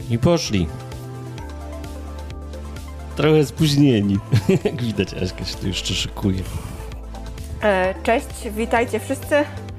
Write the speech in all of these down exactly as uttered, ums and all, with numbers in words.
I poszli. Trochę spóźnieni. Jak widać, Aśka się tu jeszcze szykuje. E, cześć, witajcie wszyscy.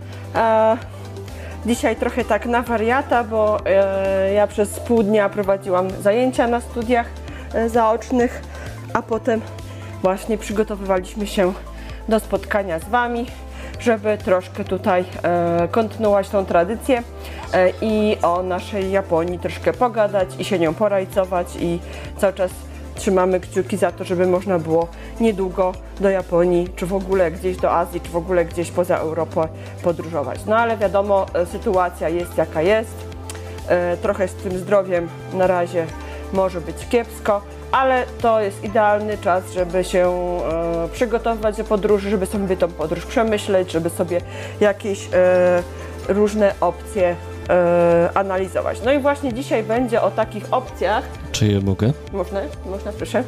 E, dzisiaj trochę tak na wariata, bo e, ja przez pół dnia prowadziłam zajęcia na studiach e, zaocznych, a potem właśnie przygotowywaliśmy się do spotkania z Wami, żeby troszkę tutaj e, kontynuować tą tradycję e, i o naszej Japonii troszkę pogadać i się nią porajcować i cały czas trzymamy kciuki za to, żeby można było niedługo do Japonii, czy w ogóle gdzieś do Azji, czy w ogóle gdzieś poza Europę podróżować. No ale wiadomo, sytuacja jest jaka jest. E, trochę z tym zdrowiem na razie może być kiepsko, ale to jest idealny czas, żeby się e, przygotować do podróży, żeby sobie tą podróż przemyśleć, żeby sobie jakieś e, różne opcje e, analizować. No i właśnie dzisiaj będzie o takich opcjach. Czy ja mogę? Można? Można, proszę.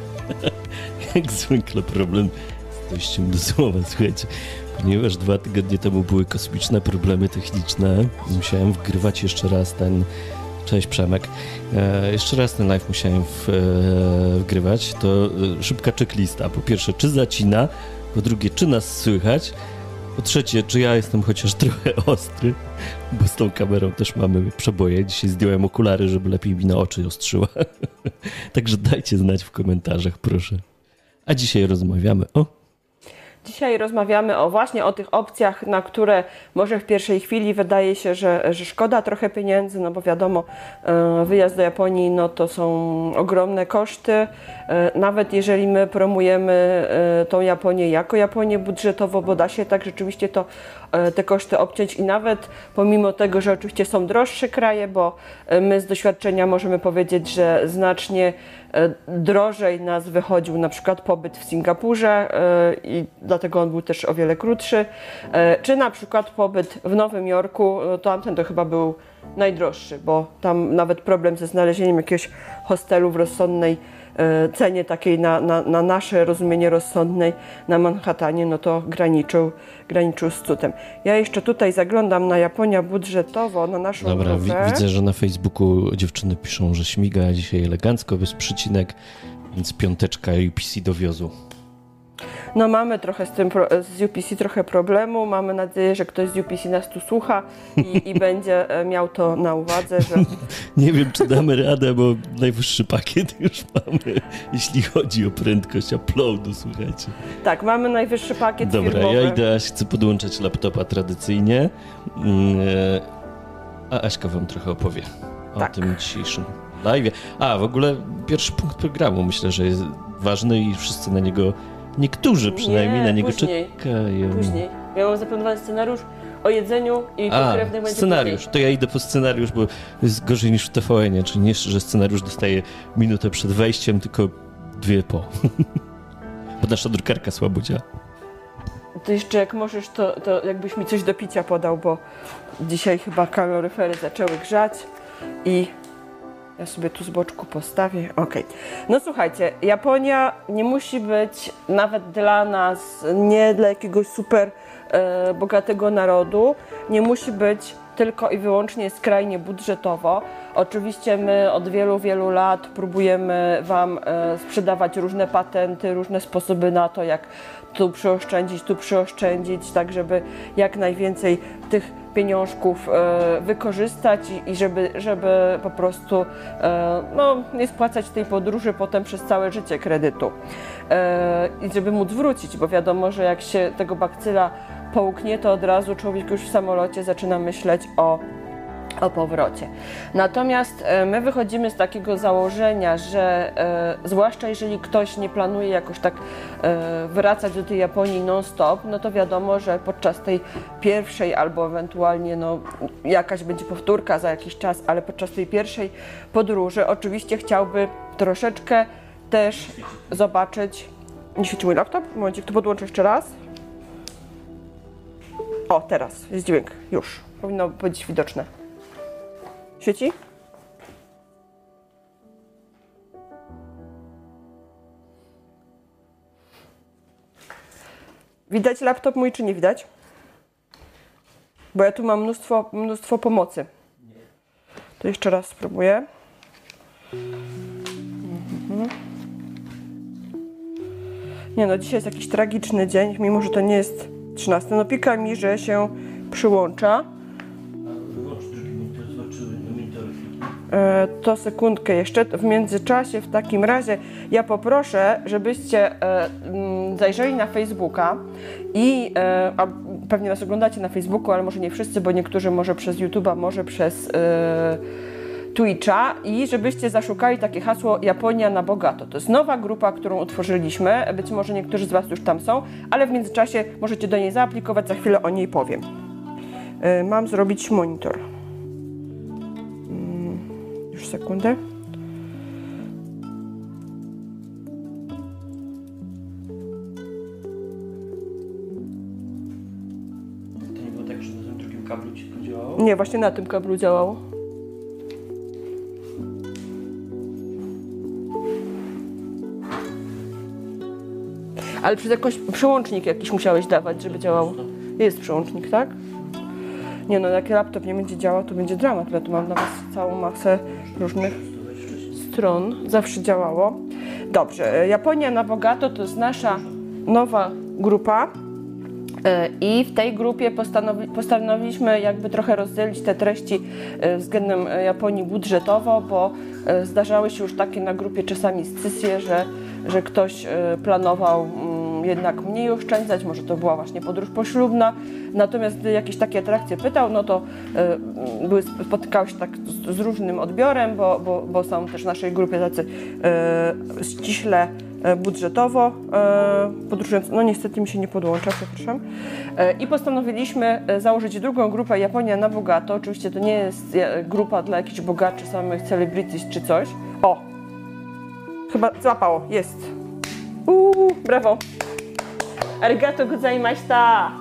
Jak zwykle problem z dojściem do słowa, słuchajcie. Ponieważ dwa tygodnie temu były kosmiczne problemy techniczne, musiałem wgrywać jeszcze raz ten... Cześć Przemek. E, jeszcze raz ten live musiałem w, e, wgrywać. To e, szybka checklista. Po pierwsze, czy zacina? Po drugie, czy nas słychać? Po trzecie, czy ja jestem chociaż trochę ostry? Bo z tą kamerą też mamy przeboje. Dzisiaj zdjąłem okulary, żeby lepiej mi na oczy ostrzyła. Także dajcie znać w komentarzach, proszę. A dzisiaj rozmawiamy o... Dzisiaj rozmawiamy o właśnie o tych opcjach, na które może w pierwszej chwili wydaje się, że, że szkoda trochę pieniędzy, no bo wiadomo, wyjazd do Japonii no to są ogromne koszty. Nawet jeżeli my promujemy tą Japonię jako Japonię budżetowo, bo da się tak rzeczywiście to te koszty obciąć i nawet pomimo tego, że oczywiście są droższe kraje, bo my z doświadczenia możemy powiedzieć, że znacznie drożej nas wychodził na przykład pobyt w Singapurze i dlatego on był też o wiele krótszy, czy na przykład pobyt w Nowym Jorku, tamten to chyba był najdroższy, bo tam nawet problem ze znalezieniem jakiegoś hostelu w rozsądnej cenie, takiej na, na, na nasze rozumienie rozsądnej na Manhattanie, no to graniczył, graniczył z cudem. Ja jeszcze tutaj zaglądam na Japonia budżetowo, na naszą Dobra, wi widzę, że na Facebooku dziewczyny piszą, że śmiga dzisiaj elegancko, bez przycinek, więc piąteczka U P C dowiozło. No mamy trochę z tym, z U P C trochę problemu, mamy nadzieję, że ktoś z U P C nas tu słucha i, i będzie miał to na uwadze, że... Nie wiem, czy damy radę, bo najwyższy pakiet już mamy, jeśli chodzi o prędkość uploadu, słuchajcie. Tak, mamy najwyższy pakiet Dobra, firmowy. ja idę, Aś, chcę podłączać laptopa tradycyjnie, a Aśka wam trochę opowie o tak. tym dzisiejszym live'ie. A, w ogóle pierwszy punkt programu myślę, że jest ważny i wszyscy na niego... Niektórzy przynajmniej Nie, na niego później, czekają. Później. Ja mam zaplanowany scenariusz o jedzeniu i pokrewnych będzie scenariusz. później. To ja idę po scenariusz, bo jest gorzej niż w T V N-ie. Czyli nie, że scenariusz dostaje minutę przed wejściem, tylko dwie po. Bo nasza drukarka słabo działa. To jeszcze jak możesz, to, to jakbyś mi coś do picia podał, bo dzisiaj chyba kaloryfery zaczęły grzać i... Ja sobie tu z boczku postawię. Ok. No słuchajcie, Japonia nie musi być nawet dla nas, nie dla jakiegoś super e, bogatego narodu, nie musi być tylko i wyłącznie skrajnie budżetowo. Oczywiście my od wielu, wielu lat próbujemy Wam e, sprzedawać różne patenty, różne sposoby na to, jak tu przyoszczędzić, tu przyoszczędzić, tak żeby jak najwięcej tych pieniążków e, wykorzystać i, i żeby, żeby po prostu e, no, nie spłacać tej podróży potem przez całe życie kredytu. E, I żeby móc wrócić, bo wiadomo, że jak się tego bakcyla połknie, to od razu człowiek już w samolocie zaczyna myśleć o o powrocie. Natomiast e, my wychodzimy z takiego założenia, że e, zwłaszcza jeżeli ktoś nie planuje jakoś tak e, wracać do tej Japonii non-stop, no to wiadomo, że podczas tej pierwszej albo ewentualnie no, jakaś będzie powtórka za jakiś czas, ale podczas tej pierwszej podróży oczywiście chciałby troszeczkę też zobaczyć... Nie świeci mój laptop? Momencik, tu podłączę jeszcze raz. O, teraz jest dźwięk. Już. Powinno być widoczne. Świeci? Widać laptop mój, czy nie widać? Bo ja tu mam mnóstwo, mnóstwo pomocy. To jeszcze raz spróbuję. Mhm. Nie no, dzisiaj jest jakiś tragiczny dzień, mimo że to nie jest trzynasty. No pika mi, że się przyłącza. To sekundkę jeszcze. W międzyczasie w takim razie ja poproszę, żebyście e, m, zajrzeli na Facebooka i e, a pewnie nas oglądacie na Facebooku, ale może nie wszyscy, bo niektórzy może przez YouTube'a, może przez e, Twitcha i żebyście zaszukali takie hasło Japonia na bogato. To jest nowa grupa, którą utworzyliśmy. Być może niektórzy z Was już tam są, ale w międzyczasie możecie do niej zaaplikować, za chwilę o niej powiem. E, mam zrobić monitor. Już sekundę. To nie było tak, że na tym drugim kablu ci to działało? Nie, właśnie na tym kablu działało. Ale przez jakiś przełącznik jakiś musiałeś dawać, żeby działał. Jest przełącznik, tak? Nie no, jak laptop nie będzie działał, to będzie dramat, bo ja tu mam na Was całą masę różnych stron. Zawsze działało. Dobrze, Japonia na bogato to jest nasza nowa grupa i w tej grupie postanowi, postanowiliśmy jakby trochę rozdzielić te treści względem Japonii budżetowo, bo zdarzały się już takie na grupie czasami scysje, że, że ktoś planował jednak mniej oszczędzać, może to była właśnie podróż poślubna, natomiast gdy jakieś takie atrakcje pytał, no to y, były, spotykały się tak z, z różnym odbiorem, bo, bo, bo są też w naszej grupie tacy y, ściśle y, budżetowo y, podróżujący, no niestety mi się nie podłącza, przepraszam, y, i postanowiliśmy założyć drugą grupę Japonia na bogato. Oczywiście to nie jest grupa dla jakichś bogaczy, samych celebrities czy coś. O! Chyba złapało, jest. Uuu, brawo! Arigato gozaimashita!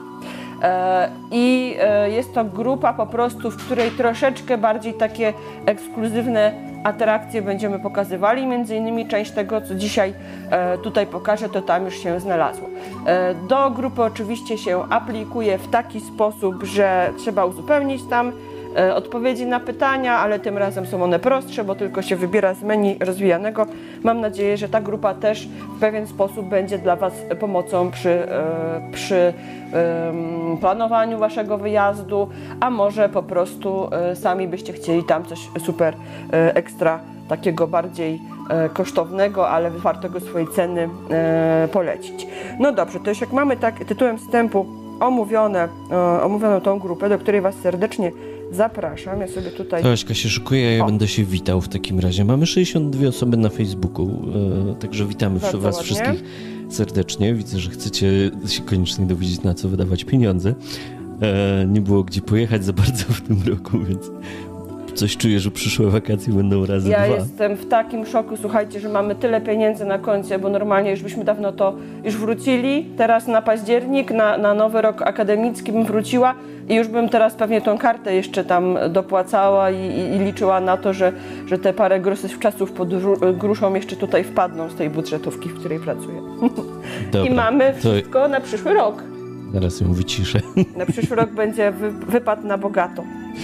I jest to grupa po prostu, w której troszeczkę bardziej takie ekskluzywne atrakcje będziemy pokazywali. Między innymi część tego, co dzisiaj tutaj pokażę, to tam już się znalazło. Do grupy oczywiście się aplikuje w taki sposób, że trzeba uzupełnić tam odpowiedzi na pytania, ale tym razem są one prostsze, bo tylko się wybiera z menu rozwijanego. Mam nadzieję, że ta grupa też w pewien sposób będzie dla Was pomocą przy, przy planowaniu Waszego wyjazdu, a może po prostu sami byście chcieli tam coś super ekstra, takiego bardziej kosztownego, ale wartego swojej ceny polecić. No dobrze, to już jak mamy tak tytułem wstępu omówione, omówioną tą grupę, do której Was serdecznie zapraszam. Ja sobie tutaj... To Aśka się szykuje, ja o. będę się witał w takim razie. Mamy sześćdziesiąt dwie osoby na Facebooku, e, także witamy Bardzo Was ładnie. Wszystkich serdecznie. Widzę, że chcecie się koniecznie dowiedzieć, na co wydawać pieniądze. E, nie było gdzie pojechać za bardzo w tym roku, więc coś czuję, że przyszłe wakacje będą razy ja dwa. Ja jestem w takim szoku, słuchajcie, że mamy tyle pieniędzy na koncie, bo normalnie już byśmy dawno to już wrócili. Teraz na październik, na, na nowy rok akademicki bym wróciła i już bym teraz pewnie tą kartę jeszcze tam dopłacała i, i, i liczyła na to, że, że te parę groszy czasów pod gruszą jeszcze tutaj wpadną z tej budżetówki, w której pracuję. Dobra, I mamy wszystko to... na przyszły rok. Zaraz ją wyciszę. Na przyszły rok będzie wy, wypad na bogato.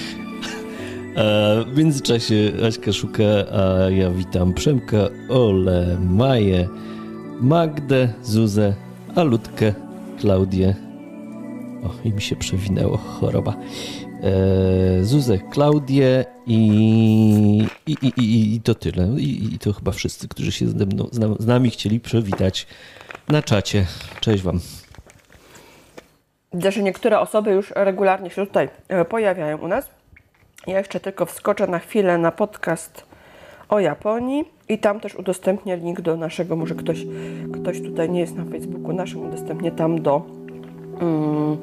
A w międzyczasie Aśka szuka, a ja witam Przemka, Ole, Maję, Magdę, Zuzę, Alutkę, Klaudię. O, i mi się przewinęło, choroba. E, Zuzę, Klaudię i, i, i, i, i to tyle. I, I to chyba wszyscy, którzy się ze mną, z nami chcieli przywitać na czacie. Cześć Wam. Widzę, że niektóre osoby już regularnie się tutaj pojawiają u nas. Ja jeszcze tylko wskoczę na chwilę na podcast o Japonii i tam też udostępnię link do naszego, może ktoś, ktoś tutaj nie jest na Facebooku naszym, udostępnię tam do um,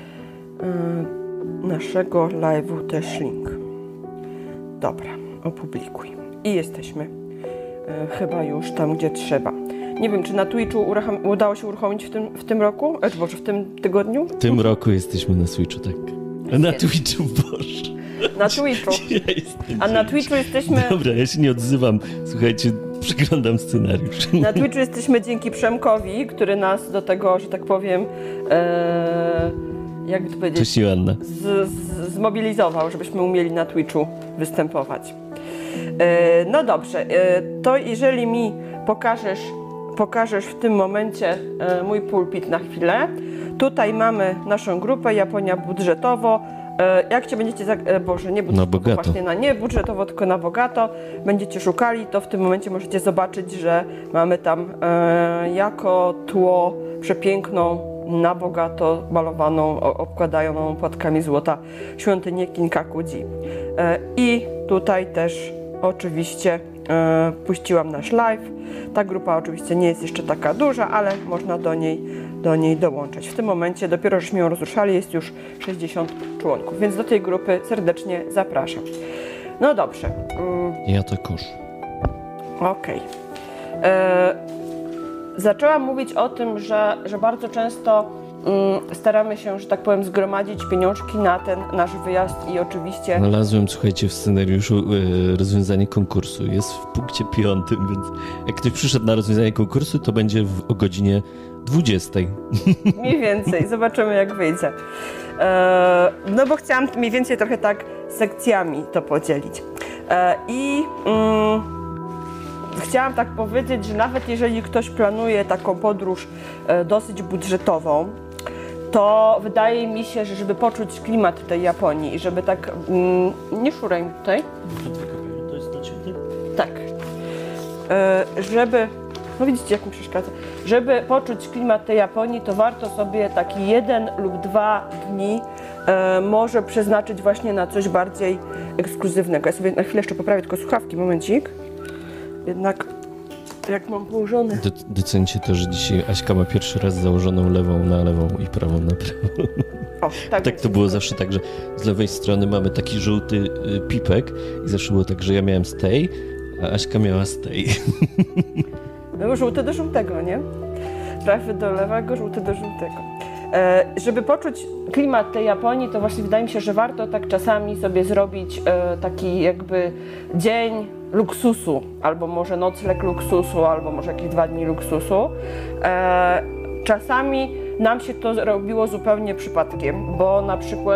um, naszego live'u też link. Dobra, opublikuj. I jesteśmy e, chyba już tam, gdzie trzeba. Nie wiem, czy na Twitchu uruchom- udało się uruchomić w tym, w tym roku? E, może w tym tygodniu? W tym roku jesteśmy na Switchu, tak. Na Twitchu, Boże. Na Twitchu. Ja A na Twitchu jesteśmy... Dobra, ja się nie odzywam. Słuchajcie, przeglądam scenariusz. Na Twitchu jesteśmy dzięki Przemkowi, który nas do tego, że tak powiem, e, jakby to powiedzieć, Cześć, Joanna. Z, z, zmobilizował, żebyśmy umieli na Twitchu występować. E, no dobrze, e, to jeżeli mi pokażesz, pokażesz w tym momencie e, mój pulpit na chwilę. Tutaj mamy naszą grupę Japonia budżetowo. E, jak cię będziecie, za, e, Boże, nie budżetowo, na bogato. właśnie na nie budżetowo, tylko na bogato, będziecie szukali, to w tym momencie możecie zobaczyć, że mamy tam e, jako tło przepiękną, na bogato malowaną, obkładaną płatkami złota świątynię Kinkakuji. E, I tutaj też oczywiście e, puściłam nasz live. Ta grupa oczywiście nie jest jeszcze taka duża, ale można do niej, do niej dołączać. W tym momencie dopiero żeśmy ją rozruszali, jest już sześćdziesiąt członków, więc do tej grupy serdecznie zapraszam. No dobrze. Mm. Ja takoż. Okej. Okay. Zaczęłam mówić o tym, że, że bardzo często mm, staramy się, że tak powiem, zgromadzić pieniążki na ten nasz wyjazd i oczywiście... Znalazłem, słuchajcie, w scenariuszu y, rozwiązanie konkursu. Jest w punkcie piątym, więc jak ktoś przyszedł na rozwiązanie konkursu, to będzie w, o godzinie dwudziestej. Mniej więcej. Zobaczymy, jak wyjdzie. E, no bo chciałam mniej więcej trochę tak sekcjami to podzielić. E, I... Mm, Chciałam tak powiedzieć, że nawet jeżeli ktoś planuje taką podróż e, dosyć budżetową, to wydaje mi się, że żeby poczuć klimat tej Japonii i żeby tak... Mm, nie szuraj mi tutaj. To jest dla ciebie? Tak. E, żeby... No widzicie, jak mi przeszkadza. Żeby poczuć klimat tej Japonii, to warto sobie taki jeden lub dwa dni e, może przeznaczyć właśnie na coś bardziej ekskluzywnego. Ja sobie na chwilę jeszcze poprawię tylko słuchawki, momencik. Jednak jak mam położone... Docencie to, że dzisiaj Aśka ma pierwszy raz założoną lewą na lewą i prawą na prawą. O, tak tak to było zawsze tak, że z lewej strony mamy taki żółty y, pipek i zawsze było tak, że ja miałem z tej, a Aśka miała z tej. No żółty do żółtego, nie? Prawy do lewego, żółty do żółtego. E, żeby poczuć klimat tej Japonii, to właśnie wydaje mi się, że warto tak czasami sobie zrobić e, taki jakby dzień luksusu, albo może nocleg luksusu, albo może jakieś dwa dni luksusu. E, czasami nam się to robiło zupełnie przypadkiem, bo na przykład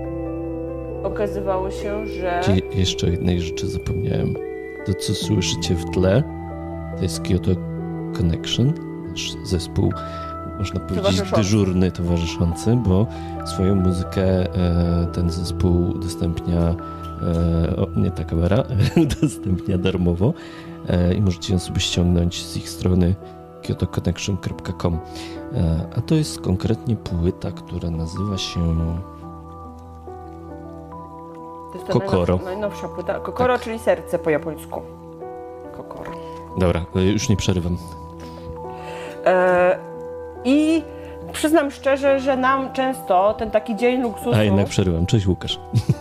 okazywało się, że... Ci jeszcze jednej rzeczy zapomniałem. To, co słyszycie w tle, to jest Kyoto Connection, nasz zespół, można powiedzieć dyżurny, towarzyszący, bo swoją muzykę e, ten zespół udostępnia, e, o, nie ta kamera, udostępnia darmowo e, i możecie ją sobie ściągnąć z ich strony kyoto connection kropka com. E, a to jest konkretnie płyta, która nazywa się to jest Kokoro. Najnowsza, najnowsza płyta. Kokoro, tak. Czyli serce po japońsku. Kokoro. Dobra, już nie przerywam. E, I przyznam szczerze, że nam często ten taki dzień luksusu... A jednak przerywam. Cześć, Łukasz.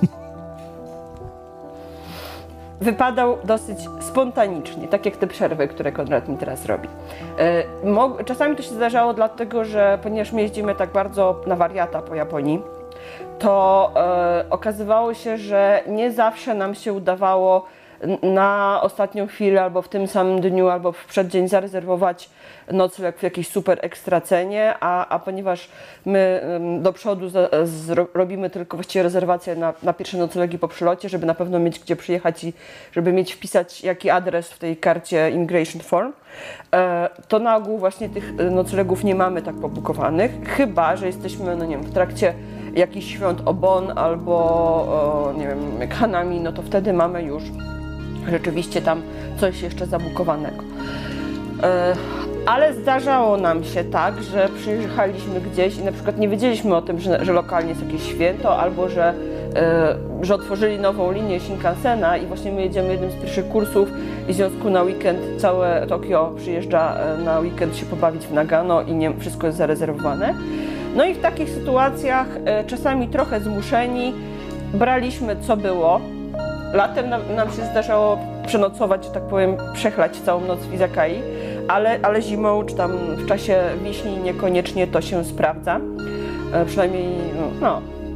Wypadał dosyć spontanicznie, tak jak te przerwy, które Konrad mi teraz robi. E, czasami to się zdarzało dlatego, że ponieważ my jeździmy tak bardzo na wariata po Japonii, to e, okazywało się, że nie zawsze nam się udawało na ostatnią chwilę, albo w tym samym dniu, albo w przeddzień zarezerwować nocleg w jakiejś super ekstra cenie, a, a ponieważ my do przodu z, z, robimy tylko właściwie rezerwację na, na pierwsze noclegi po przylocie, żeby na pewno mieć gdzie przyjechać i żeby mieć wpisać jaki adres w tej karcie Immigration Form, to na ogół właśnie tych noclegów nie mamy tak pobukowanych, chyba że jesteśmy, no nie wiem, w trakcie jakichś świąt Obon albo o, nie wiem, Hanami, no to wtedy mamy już rzeczywiście tam coś jeszcze zabukowanego. E, ale zdarzało nam się tak, że przyjechaliśmy gdzieś i na przykład nie wiedzieliśmy o tym, że, że lokalnie jest jakieś święto, albo że, e, że otworzyli nową linię Shinkansena i właśnie my jedziemy jednym z pierwszych kursów i w związku na weekend całe Tokio przyjeżdża na weekend się pobawić w Nagano i nie, wszystko jest zarezerwowane. No i w takich sytuacjach e, czasami trochę zmuszeni braliśmy co było. Latem nam, nam się zdarzało przenocować, że tak powiem, przechlać całą noc w Izakai, ale, ale zimą czy tam w czasie wiśni niekoniecznie to się sprawdza. E, przynajmniej, no, no.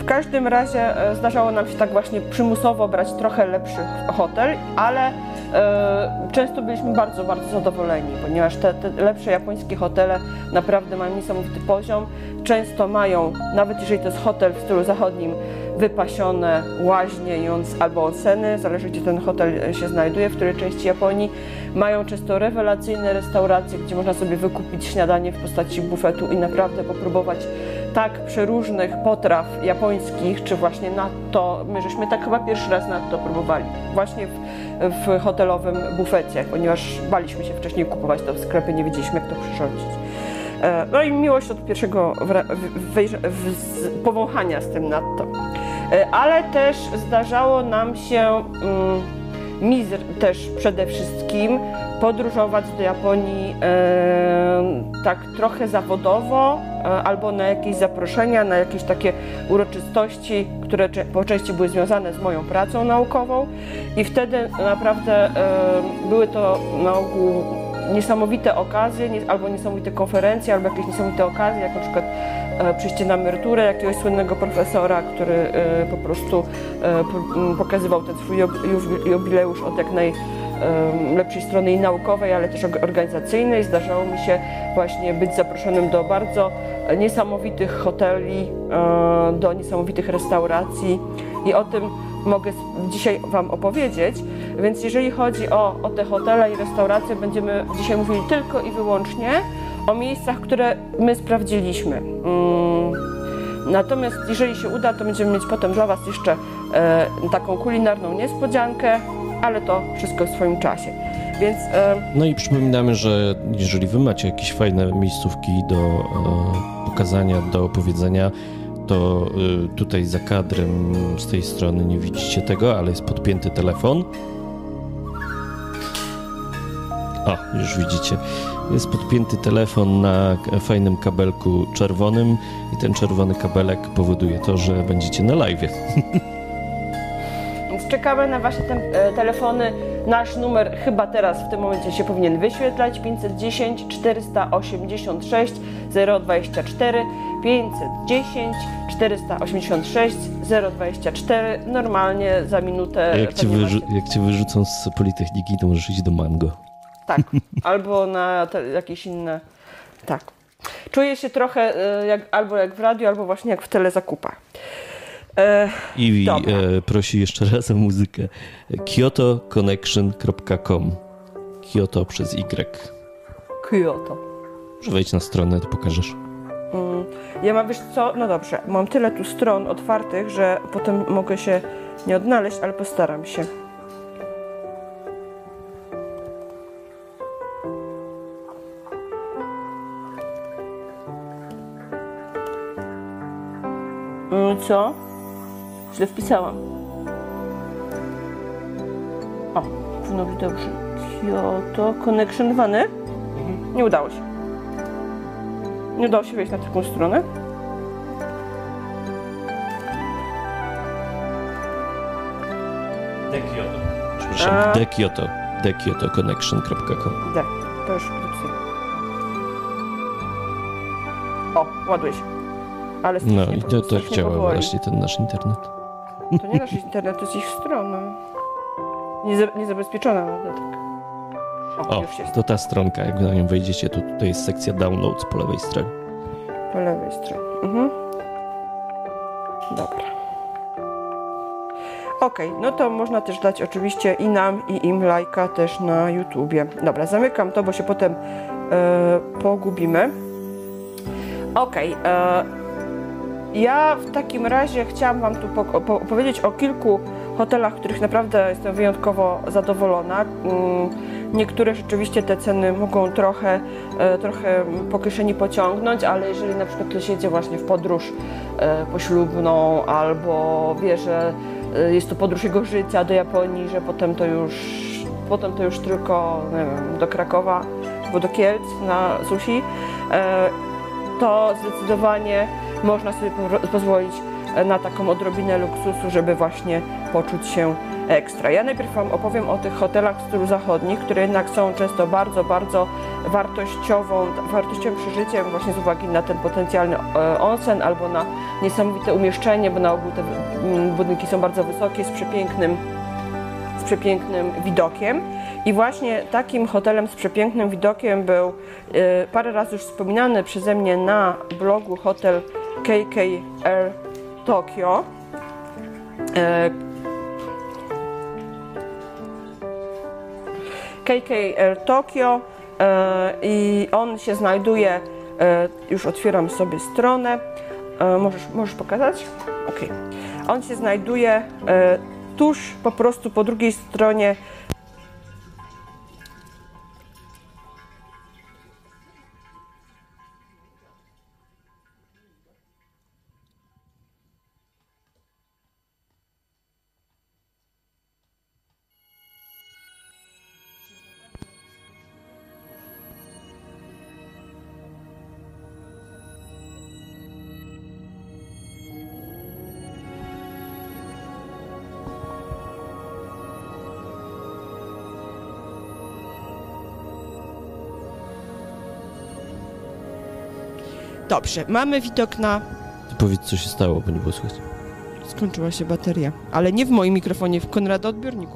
W każdym razie e, zdarzało nam się tak właśnie przymusowo brać trochę lepszy hotel, ale e, często byliśmy bardzo, bardzo zadowoleni, ponieważ te, te lepsze japońskie hotele naprawdę mają niesamowity poziom. Często mają, nawet jeżeli to jest hotel w stylu zachodnim, wypasione łaźnie i on, albo onseny, zależy gdzie ten hotel się znajduje, w której części Japonii. Mają często rewelacyjne restauracje, gdzie można sobie wykupić śniadanie w postaci bufetu i naprawdę popróbować tak przeróżnych potraw japońskich, czy właśnie natto. My żeśmy tak chyba pierwszy raz natto próbowali, właśnie w, w hotelowym bufecie, ponieważ baliśmy się wcześniej kupować to w sklepie, nie wiedzieliśmy jak to przyrządzić. No i miłość od pierwszego powąchania z tym natto. Ale też zdarzało nam się um, mi też przede wszystkim podróżować do Japonii e, tak trochę zawodowo e, albo na jakieś zaproszenia, na jakieś takie uroczystości, które po części były związane z moją pracą naukową i wtedy naprawdę e, były to na ogół niesamowite okazje, nie, albo niesamowite konferencje, albo jakieś niesamowite okazje, jak na przykład e, przyjście na emeryturę jakiegoś słynnego profesora, który e, po prostu e, po, pokazywał ten swój jubileusz od jak najlepszej strony i naukowej, ale też organizacyjnej. Zdarzało mi się właśnie być zaproszonym do bardzo niesamowitych hoteli, e, do niesamowitych restauracji i o tym mogę dzisiaj Wam opowiedzieć, więc jeżeli chodzi o, o te hotele i restauracje, będziemy dzisiaj mówili tylko i wyłącznie o miejscach, które my sprawdziliśmy. Hmm. Natomiast jeżeli się uda, to będziemy mieć potem dla Was jeszcze e, taką kulinarną niespodziankę, ale to wszystko w swoim czasie. Więc, e... No i przypominamy, że jeżeli Wy macie jakieś fajne miejscówki do e, pokazania, do opowiedzenia, to y, tutaj za kadrem z tej strony nie widzicie tego, ale jest podpięty telefon. O, już widzicie. Jest podpięty telefon na fajnym kabelku czerwonym i ten czerwony kabelek powoduje to, że będziecie na live'ie. Więc czekamy na Wasze te telefony. Nasz numer chyba teraz w tym momencie się powinien wyświetlać. pięćset dziesięć czterysta osiemdziesiąt sześć zero dwadzieścia cztery pięćset dziesięć czterysta osiemdziesiąt sześć zero dwadzieścia cztery. Normalnie za minutę. Jak cię, wyrzu- jak cię wyrzucą z Politechniki, to możesz iść do Mango. Tak, albo na te, jakieś inne. Tak. Czuję się trochę jak, albo jak w radiu, albo właśnie jak w telezakupach. E, Iwi e, prosi jeszcze raz o muzykę. kyoto connection kropka com. Kyoto przez Y. Kyoto. Może wejdź na stronę, to pokażesz. Mm, ja mam, wiesz co, no dobrze, mam tyle tu stron otwartych, że potem mogę się nie odnaleźć, ale postaram się. Mm, co? Źle wpisałam. O, powinno być dobrze. Kyoto Connection Wany? Mhm. Nie udało się. Nie udało się wejść na taką stronę. De Kyoto. Przepraszam, De Kyoto. De Kyoto connection kropka com. De, to już wpisuję. O, ładuje się. Ale no i to, to działa właśnie ten nasz internet. To nie nasz internet, to jest ich strona. Niezabezpieczona, ale tak. O, o już jest. To ta stronka, jak na nią wejdziecie, to tutaj jest sekcja downloads po lewej stronie. Po lewej stronie. Mhm. Dobra. Okej, okay, no to można też dać oczywiście i nam, i im lajka też na YouTubie. Dobra, zamykam to, bo się potem e, pogubimy. Okej. Okay, e, ja w takim razie chciałam Wam tu po, po, powiedzieć o kilku hotelach, w których naprawdę jestem wyjątkowo zadowolona. Niektóre rzeczywiście te ceny mogą trochę, trochę po kieszeni pociągnąć, ale jeżeli na przykład ktoś jedzie właśnie w podróż poślubną albo wie, że jest to podróż jego życia do Japonii, że potem to już, potem to już tylko nie wiem, do Krakowa albo do Kielc na sushi, to zdecydowanie można sobie pozwolić na taką odrobinę luksusu, żeby właśnie poczuć się ekstra. Ja najpierw Wam opowiem o tych hotelach w stylu zachodnich, które jednak są często bardzo, bardzo wartościową, wartościowym przeżyciem właśnie z uwagi na ten potencjalny onsen albo na niesamowite umieszczenie, bo na ogół te budynki są bardzo wysokie, z przepięknym, z przepięknym widokiem. I właśnie takim hotelem z przepięknym widokiem był y, parę razy już wspominany przeze mnie na blogu hotel K K R Tokyo. Y, K K R Tokyo y, i on się znajduje, y, już otwieram sobie stronę, y, możesz, możesz pokazać? Ok. On się znajduje y, tuż po prostu po drugiej stronie Dobrze, mamy widok na... Ty powiedz, co się stało, bo nie było słychać. Skończyła się bateria, ale nie w moim mikrofonie, w Konrada odbiorniku.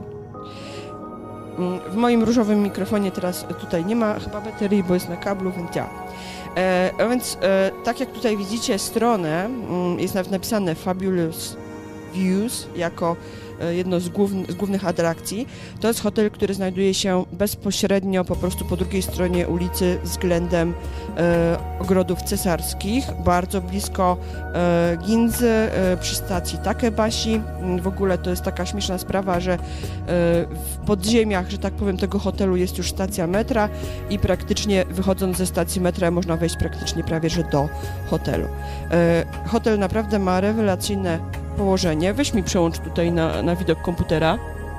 W moim różowym mikrofonie teraz tutaj nie ma chyba baterii, bo jest na kablu, więc działa. E, a więc e, tak jak tutaj widzicie stronę, jest nawet napisane Fabulous Views jako jedno z, główny, z głównych atrakcji. To jest hotel, który znajduje się bezpośrednio po prostu po drugiej stronie ulicy względem e, ogrodów cesarskich, bardzo blisko e, Ginzy, e, przy stacji Takebashi. W ogóle to jest taka śmieszna sprawa, że e, w podziemiach, że tak powiem, tego hotelu jest już stacja metra i praktycznie wychodząc ze stacji metra można wejść praktycznie prawie że do hotelu. E, hotel naprawdę ma rewelacyjne położenie. Weź mi przełącz tutaj na, na widok komputera.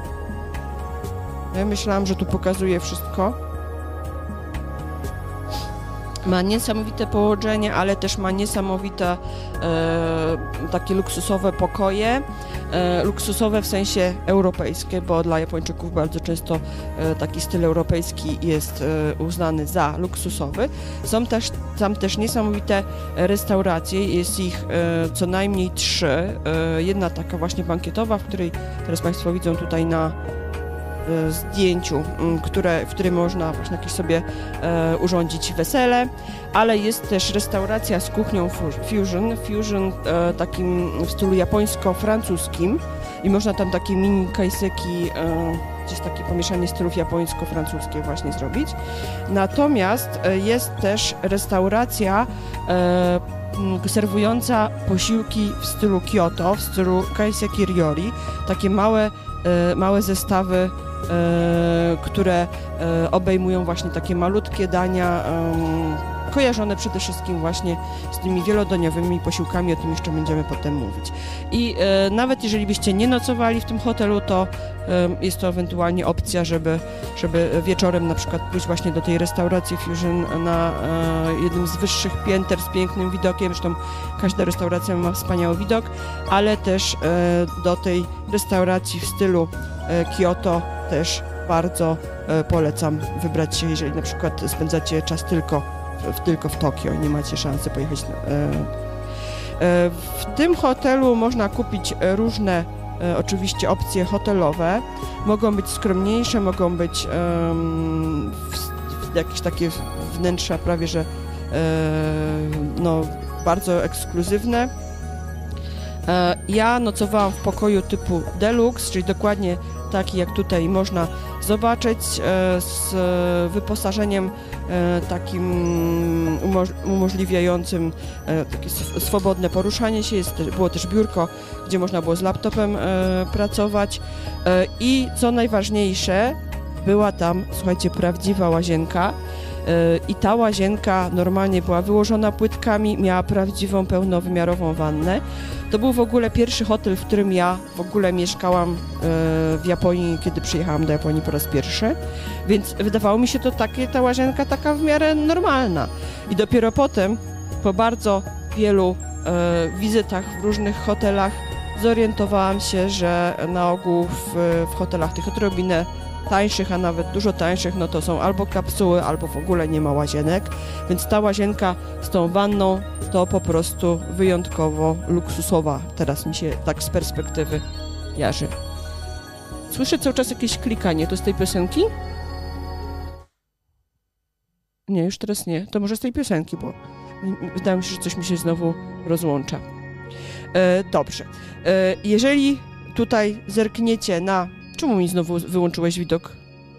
Ja myślałam, że tu pokazuje wszystko. Ma niesamowite położenie, ale też ma niesamowite e, takie luksusowe pokoje. E, luksusowe w sensie europejskie, bo dla Japończyków bardzo często e, taki styl europejski jest e, uznany za luksusowy. Są też, tam też niesamowite restauracje, jest ich e, co najmniej trzy. E, jedna taka właśnie bankietowa, w której teraz Państwo widzą tutaj na zdjęciu, które, w którym można właśnie jakieś sobie e, urządzić wesele, ale jest też restauracja z kuchnią fusion, fusion e, takim w stylu japońsko-francuskim i można tam takie mini kaiseki, e, gdzieś takie pomieszanie stylów japońsko-francuskie właśnie zrobić. Natomiast e, jest też restauracja e, serwująca posiłki w stylu Kyoto, w stylu kaiseki ryori, takie małe, e, małe zestawy, E, które e, obejmują właśnie takie malutkie dania, e, kojarzone przede wszystkim właśnie z tymi wielodniowymi posiłkami, o tym jeszcze będziemy potem mówić. I e, nawet jeżeli byście nie nocowali w tym hotelu, to e, jest to ewentualnie opcja, żeby, żeby wieczorem na przykład pójść właśnie do tej restauracji Fusion na e, jednym z wyższych pięter z pięknym widokiem, zresztą każda restauracja ma wspaniały widok, ale też e, do tej restauracji w stylu e, Kyoto też bardzo e, polecam wybrać się, jeżeli na przykład spędzacie czas tylko w, tylko w Tokio i nie macie szansy pojechać. Na, e, e, w tym hotelu można kupić różne e, oczywiście opcje hotelowe. Mogą być skromniejsze, mogą być e, w, w jakieś takie wnętrza prawie że e, no, bardzo ekskluzywne. E, ja nocowałam w pokoju typu deluxe, czyli dokładnie taki jak tutaj można zobaczyć, z wyposażeniem takim umożliwiającym takie swobodne poruszanie się. Jest, było też biurko, gdzie można było z laptopem pracować i co najważniejsze, była tam, słuchajcie, prawdziwa łazienka. I ta łazienka normalnie była wyłożona płytkami, miała prawdziwą, pełnowymiarową wannę. To był w ogóle pierwszy hotel, w którym ja w ogóle mieszkałam w Japonii, kiedy przyjechałam do Japonii po raz pierwszy, więc wydawało mi się to takie, ta łazienka taka w miarę normalna. I dopiero potem, po bardzo wielu wizytach w różnych hotelach, zorientowałam się, że na ogół w, w hotelach tych odrobinę tańszych, a nawet dużo tańszych, no to są albo kapsuły, albo w ogóle nie ma łazienek, więc ta łazienka z tą wanną to po prostu wyjątkowo luksusowa. Teraz mi się tak z perspektywy jarzy. Słyszę cały czas jakieś klikanie. To z tej piosenki? Nie, już teraz nie. To może z tej piosenki, bo wydaje mi się, że coś mi się znowu rozłącza. E, dobrze. E, jeżeli tutaj zerkniecie na... Czemu mi znowu wyłączyłeś widok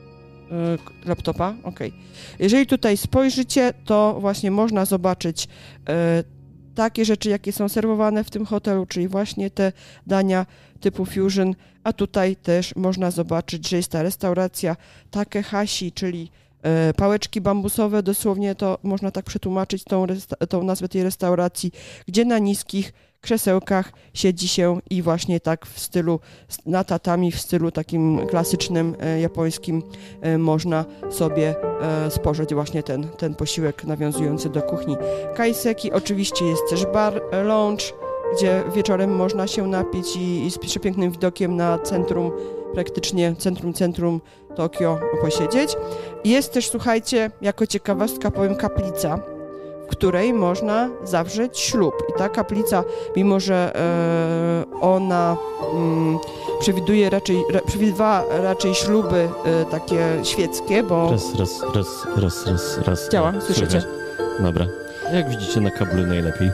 e, laptopa? Okej. Okay. Jeżeli tutaj spojrzycie, to właśnie można zobaczyć e, takie rzeczy, jakie są serwowane w tym hotelu, czyli właśnie te dania typu fusion, a tutaj też można zobaczyć, że jest ta restauracja takehashi, czyli e, pałeczki bambusowe, dosłownie to można tak przetłumaczyć tą, resta- tą nazwę tej restauracji, gdzie na niskich krzesełkach siedzi się i właśnie tak w stylu, na tatami, w stylu takim klasycznym, e, japońskim e, można sobie e, spożyć właśnie ten, ten posiłek nawiązujący do kuchni kaiseki. Oczywiście jest też bar, e, lounge, gdzie wieczorem można się napić i, i z przepięknym widokiem na centrum, praktycznie centrum, centrum Tokio posiedzieć. Jest też, słuchajcie, jako ciekawostka powiem, kaplica, w której można zawrzeć ślub. I ta kaplica, mimo że e, ona mm, przewiduje raczej, ra, przewidywała raczej śluby e, takie świeckie, bo... Raz, raz, raz, raz, raz, raz. Działa, słyszycie? Dobra. Jak widzicie na kablu najlepiej.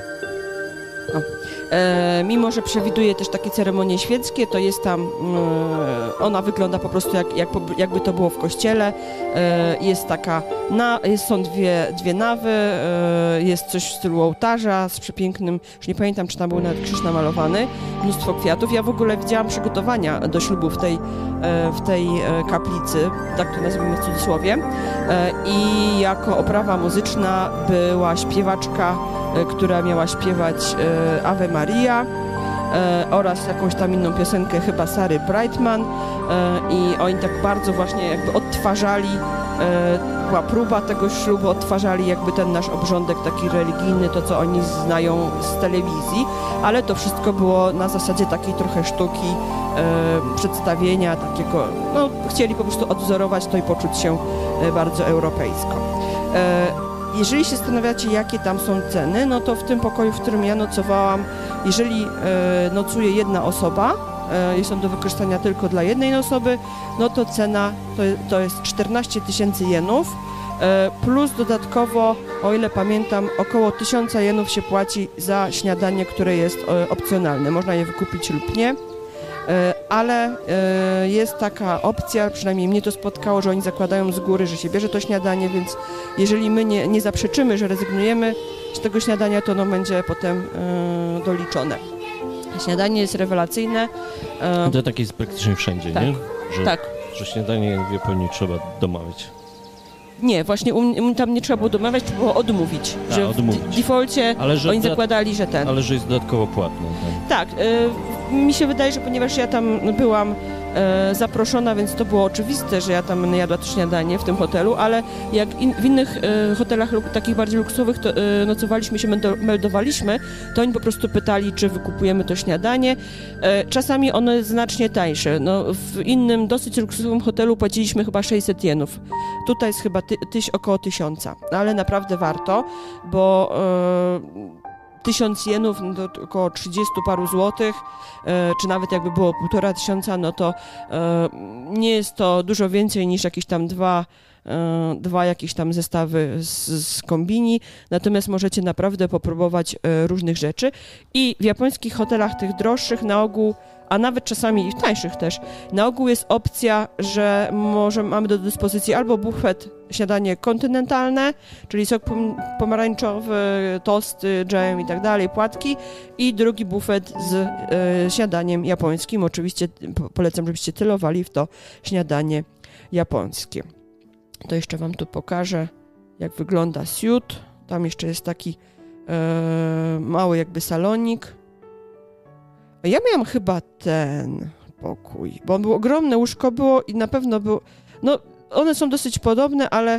O. E, mimo że przewiduje też takie ceremonie świeckie, to jest tam, e, ona wygląda po prostu jak, jak, jakby to było w kościele. E, jest taka, na, jest, są dwie, dwie nawy, e, jest coś w stylu ołtarza z przepięknym, już nie pamiętam, czy tam był nawet krzyż namalowany, mnóstwo kwiatów. Ja w ogóle widziałam przygotowania do ślubu w tej, e, w tej e, kaplicy, tak to nazwijmy w cudzysłowie. E, I jako oprawa muzyczna była śpiewaczka, która miała śpiewać e, Ave Maria e, oraz jakąś tam inną piosenkę, chyba Sary Brightman, e, i oni tak bardzo właśnie jakby odtwarzali, e, była próba tego ślubu, odtwarzali jakby ten nasz obrządek taki religijny, to co oni znają z telewizji, ale to wszystko było na zasadzie takiej trochę sztuki, e, przedstawienia takiego, no chcieli po prostu odwzorować to i poczuć się e, bardzo europejsko. E, Jeżeli się zastanawiacie, jakie tam są ceny, no to w tym pokoju, w którym ja nocowałam, jeżeli e, nocuje jedna osoba, e, jest on do wykorzystania tylko dla jednej osoby, no to cena to, to jest czternaście tysięcy jenów, e, plus dodatkowo, o ile pamiętam, około tysiąc jenów się płaci za śniadanie, które jest e, opcjonalne. Można je wykupić lub nie. Ale jest taka opcja, przynajmniej mnie to spotkało, że oni zakładają z góry, że się bierze to śniadanie, więc jeżeli my nie, nie zaprzeczymy, że rezygnujemy z tego śniadania, to ono będzie potem doliczone. Śniadanie jest rewelacyjne. To takie jest praktycznie wszędzie, tak, nie? Że, tak. że śniadanie w Japonii trzeba domawiać. Nie, właśnie um, tam nie trzeba było domawiać, trzeba było odmówić. A, że odmówić. w defaulcie ale że oni da- zakładali, że ten... Ale że jest dodatkowo płatne. Tak, tak y, mi się wydaje, że ponieważ ja tam byłam y, zaproszona, więc to było oczywiste, że ja tam jadła to śniadanie w tym hotelu, ale jak in, w innych y, hotelach lub takich bardziej luksusowych to, y, nocowaliśmy się, meldowaliśmy, to oni po prostu pytali, czy wykupujemy to śniadanie. Y, czasami ono jest znacznie tańsze. No, w innym, dosyć luksusowym hotelu płaciliśmy chyba sześćset jenów. Tutaj jest chyba ty, tyś, około tysiąca, ale naprawdę warto, bo y, tysiąc jenów, no to około trzydziestu paru złotych, e, czy nawet jakby było półtora tysiąca, no to e, nie jest to dużo więcej niż jakieś tam dwa, e, dwa jakieś tam zestawy z, z kombini, natomiast możecie naprawdę popróbować e, różnych rzeczy i w japońskich hotelach tych droższych na ogół, a nawet czasami i w tańszych też, na ogół jest opcja, że może mamy do dyspozycji albo bufet, śniadanie kontynentalne, czyli sok pomarańczowy, tosty, dżem i tak dalej, płatki, i drugi bufet z e, śniadaniem japońskim. Oczywiście polecam, żebyście celowali w to śniadanie japońskie. To jeszcze wam tu pokażę, jak wygląda siut. Tam jeszcze jest taki e, mały jakby salonik. Ja miałam chyba ten pokój, bo on był ogromne, łóżko było i na pewno był, no one są dosyć podobne, ale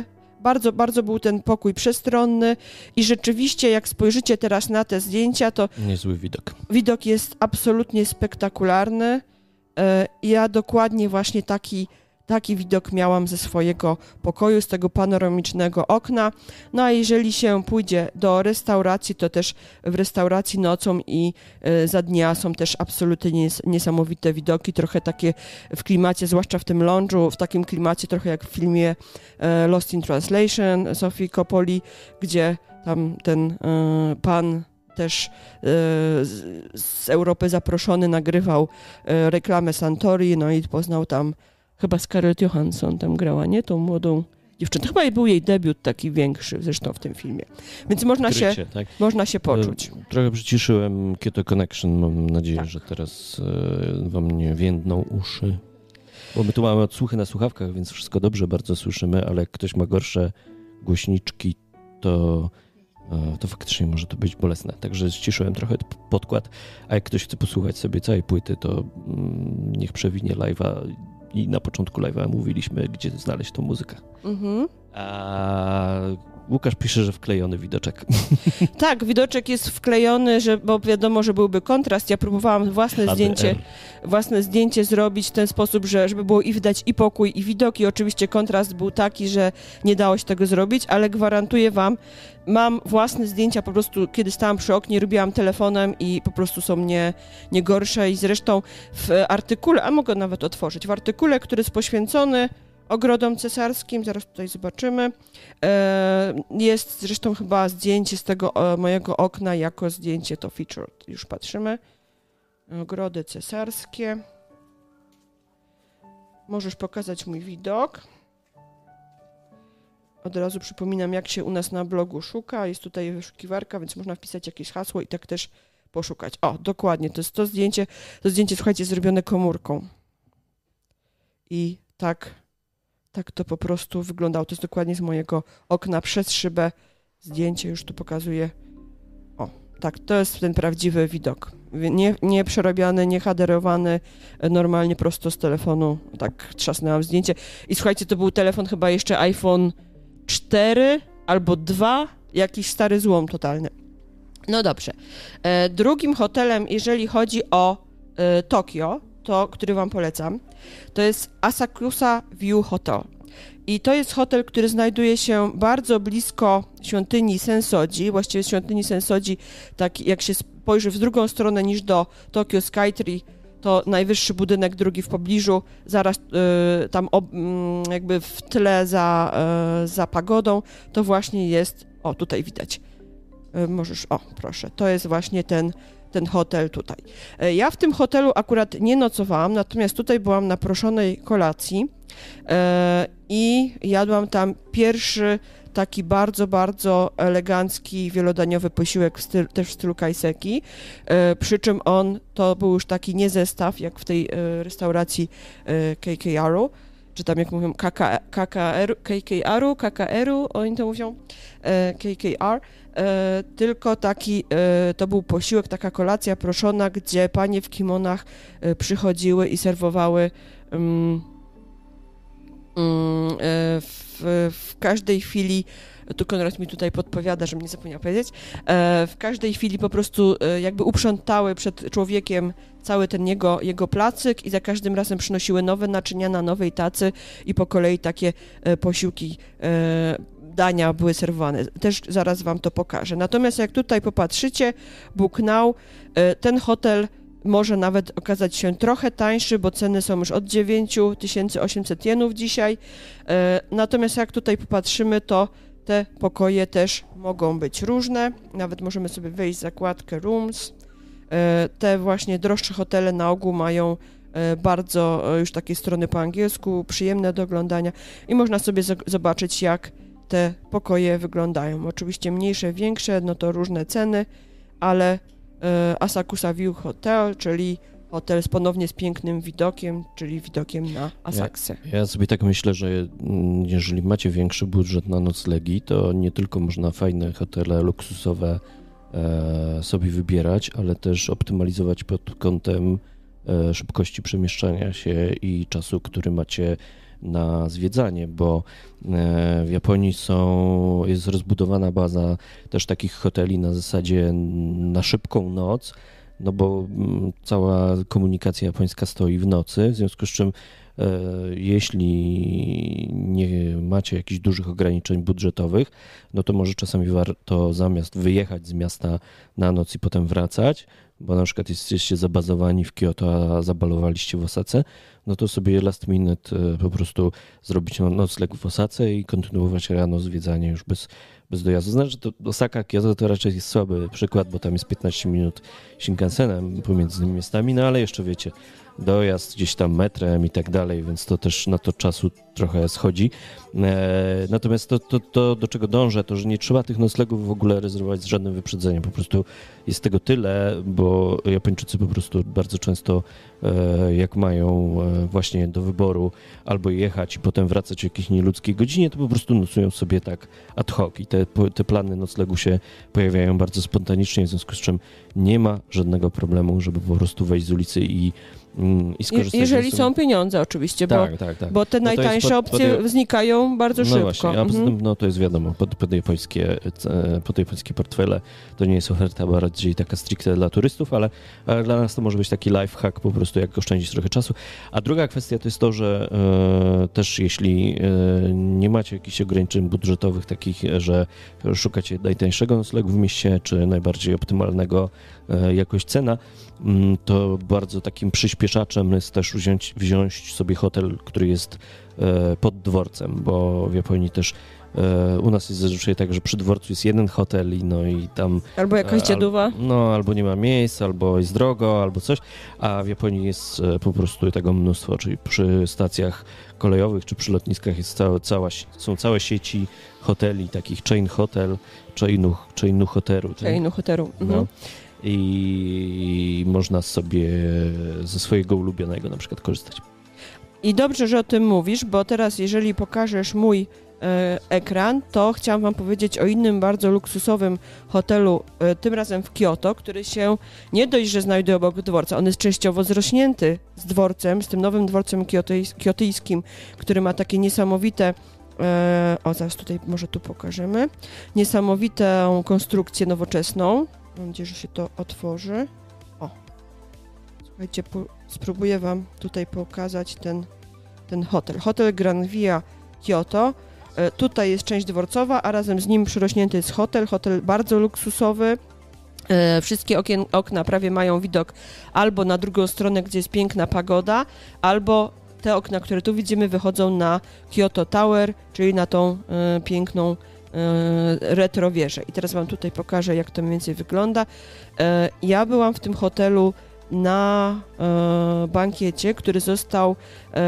bardzo, bardzo był ten pokój przestronny i rzeczywiście jak spojrzycie teraz na te zdjęcia, to niezły widok. Widok jest absolutnie spektakularny. Ja dokładnie właśnie taki, taki widok miałam ze swojego pokoju, z tego panoramicznego okna. No a jeżeli się pójdzie do restauracji, to też w restauracji nocą i za dnia są też absolutnie niesamowite widoki, trochę takie w klimacie, zwłaszcza w tym lounge'u, w takim klimacie trochę jak w filmie Lost in Translation Sofii Coppoli, gdzie tam ten pan też z Europy zaproszony nagrywał reklamę Santori, no i poznał tam chyba Scarlett Johansson tam grała, nie? Tą młodą dziewczynę. Chyba był jej debiut taki większy zresztą w tym filmie. Więc można, Krycie, się, tak? można się poczuć. Trochę przyciszyłem Kyoto Connection. Mam nadzieję, tak. że teraz e, wam nie więdną uszy. Bo my tu mamy odsłuchy na słuchawkach, więc wszystko dobrze, bardzo słyszymy, ale jak ktoś ma gorsze głośniczki, to to faktycznie może to być bolesne. Także ściszyłem trochę podkład, a jak ktoś chce posłuchać sobie całej płyty, to niech przewinie live'a i na początku live'a mówiliśmy, gdzie znaleźć tą muzykę. Mhm. A Łukasz pisze, że wklejony widoczek. Tak, widoczek jest wklejony, że, bo wiadomo, że byłby kontrast. Ja próbowałam własne zdjęcie, własne zdjęcie zrobić w ten sposób, że, żeby było i widać i pokój, i widok. I oczywiście kontrast był taki, że nie dało się tego zrobić, ale gwarantuję wam, mam własne zdjęcia po prostu, kiedy stałam przy oknie, robiłam telefonem i po prostu są nie, nie gorsze. I zresztą w artykule, a mogę nawet otworzyć, w artykule, który jest poświęcony ogrodom cesarskim, zaraz tutaj zobaczymy. Jest zresztą chyba zdjęcie z tego mojego okna jako zdjęcie to featured. Już patrzymy. Ogrody cesarskie. Możesz pokazać mój widok. Od razu przypominam, jak się u nas na blogu szuka. Jest tutaj wyszukiwarka, więc można wpisać jakieś hasło i tak też poszukać. O, dokładnie, to jest to zdjęcie. To zdjęcie, słuchajcie, zrobione komórką. I tak... Tak to po prostu wyglądało. To jest dokładnie z mojego okna przez szybę. Zdjęcie już tu pokazuję. O, tak, to jest ten prawdziwy widok. Nie, nie przerabiany, nie haderowany, normalnie prosto z telefonu. Tak trzasnęłam zdjęcie. I słuchajcie, to był telefon chyba jeszcze iPhone cztery albo dwa, jakiś stary złom totalny. No dobrze. E, drugim hotelem, jeżeli chodzi o e, Tokio, to, który wam polecam, to jest Asakusa View Hotel. I to jest hotel, który znajduje się bardzo blisko świątyni Sensoji, właściwie świątyni Sensoji, tak jak się spojrzy w drugą stronę niż do Tokyo Skytree, to najwyższy budynek, drugi w pobliżu, zaraz y, tam ob, y, jakby w tle za, y, za pagodą, to właśnie jest, o tutaj widać, y, możesz, o proszę, to jest właśnie ten ten hotel tutaj. Ja w tym hotelu akurat nie nocowałam, natomiast tutaj byłam na proszonej kolacji e, i jadłam tam pierwszy taki bardzo, bardzo elegancki, wielodaniowy posiłek w styl, też w stylu kaiseki, e, przy czym on to był już taki nie zestaw, jak w tej e, restauracji e, K K R-u, czy tam jak mówią K K R, K K R-u, K K R-u, oni to mówią e, K K R, E, tylko taki, e, to był posiłek, taka kolacja proszona, gdzie panie w kimonach e, przychodziły i serwowały mm, mm, e, w, w każdej chwili, tu Konrad mi tutaj podpowiada, żebym nie zapomniał powiedzieć, e, w każdej chwili po prostu e, jakby uprzątały przed człowiekiem cały ten jego, jego placyk i za każdym razem przynosiły nowe naczynia na nowej tacy i po kolei takie e, posiłki e, dania były serwowane. Też zaraz wam to pokażę. Natomiast jak tutaj popatrzycie, Buknau, ten hotel może nawet okazać się trochę tańszy, bo ceny są już od dziewięć tysięcy osiemset jenów dzisiaj. Natomiast jak tutaj popatrzymy, to te pokoje też mogą być różne. Nawet możemy sobie wejść w zakładkę Rooms. Te właśnie droższe hotele na ogół mają bardzo już takie strony po angielsku, przyjemne do oglądania i można sobie zobaczyć, jak te pokoje wyglądają. Oczywiście mniejsze, większe, no to różne ceny, ale e, Asakusa View Hotel, czyli hotel z ponownie z pięknym widokiem, czyli widokiem na Asaksę. Ja, ja sobie tak myślę, że jeżeli macie większy budżet na noclegi, to nie tylko można fajne hotele luksusowe e, sobie wybierać, ale też optymalizować pod kątem e, szybkości przemieszczania się i czasu, który macie na zwiedzanie, bo w Japonii są, jest rozbudowana baza też takich hoteli na zasadzie na szybką noc, no bo cała komunikacja japońska stoi w nocy, w związku z czym jeśli nie macie jakichś dużych ograniczeń budżetowych, no to może czasami warto zamiast wyjechać z miasta na noc i potem wracać, bo na przykład jesteście zabazowani w Kyoto, a zabalowaliście w Osace, no to sobie last minute po prostu zrobić nocleg w Osace i kontynuować rano zwiedzanie już bez, bez dojazdu. Znaczy, że to Osaka, Kyoto to raczej jest słaby przykład, bo tam jest piętnaście minut Shinkansenem pomiędzy tymi miastami, no ale jeszcze wiecie, dojazd gdzieś tam metrem i tak dalej, więc to też na to czasu trochę schodzi. E, natomiast to, to, to, do czego dążę, to, że nie trzeba tych noclegów w ogóle rezerwować z żadnym wyprzedzeniem. Po prostu jest tego tyle, bo Japończycy po prostu bardzo często e, jak mają e, właśnie do wyboru albo jechać i potem wracać o jakiejś nieludzkiej godzinie, to po prostu nocują sobie tak ad hoc i te, te plany noclegu się pojawiają bardzo spontanicznie, w związku z czym nie ma żadnego problemu, żeby po prostu wejść z ulicy i i skorzystać. Jeżeli są pieniądze oczywiście, tak, bo, tak, tak. bo te najtańsze pod, opcje pod... znikają bardzo no szybko. Właśnie, a poza tym, no to jest wiadomo, pod, pod, japońskie, pod japońskie portfele to nie jest oferta bardziej taka stricte dla turystów, ale, ale dla nas to może być taki life hack po prostu, jak oszczędzić trochę czasu. A druga kwestia to jest to, że e, też jeśli e, nie macie jakichś ograniczeń budżetowych takich, że szukacie najtańszego noclegu w mieście, czy najbardziej optymalnego e, jakość cena, to bardzo takim przyspieszaczem jest też wziąć, wziąć sobie hotel, który jest pod dworcem, bo w Japonii też u nas jest zazwyczaj tak, że przy dworcu jest jeden hotel i no i tam... Albo jakaś dziadowa. No, albo nie ma miejsc, albo jest drogo, albo coś, a w Japonii jest po prostu tego mnóstwo, czyli przy stacjach kolejowych czy przy lotniskach jest cała, cała, są całe sieci hoteli, takich chain hotel, chainu, chainu hoteru. Chainu hoteru. No. Mhm. I można sobie ze swojego ulubionego na przykład korzystać. I dobrze, że o tym mówisz, bo teraz jeżeli pokażesz mój e, ekran, to chciałam wam powiedzieć o innym bardzo luksusowym hotelu, e, tym razem w Kyoto, który się nie dość, że znajduje obok dworca, on jest częściowo zrośnięty z dworcem, z tym nowym dworcem kiotej- kiotyjskim, który ma takie niesamowite e, o, zaraz tutaj może tu pokażemy, niesamowitą konstrukcję nowoczesną. Mam nadzieję, że się to otworzy. O, słuchajcie, po, spróbuję wam tutaj pokazać ten, ten hotel. Hotel Grand Via Kyoto. E, tutaj jest część dworcowa, a razem z nim przyrośnięty jest hotel. Hotel bardzo luksusowy. E, wszystkie okien, okna prawie mają widok albo na drugą stronę, gdzie jest piękna pagoda, albo te okna, które tu widzimy, wychodzą na Kyoto Tower, czyli na tą e, piękną retro wieżę. I teraz wam tutaj pokażę, jak to mniej więcej wygląda. Ja byłam w tym hotelu na bankiecie, który został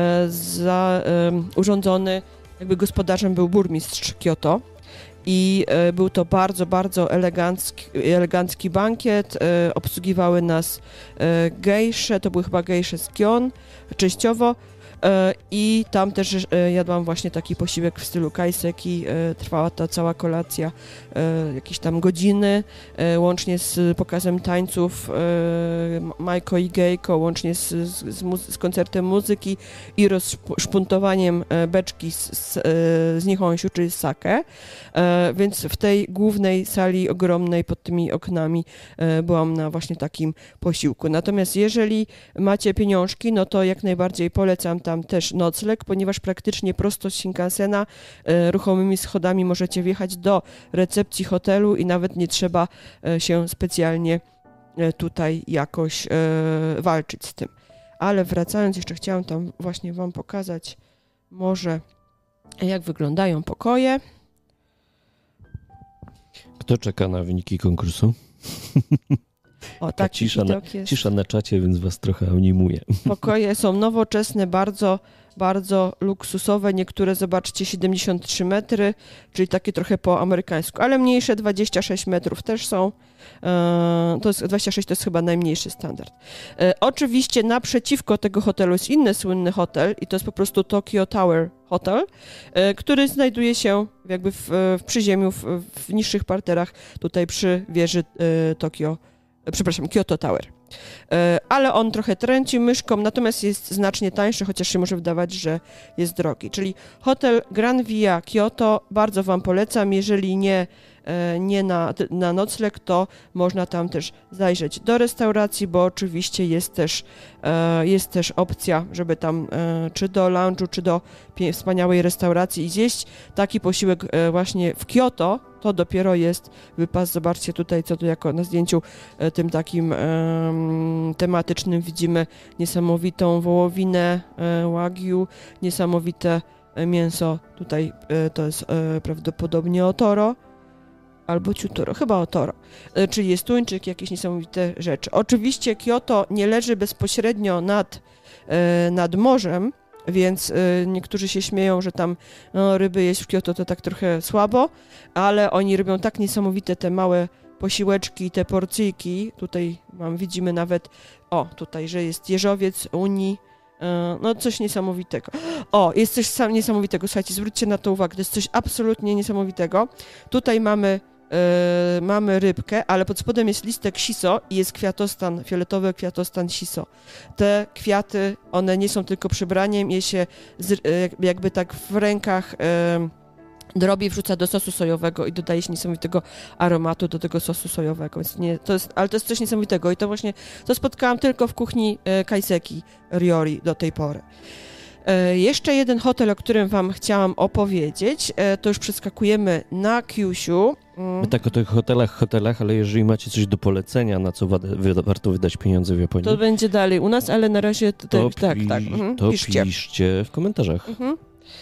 za, urządzony, jakby gospodarzem był burmistrz Kyoto. I był to bardzo, bardzo elegancki, elegancki bankiet. Obsługiwały nas gejsze, to były chyba gejsze z Gion, częściowo. I tam też jadłam właśnie taki posiłek w stylu kaiseki, trwała ta cała kolacja jakieś tam godziny, łącznie z pokazem tańców Maiko i Geiko, łącznie z, z, muzy- z koncertem muzyki i rozszpuntowaniem beczki z, z, z nihonshu, czyli sake, więc w tej głównej sali ogromnej pod tymi oknami byłam na właśnie takim posiłku. Natomiast jeżeli macie pieniążki, no to jak najbardziej polecam tam też nocleg, ponieważ praktycznie prosto z Shinkansena e, ruchomymi schodami możecie wjechać do recepcji hotelu i nawet nie trzeba e, się specjalnie e, tutaj jakoś e, walczyć z tym. Ale wracając, jeszcze chciałam tam właśnie wam pokazać może jak wyglądają pokoje. Kto czeka na wyniki konkursu? O, tak, cisza, na, cisza na czacie, więc was trochę animuje. Pokoje są nowoczesne, bardzo, bardzo luksusowe. Niektóre, zobaczcie, siedemdziesiąt trzy metry, czyli takie trochę po amerykańsku, ale mniejsze, dwadzieścia sześć metrów też są. E, to jest, dwadzieścia sześć to jest chyba najmniejszy standard. E, oczywiście naprzeciwko tego hotelu jest inny słynny hotel i to jest po prostu Tokyo Tower Hotel, e, który znajduje się jakby w, w przyziemiu, w, w niższych parterach, tutaj przy wieży e, Tokio, przepraszam, Kyoto Tower. ale on trochę tręci myszką, natomiast jest znacznie tańszy, chociaż się może wydawać, że jest drogi. Czyli hotel Gran Via Kyoto bardzo Wam polecam, jeżeli nie, nie na, na nocleg, to można tam też zajrzeć do restauracji, bo oczywiście jest też, jest też opcja, żeby tam czy do lunchu, czy do wspaniałej restauracji zjeść taki posiłek właśnie w Kyoto. To dopiero jest wypas. Zobaczcie tutaj, co tu jako na zdjęciu tym takim um, tematycznym widzimy niesamowitą wołowinę e, wagyu, niesamowite mięso. Tutaj e, to jest e, prawdopodobnie otoro albo ciutoro, chyba otoro, e, czyli jest tuńczyk, jakieś niesamowite rzeczy. Oczywiście Kyoto nie leży bezpośrednio nad, e, nad morzem, więc y, niektórzy się śmieją, że tam no, ryby jeść w Kyoto to tak trochę słabo, ale oni robią tak niesamowite te małe posiłeczki, te porcyjki. Tutaj mam, widzimy nawet, o, tutaj, że jest jeżowiec, uni, y, no coś niesamowitego. O, jest coś sam niesamowitego, słuchajcie, zwróćcie na to uwagę, to jest coś absolutnie niesamowitego. Tutaj mamy Yy, mamy rybkę, ale pod spodem jest listek shiso i jest kwiatostan, fioletowy kwiatostan shiso. Te kwiaty, one nie są tylko przybraniem, je się z, jakby tak w rękach yy, drobi, wrzuca do sosu sojowego i dodaje się niesamowitego aromatu do tego sosu sojowego. Więc nie, to jest, ale to jest coś niesamowitego i to właśnie to spotkałam tylko w kuchni yy, Kaiseki Ryori do tej pory. Jeszcze jeden hotel, o którym Wam chciałam opowiedzieć, to już przeskakujemy na Kyushu. My tak o tych hotelach, hotelach, ale jeżeli macie coś do polecenia, na co wada, wy, warto wydać pieniądze w Japonii, to będzie dalej u nas, ale na razie tutaj, to tak, pi- tak, mhm. to piszcie. piszcie w komentarzach. Mhm.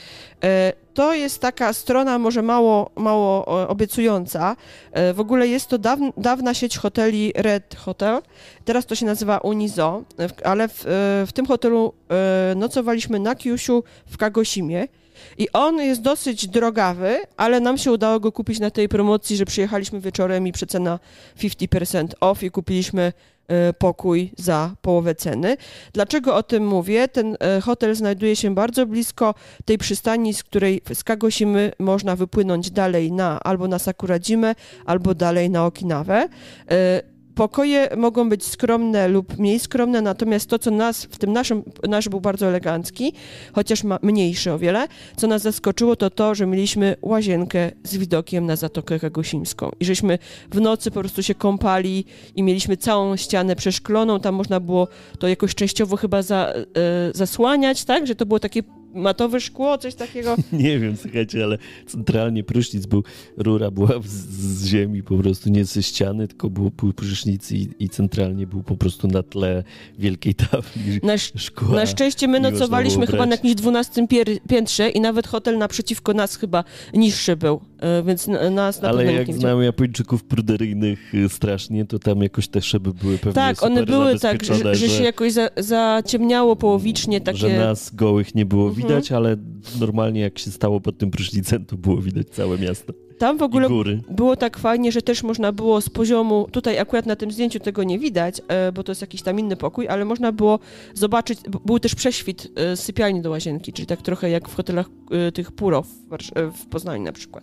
To jest taka strona może mało, mało obiecująca. W ogóle jest to dawna, dawna sieć hoteli Red Hotel. Teraz to się nazywa Unizo, ale w, w tym hotelu nocowaliśmy na Kyushu w Kagoshimie. I on jest dosyć drogawy, ale nam się udało go kupić na tej promocji, że przyjechaliśmy wieczorem i przecena pięćdziesiąt procent off i kupiliśmy pokój za połowę ceny. Dlaczego o tym mówię? Ten hotel znajduje się bardzo blisko tej przystani, z której z Kagoshimy można wypłynąć dalej na albo na Sakurajimę, albo dalej na Okinawę. Pokoje mogą być skromne lub mniej skromne, natomiast to, co nas, w tym naszym, nasz był bardzo elegancki, chociaż ma mniejszy o wiele, co nas zaskoczyło, to to, że mieliśmy łazienkę z widokiem na Zatokę Kagoshimską i żeśmy w nocy po prostu się kąpali i mieliśmy całą ścianę przeszkloną, tam można było to jakoś częściowo chyba za, e, zasłaniać, tak, że to było takie matowe szkło, coś takiego. Nie wiem, słuchajcie, ale centralnie prysznic był, rura była z, z ziemi, po prostu nie ze ściany, tylko był, był prysznic i, i centralnie był po prostu na tle wielkiej tafli na, szkła. Na szczęście my nocowaliśmy chyba na jakimś dwunastym pier- piętrze i nawet hotel naprzeciwko nas chyba niższy był, więc nas na ale pewno jak nie znam Japończyków pruderyjnych strasznie, to tam jakoś te szyby były pewnie tak, super one były tak, że, że, że się jakoś za, zaciemniało połowicznie takie... Że nas gołych nie było widać, mhm. ale normalnie jak się stało pod tym prysznicem, to było widać całe miasto. Tam w ogóle góry. Było tak fajnie, że też można było z poziomu, tutaj akurat na tym zdjęciu tego nie widać, bo to jest jakiś tam inny pokój, ale można było zobaczyć, był też prześwit z sypialni do łazienki, czyli tak trochę jak w hotelach tych Puro w, w Poznaniu na przykład.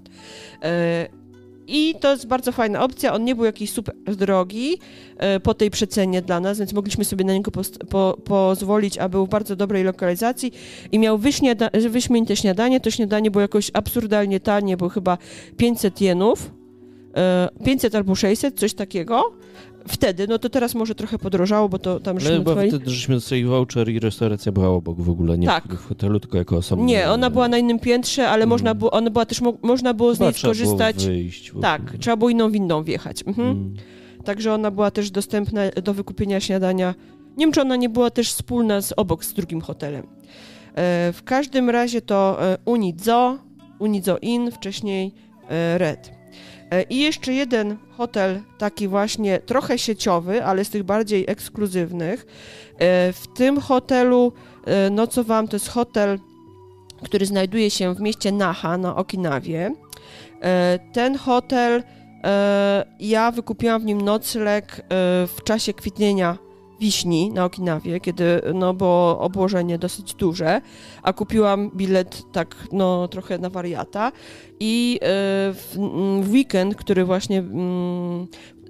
I to jest bardzo fajna opcja, on nie był jakiś super drogi e, po tej przecenie dla nas, więc mogliśmy sobie na niego post- po, pozwolić, a był w bardzo dobrej lokalizacji i miał wyśniada- wyśmienite śniadanie. To śniadanie było jakoś absurdalnie tanie, było chyba pięćset jenów, e, pięćset albo sześćset, coś takiego. Wtedy, no to teraz może trochę podrożało, bo to tam już ale nocowali. wtedy żeśmy dostali voucher i restauracja była obok w ogóle, nie tak. w hotelu, tylko jako osobna. Nie, ona była na innym piętrze, ale hmm. można było, ona była też, mo- można było z niej skorzystać. Trzeba było wyjść. Tak, trzeba było inną windą wjechać. Mhm. Hmm. Także ona była też dostępna do wykupienia śniadania. Nie wiem, czy ona nie była też wspólna z obok z drugim hotelem. E, w każdym razie to e, Unizo, Unizo Inn, wcześniej e, Red. I jeszcze jeden hotel, taki właśnie trochę sieciowy, ale z tych bardziej ekskluzywnych. W tym hotelu nocowałam, to jest hotel, który znajduje się w mieście Naha na Okinawie. Ten hotel, ja wykupiłam w nim nocleg w czasie kwitnienia wiśni na Okinawie, kiedy no, było obłożenie dosyć duże, a kupiłam bilet tak no trochę na wariata i w, w weekend, który właśnie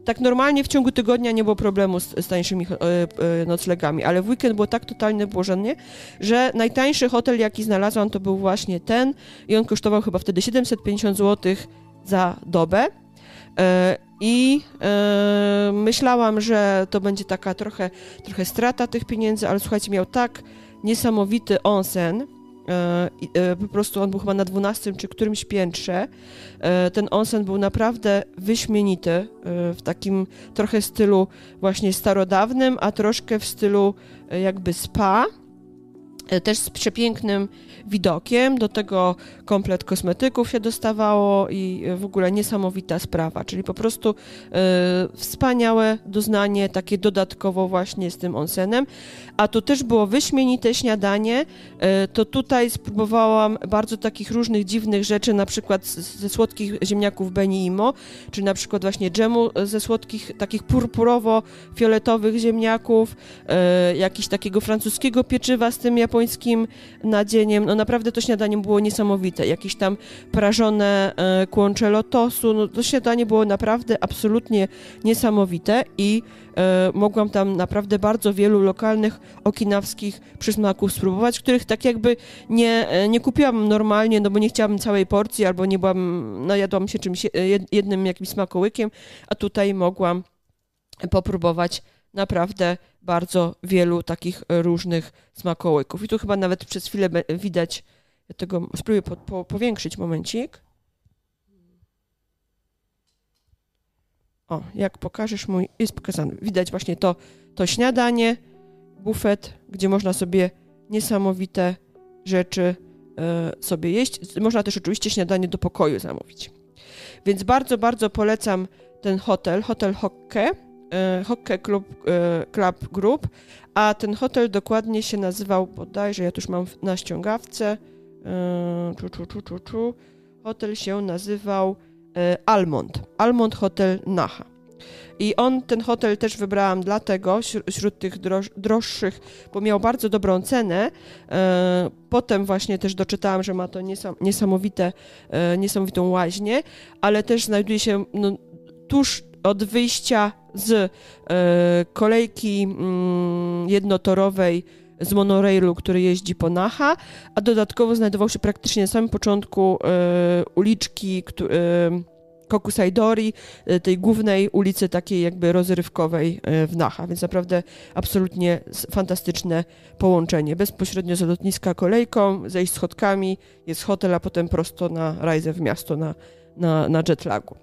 tak normalnie w ciągu tygodnia nie było problemu z, z tańszymi e, e, noclegami, ale w weekend było tak totalne obłożenie, że najtańszy hotel, jaki znalazłam, to był właśnie ten i on kosztował chyba wtedy siedemset pięćdziesiąt złotych za dobę. E, I e, myślałam, że to będzie taka trochę, trochę strata tych pieniędzy, ale słuchajcie, miał tak niesamowity onsen, e, e, po prostu on był chyba na dwunastym czy którymś piętrze. E, ten onsen był naprawdę wyśmienity, e, w takim trochę stylu właśnie starodawnym, a troszkę w stylu e, jakby spa. Też z przepięknym widokiem, do tego komplet kosmetyków się dostawało i w ogóle niesamowita sprawa, czyli po prostu e, wspaniałe doznanie, takie dodatkowo właśnie z tym onsenem, a tu też było wyśmienite śniadanie, e, to tutaj spróbowałam bardzo takich różnych dziwnych rzeczy, na przykład ze słodkich ziemniaków Beni Imo, czyli na przykład właśnie dżemu ze słodkich, takich purpurowo-fioletowych ziemniaków, e, jakiś takiego francuskiego pieczywa z tym japońskim nadzieniem, no naprawdę to śniadanie było niesamowite, jakieś tam prażone e, kłącze lotosu, no to śniadanie było naprawdę absolutnie niesamowite i e, mogłam tam naprawdę bardzo wielu lokalnych okinawskich przysmaków spróbować, których tak jakby nie, nie kupiłam normalnie, no bo nie chciałam całej porcji, albo nie byłam, najadłam się czymś jednym jakimś smakołykiem, a tutaj mogłam popróbować naprawdę bardzo wielu takich różnych smakołyków. I tu chyba nawet przez chwilę widać, ja tego spróbuję po, po, powiększyć momencik. O, jak pokażesz mój, jest pokazane. Widać właśnie to, to śniadanie, bufet, gdzie można sobie niesamowite rzeczy e, sobie jeść. Można też oczywiście śniadanie do pokoju zamówić. Więc bardzo, bardzo polecam ten hotel, Hotel Hokke. Hokke Club, Club Group, a ten hotel dokładnie się nazywał, bodajże, ja tu już mam na ściągawce, czu, czu, czu, czu, czu. Hotel się nazywał Almond, Almond Hotel Naha. I on, ten hotel też wybrałam dlatego, wśród tych droż, droższych, bo miał bardzo dobrą cenę. Potem właśnie też doczytałam, że ma to niesam, niesamowite, niesamowitą łaźnię, ale też znajduje się no, tuż od wyjścia z e, kolejki mm, jednotorowej z monorailu, który jeździ po Naha, a dodatkowo znajdował się praktycznie na samym początku e, uliczki e, Kokusaidori, e, tej głównej ulicy takiej jakby rozrywkowej e, w Naha, więc naprawdę absolutnie fantastyczne połączenie. Bezpośrednio z lotniska kolejką, zejść schodkami, jest hotel, a potem prosto na rajdę w miasto, na, na, na jetlagu.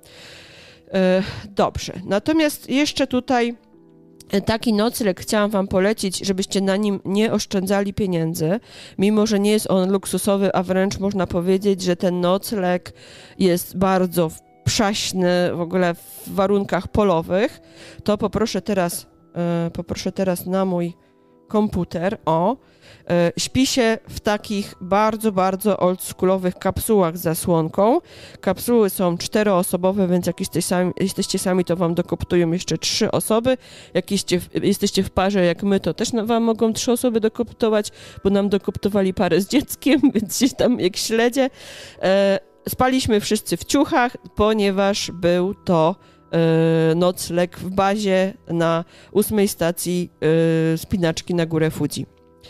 Dobrze, natomiast jeszcze tutaj taki nocleg chciałam wam polecić, żebyście na nim nie oszczędzali pieniędzy, mimo że nie jest on luksusowy, a wręcz można powiedzieć, że ten nocleg jest bardzo przaśny w ogóle w warunkach polowych, to poproszę teraz, poproszę teraz na mój komputer, o, śpi się w takich bardzo, bardzo oldschoolowych kapsułach z zasłonką. Kapsuły są czteroosobowe, więc jak jesteście sami, jesteście sami, to wam dokoptują jeszcze trzy osoby. Jak jesteście w, jesteście w parze jak my, to też wam mogą trzy osoby dokoptować, bo nam dokoptowali parę z dzieckiem, więc się tam jak śledzie. Spaliśmy wszyscy w ciuchach, ponieważ był to nocleg w bazie na ósmej stacji spinaczki na górę Fuji.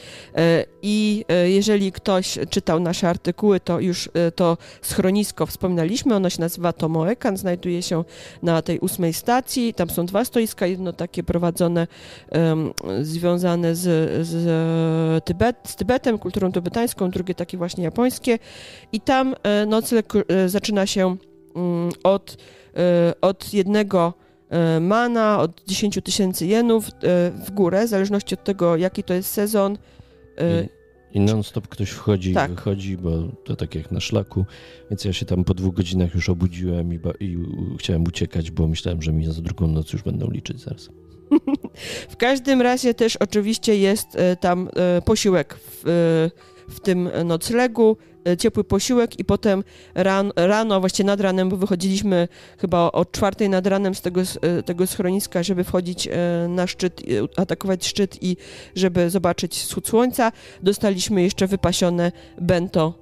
I jeżeli ktoś czytał nasze artykuły, to już to schronisko wspominaliśmy, ono się nazywa Tomoekan, znajduje się na tej ósmej stacji, tam są dwa stoiska, jedno takie prowadzone, um, związane z, z, Tybet, z Tybetem, kulturą tybetańską, drugie takie właśnie japońskie i tam nocleg zaczyna się um, od, od jednego mana, od dziesięć tysięcy jenów w górę, w zależności od tego, jaki to jest sezon. I, i non-stop ktoś wchodzi tak. i wychodzi, bo to tak jak na szlaku, więc ja się tam po dwóch godzinach już obudziłem i, ba- i chciałem uciekać, bo myślałem, że mi za drugą noc już będą liczyć zaraz. W każdym razie też oczywiście jest tam posiłek w, w tym noclegu, ciepły posiłek i potem ran, rano, właściwie nad ranem, bo wychodziliśmy chyba o czwartej nad ranem z tego, tego schroniska, żeby wchodzić na szczyt, atakować szczyt i żeby zobaczyć wschód słońca, dostaliśmy jeszcze wypasione bento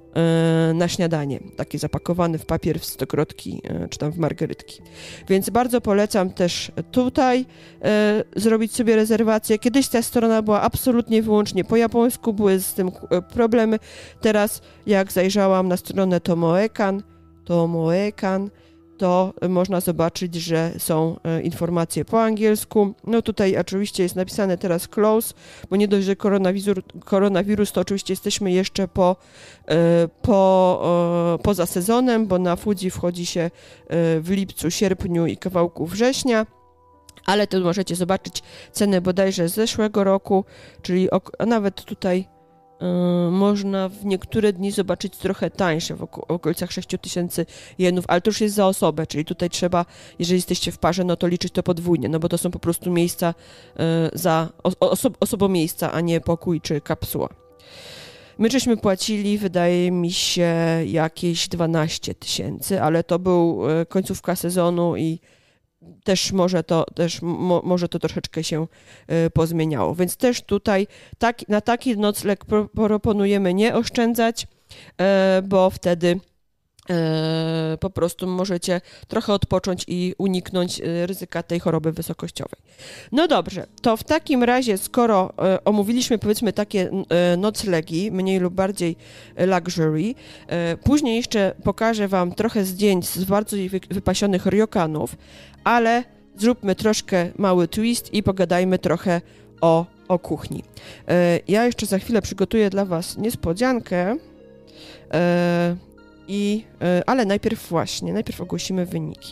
na śniadanie, taki zapakowany w papier w stokrotki czy tam w margerytki. Więc bardzo polecam też tutaj e, zrobić sobie rezerwację. Kiedyś ta strona była absolutnie wyłącznie po japońsku, były z tym problemy. Teraz jak zajrzałam na stronę Tomoekan, Tomoekan, to można zobaczyć, że są e, informacje po angielsku. No tutaj oczywiście jest napisane teraz close, bo nie dość, że koronawirus, koronawirus to oczywiście jesteśmy jeszcze po, e, po, e, poza sezonem, bo na Fuji wchodzi się e, w lipcu, sierpniu i kawałku września. Ale tu możecie zobaczyć cenę bodajże z zeszłego roku, czyli ok- a nawet tutaj Yy, można w niektóre dni zobaczyć trochę tańsze, w oko- okolicach sześć tysięcy jenów, ale to już jest za osobę, czyli tutaj trzeba, jeżeli jesteście w parze, no to liczyć to podwójnie, no bo to są po prostu miejsca yy, za o- oso- osobomiejsca, a nie pokój czy kapsuła. My żeśmy płacili, wydaje mi się, jakieś dwanaście tysięcy, ale to był yy, końcówka sezonu i też może to, też mo, może to troszeczkę się y, pozmieniało. Więc też tutaj tak, na taki nocleg pro, proponujemy nie oszczędzać, y, bo wtedy y, po prostu możecie trochę odpocząć i uniknąć y, ryzyka tej choroby wysokościowej. No dobrze, to w takim razie, skoro y, omówiliśmy powiedzmy takie y, noclegi, mniej lub bardziej luxury, y, później jeszcze pokażę Wam trochę zdjęć z bardzo wy, wypasionych ryokanów, ale zróbmy troszkę mały twist i pogadajmy trochę o, o kuchni. E, ja jeszcze za chwilę przygotuję dla Was niespodziankę, e, i, e, ale najpierw właśnie, najpierw ogłosimy wyniki.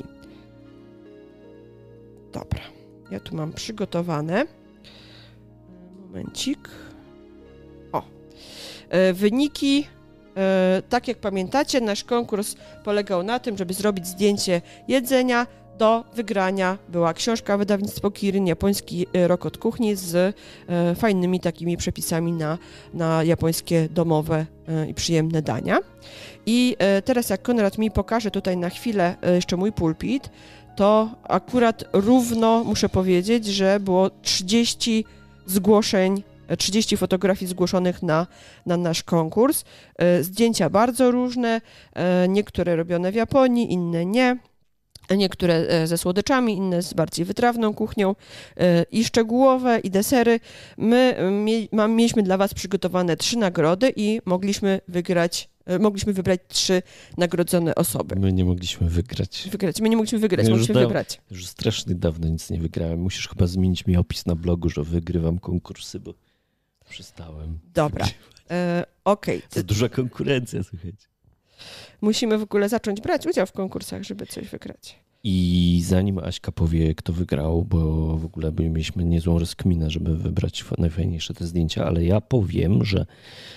Dobra, ja tu mam przygotowane. Momencik. O. E, wyniki, e, tak jak pamiętacie, nasz konkurs polegał na tym, żeby zrobić zdjęcie jedzenia. Do wygrania była książka wydawnictwo Kirin, japoński rok od kuchni z e, fajnymi takimi przepisami na, na japońskie domowe e, i przyjemne dania. I e, teraz jak Konrad mi pokaże tutaj na chwilę e, jeszcze mój pulpit, to akurat równo muszę powiedzieć, że było trzydzieści zgłoszeń, trzydzieści fotografii zgłoszonych na, na nasz konkurs. E, zdjęcia bardzo różne, e, niektóre robione w Japonii, inne nie. Niektóre ze słodyczami, inne z bardziej wytrawną kuchnią i szczegółowe, i desery. My mie- mieliśmy dla Was przygotowane trzy nagrody i mogliśmy wygrać, mogliśmy wybrać trzy nagrodzone osoby. My nie mogliśmy wygrać. Wygrać. My nie mogliśmy wygrać, Ja mogliśmy da- wybrać. Już strasznie dawno nic nie wygrałem. Musisz chyba zmienić mi opis na blogu, że wygrywam konkursy, bo przestałem. Dobra, e, okej. To duża konkurencja, słuchajcie. Musimy w ogóle zacząć brać udział w konkursach, żeby coś wygrać. I zanim Aśka powie, kto wygrał, bo w ogóle mieliśmy niezłą rozkminę, żeby wybrać najfajniejsze te zdjęcia, ale ja powiem, że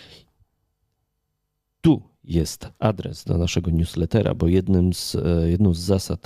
tu jest adres do naszego newslettera, bo jednym z, jedną z zasad,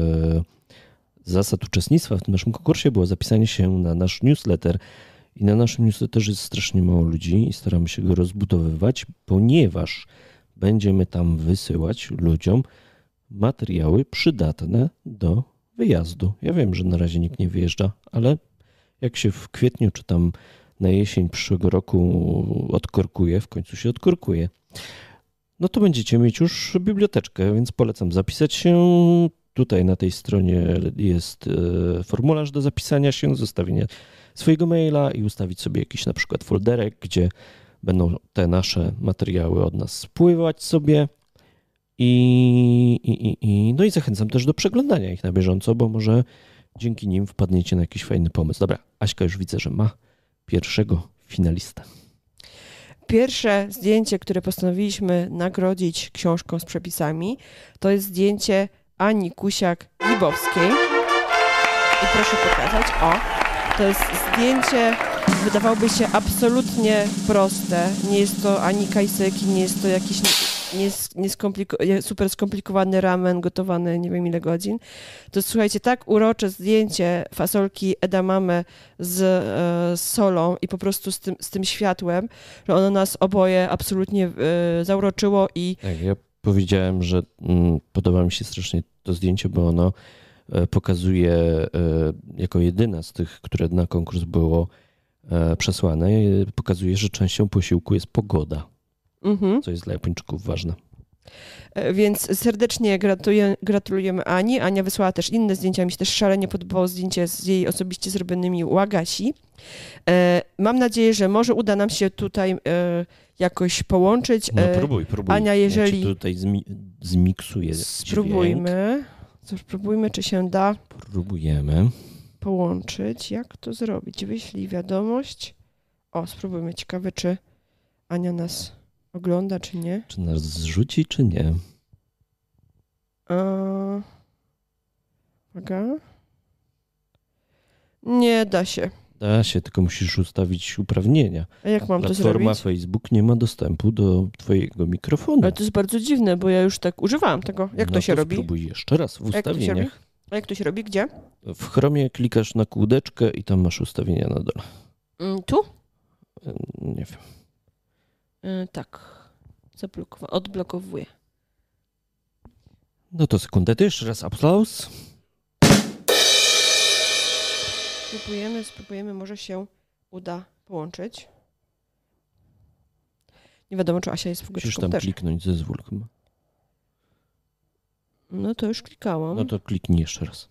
zasad uczestnictwa w tym naszym konkursie było zapisanie się na nasz newsletter. I na naszym newsletterze jest strasznie mało ludzi i staramy się go rozbudowywać, ponieważ będziemy tam wysyłać ludziom materiały przydatne do wyjazdu. Ja wiem, że na razie nikt nie wyjeżdża, ale jak się w kwietniu czy tam na jesień przyszłego roku odkorkuje, w końcu się odkorkuje, no to będziecie mieć już biblioteczkę, więc polecam zapisać się. Tutaj na tej stronie jest formularz do zapisania się, zostawienia swojego maila i ustawić sobie jakiś na przykład folderek, gdzie będą te nasze materiały od nas spływać sobie i, i, i, i no i zachęcam też do przeglądania ich na bieżąco, bo może dzięki nim wpadniecie na jakiś fajny pomysł. Dobra, Aśka już widzę, że ma pierwszego finalistę. Pierwsze zdjęcie, które postanowiliśmy nagrodzić książką z przepisami, to jest zdjęcie Ani Kusiak-Gibowskiej. I proszę pokazać, o, to jest zdjęcie, wydawałoby się absolutnie proste. Nie jest to ani kajseki, nie jest to jakiś nie, nie skompliko- super skomplikowany ramen gotowany nie wiem ile godzin. To słuchajcie, tak urocze zdjęcie fasolki edamame z, e, z solą i po prostu z tym, z tym światłem, że ono nas oboje absolutnie e, zauroczyło i... Tak, ja powiedziałem, że mm, podoba mi się strasznie to zdjęcie, bo ono e, pokazuje e, jako jedyna z tych, które na konkurs było e, przesłane, e, pokazuje, że częścią posiłku jest pogoda. Mhm. co jest dla Japończyków ważne. E, Więc serdecznie gratuluję, gratulujemy Ani. Ania wysłała też inne zdjęcia. Mi się też szalenie podobało zdjęcie z jej osobiście zrobionymi łagasi. E, Mam nadzieję, że może uda nam się tutaj e, jakoś połączyć. No E, próbuj, próbuj. Ania, jeżeli- Ja ci tutaj zmi zmiksuję dźwięk. Spróbujmy. Spróbujmy, czy się da Próbujemy. połączyć. Jak to zrobić? Wyślij wiadomość. O, spróbujmy. Ciekawe, czy Ania nas ogląda, czy nie. Czy nas zrzuci, czy nie? Eee, Uwaga. Nie da się. Da się, tylko musisz ustawić uprawnienia. A jak mam to Platforma zrobić? Facebook nie ma dostępu do twojego mikrofonu. Ale to jest bardzo dziwne, bo ja już tak używałam tego. Jak no to się robi? Spróbuj jeszcze raz w A jak to się robi? ustawieniach. A jak to się robi? Gdzie? W Chromie klikasz na kółdeczkę i tam masz ustawienia na dole. Mm, Tu? Nie wiem. Yy, tak. Zablokowa- odblokowuję. No to sekundę, to jeszcze raz aplauz. Spróbujemy, spróbujemy, może się uda połączyć. Nie wiadomo, czy Asia jest w ogóle Musisz przy tam komputerze. kliknąć zezwól chyba. No to już klikałam. No to kliknij jeszcze raz.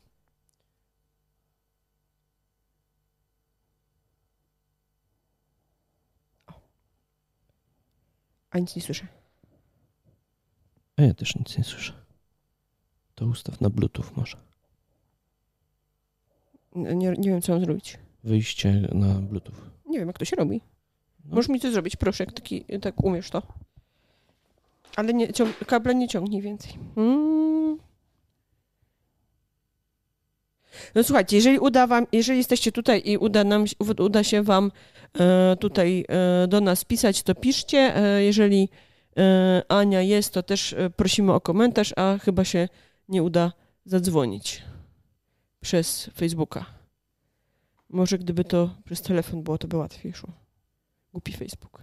A nic nie słyszę. A ja też nic nie słyszę. To ustaw na Bluetooth może. Nie, nie wiem, co mam zrobić. Wyjście na Bluetooth. Nie wiem, jak to się robi. No. Możesz mi coś zrobić, proszę, jak taki, tak umiesz to. Ale nie, ciąg- kabla nie ciągnij więcej. Mm. No słuchajcie, jeżeli uda wam, jeżeli jesteście tutaj i uda nam, uda się wam e, tutaj e, do nas pisać, to piszcie. E, jeżeli e, Ania jest, to też e, prosimy o komentarz, a chyba się nie uda zadzwonić przez Facebooka. Może gdyby to przez telefon było, to by łatwiej szło. Głupi Facebook.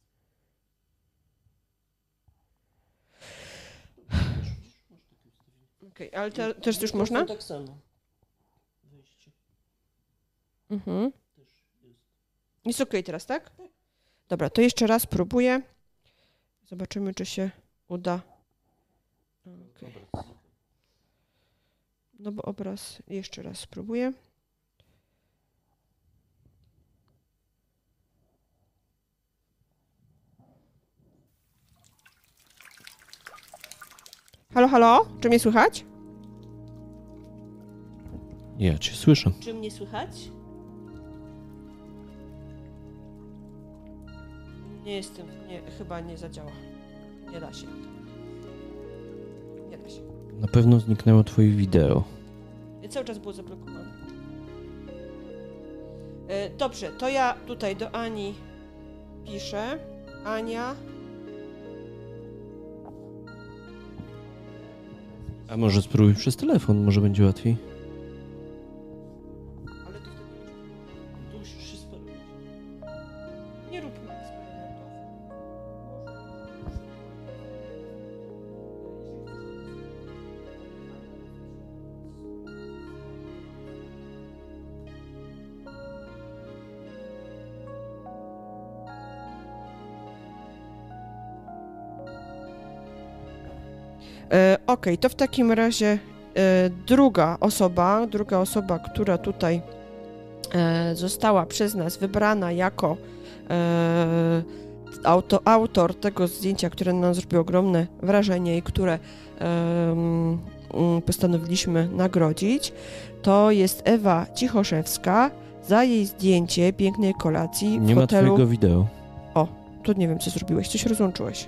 Okej, okay, ale te, też już można? Tak samo. Wyjście. Mhm. Jest okej okay teraz, tak? Dobra, to jeszcze raz próbuję. Zobaczymy, czy się uda. Okay. No bo obraz jeszcze raz spróbuję. Halo, halo? Czy mnie słychać? Ja cię słyszę. Czy mnie słychać? Nie jestem, nie, chyba nie zadziała. Nie da się. Nie da się. Na pewno zniknęło twoje wideo. I cały czas było zablokowane. E, dobrze, to ja tutaj do Ani piszę. Ania. A może spróbuj przez telefon, może będzie łatwiej. Ale to wtedy nie to musisz się spełnić. Nie róbmy eksperymentów. E, Okej, to w takim razie e, druga osoba, druga osoba, która tutaj e, została przez nas wybrana jako e, auto, autor tego zdjęcia, które na nas zrobiło ogromne wrażenie i które e, mm, postanowiliśmy nagrodzić, to jest Ewa Cichoszewska za jej zdjęcie pięknej kolacji w Nie ma hotelu. twojego wideo. Tu nie wiem, co zrobiłeś, coś rozłączyłeś.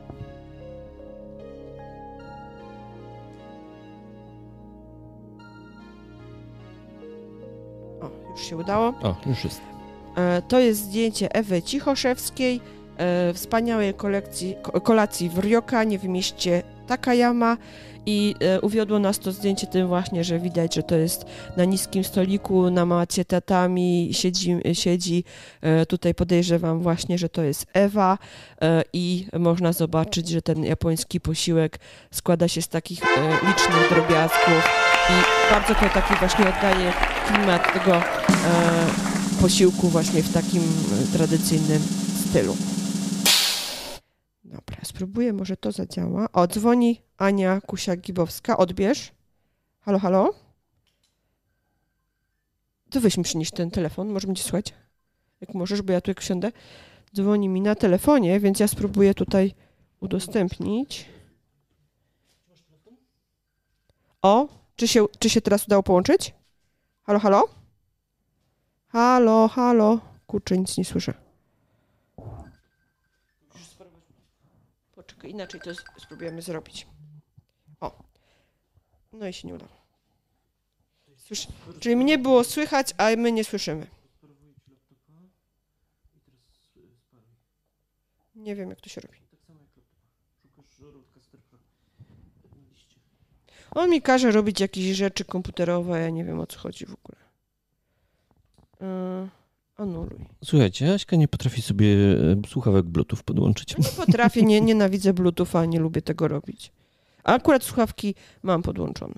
O, już się udało. O, już jest. E, To jest zdjęcie Ewy Cichoszewskiej, e, wspaniałej kolekcji, ko- kolacji w Ryokanie w mieście Takayama i e, uwiodło nas to zdjęcie tym właśnie, że widać, że to jest na niskim stoliku, na macie tatami, siedzi, siedzi e, tutaj podejrzewam właśnie, że to jest Ewa e, i można zobaczyć, że ten japoński posiłek składa się z takich e, licznych drobiazgów i bardzo to taki właśnie oddaje klimat tego e, posiłku właśnie w takim e, tradycyjnym stylu. spróbuję, może to zadziała. O, dzwoni Ania Kusiak-Gibowska. Odbierz. Halo, halo? To weź mi przynieść ten telefon, może będzie słuchać? Jak możesz, bo ja tu jak wsiądę. Dzwoni mi na telefonie, więc ja spróbuję tutaj udostępnić. O, czy się, czy się teraz udało połączyć? Halo, halo? Halo, halo. Kurczę, nic nie słyszę. Poczekaj, inaczej to spróbujemy zrobić. O. No i się nie udało. Słysz... Czyli mnie było słychać, a my nie słyszymy. Nie wiem, jak to się robi. On mi każe robić jakieś rzeczy komputerowe, ja nie wiem, o co chodzi w ogóle. Yy, anuluj. Słuchajcie, Aśka nie potrafi sobie słuchawek Bluetooth podłączyć. Nie potrafię, nie, nienawidzę Bluetootha, nie lubię tego robić. A akurat słuchawki mam podłączone.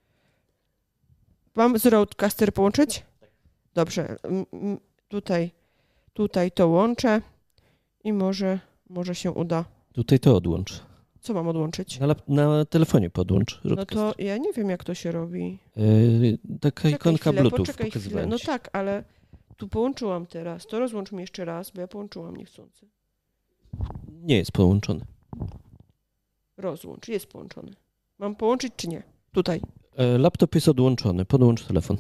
Mam z Rodecaster połączyć? Dobrze. Tutaj, tutaj to łączę i może, może się uda. Tutaj to odłącz. Co mam odłączyć? Na, na telefonie podłącz. No to ja nie wiem, jak to się robi. Yy, taka Czekaj ikonka chwilę, Bluetooth poczekaj chwilę. pokazywałem No ci. tak, ale tu połączyłam teraz. To rozłącz mi jeszcze raz, bo ja połączyłam niechcący. Nie jest połączony. Rozłącz, jest połączony. Mam połączyć czy nie? Tutaj. Yy, laptop jest odłączony. Podłącz telefon.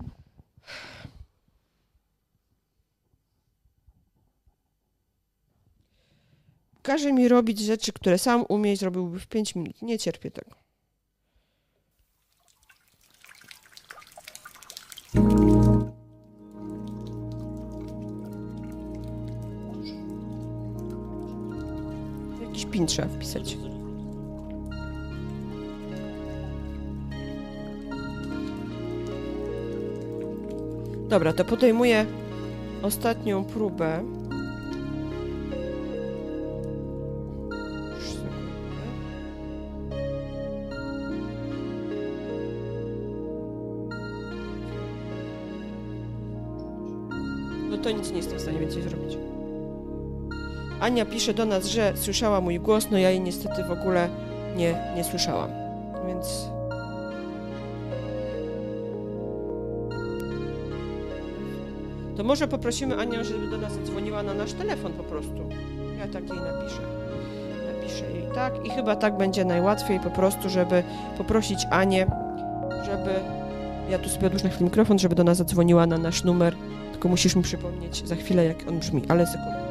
Każe mi robić rzeczy, które sam umie i zrobiłby w pięć minut. Nie cierpię tego. Jakiś pin trzeba wpisać. Dobra, to podejmuję ostatnią próbę. No to nic nie jestem w stanie więcej zrobić. Ania pisze do nas, że słyszała mój głos, no ja jej niestety w ogóle nie, nie słyszałam. Więc... To może poprosimy Anię, żeby do nas zadzwoniła na nasz telefon po prostu. Ja tak jej napiszę. Napiszę jej tak i chyba tak będzie najłatwiej po prostu, żeby poprosić Anię, żeby... Ja tu sobie odłóżę na chwilę mikrofon, żeby do nas zadzwoniła na nasz numer. Tylko musisz mi przypomnieć za chwilę, jak on brzmi, ale sekundę.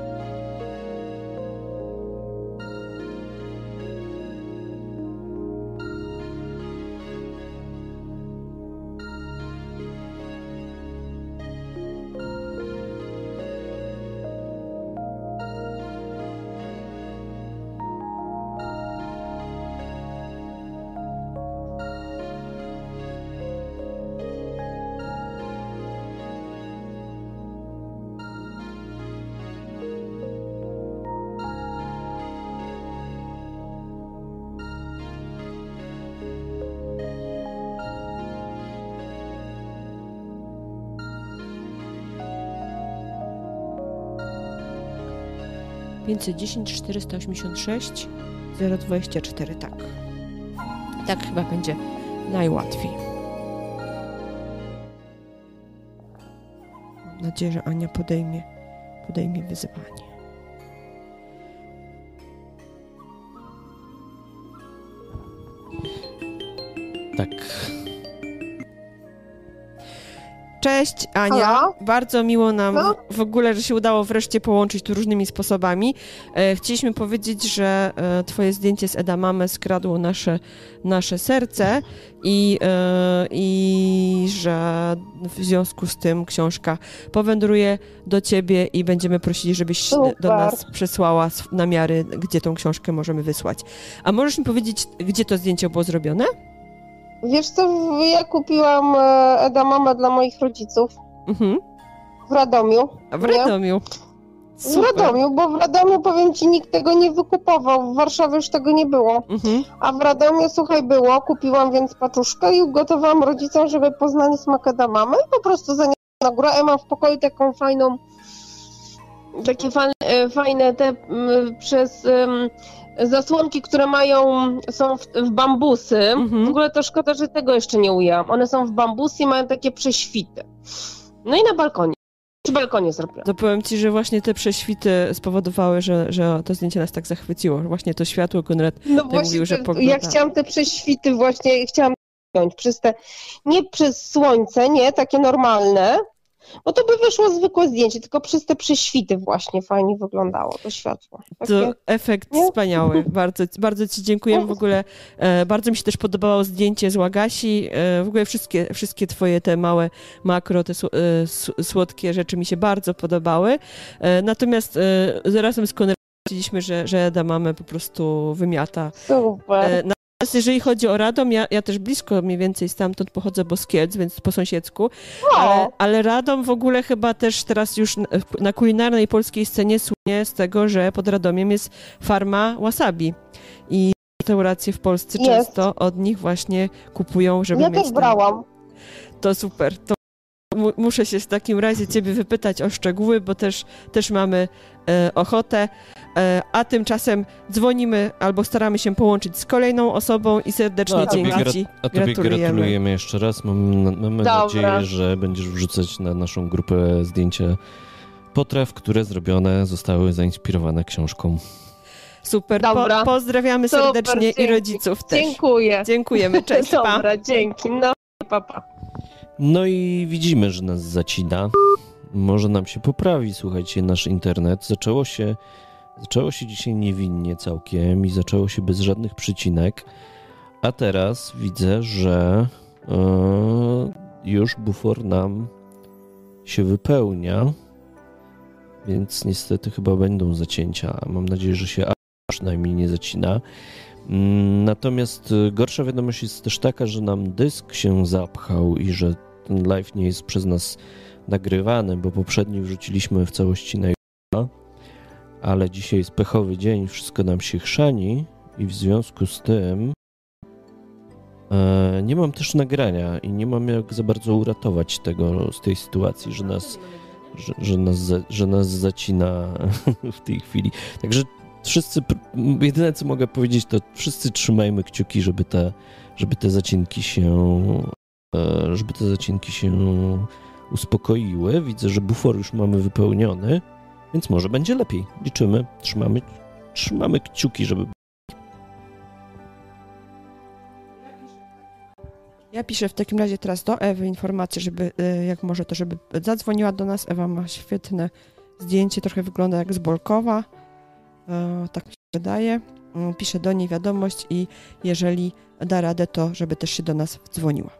pięćset dziesięć czterysta osiemdziesiąt sześć zero dwadzieścia cztery, tak. Tak chyba będzie najłatwiej. Mam nadzieję, że Ania podejmie, podejmie wyzwanie. Tak. Cześć Ania, Halo? bardzo miło nam No? w ogóle, że się udało wreszcie połączyć tu różnymi sposobami. E, chcieliśmy powiedzieć, że e, twoje zdjęcie z Edamame skradło nasze, nasze serce i, e, i że w związku z tym książka powędruje do ciebie i będziemy prosili, żebyś Super. do nas przesłała sw- namiary, gdzie tą książkę możemy wysłać. A możesz mi powiedzieć, gdzie to zdjęcie było zrobione? Wiesz co, ja kupiłam e, Edamame dla moich rodziców Mhm. w Radomiu. A w Nie? Radomiu. W Super. Radomiu, bo w Radomiu, powiem ci, nikt tego nie wykupował. W Warszawie już tego nie było. Mhm. A w Radomiu, słuchaj, było. Kupiłam więc paczuszkę i ugotowałam rodzicom, żeby poznali smak Edamame i po prostu zaniosłam na górę. Ja mam w pokoju taką fajną takie fa- fajne te m, przez m, zasłonki, które mają, są w, w bambusy. Mhm. W ogóle to szkoda, że tego jeszcze nie ujęłam. One są w bambusy i mają takie prześwity. No i na balkonie. Przy balkonie zrobiłam. To powiem ci, że właśnie te prześwity spowodowały, że, że to zdjęcie nas tak zachwyciło. Właśnie to światło, Konrad No tak właśnie, mówił, że te, pogoda... ja chciałam te prześwity właśnie, chciałam wziąć przez te, nie przez słońce, nie, takie normalne, bo to by wyszło zwykłe zdjęcie, tylko przez te prześwity właśnie fajnie wyglądało to światło. Takie... To efekt Nie? wspaniały. Bardzo, bardzo ci dziękuję. W ogóle e, bardzo mi się też podobało zdjęcie z Łagasi. E, w ogóle wszystkie, wszystkie twoje te małe makro, te sł- e, s- słodkie rzeczy mi się bardzo podobały. E, natomiast e, razem z Konradem stwierdziliśmy, że, że Eda mamy po prostu wymiata. Super. E, natomiast jeżeli chodzi o Radom, ja, ja też blisko mniej więcej stamtąd pochodzę, bo z Kielc, więc po sąsiedzku. Ale, ale Radom w ogóle chyba też teraz już na, na kulinarnej polskiej scenie słynie z tego, że pod Radomiem jest farma wasabi. I restauracje w Polsce Jest. często od nich właśnie kupują, żeby Ja mieć też ten- brałam. To super. To mu- muszę się w takim razie ciebie wypytać o szczegóły, bo też, też mamy e, ochotę. E, a tymczasem dzwonimy albo staramy się połączyć z kolejną osobą i serdecznie No, a tobie, dzięki gra- ci a tobie gratulujemy. gratulujemy jeszcze raz. Mamy, mamy Dobra. nadzieję, że będziesz wrzucać na naszą grupę zdjęcia potraw, które zrobione zostały zainspirowane książką. Super. Po, Dobra. pozdrawiamy Super, serdecznie dzięki. i rodziców też. Dziękuję. Dziękujemy. Cześć, pa. Dobra, dzięki. No, pa, pa. No i widzimy, że nas zacina. Może nam się poprawi, słuchajcie, nasz internet. Zaczęło się, zaczęło się dzisiaj niewinnie całkiem i zaczęło się bez żadnych przycinek. A teraz widzę, że e, już bufor nam się wypełnia, więc niestety chyba będą zacięcia. Mam nadzieję, że się przynajmniej nie zacina. Mm, Natomiast y, gorsza wiadomość jest też taka, że nam dysk się zapchał i że ten live nie jest przez nas nagrywany, bo poprzedni wrzuciliśmy w całości na YouTube, ale dzisiaj jest pechowy dzień, wszystko nam się chrzani i w związku z tym e, nie mam też nagrania i nie mam jak za bardzo uratować tego z tej sytuacji, że nas, że, że nas, za, że nas zacina w tej chwili. Także wszyscy, pr- jedyne co mogę powiedzieć, to wszyscy trzymajmy kciuki, żeby te, żeby te zacinki się, e, żeby te zacinki się uspokoiły. Widzę, że bufor już mamy wypełniony, więc może będzie lepiej. Liczymy, trzymamy, trzymamy kciuki, żeby... Ja piszę w takim razie teraz do Ewy informację, żeby, e, jak może to, żeby zadzwoniła do nas. Ewa ma świetne zdjęcie, trochę wygląda jak z Bolkowa. E, tak mi się wydaje. E, Piszę do niej wiadomość i jeżeli da radę, to żeby też się do nas dzwoniła.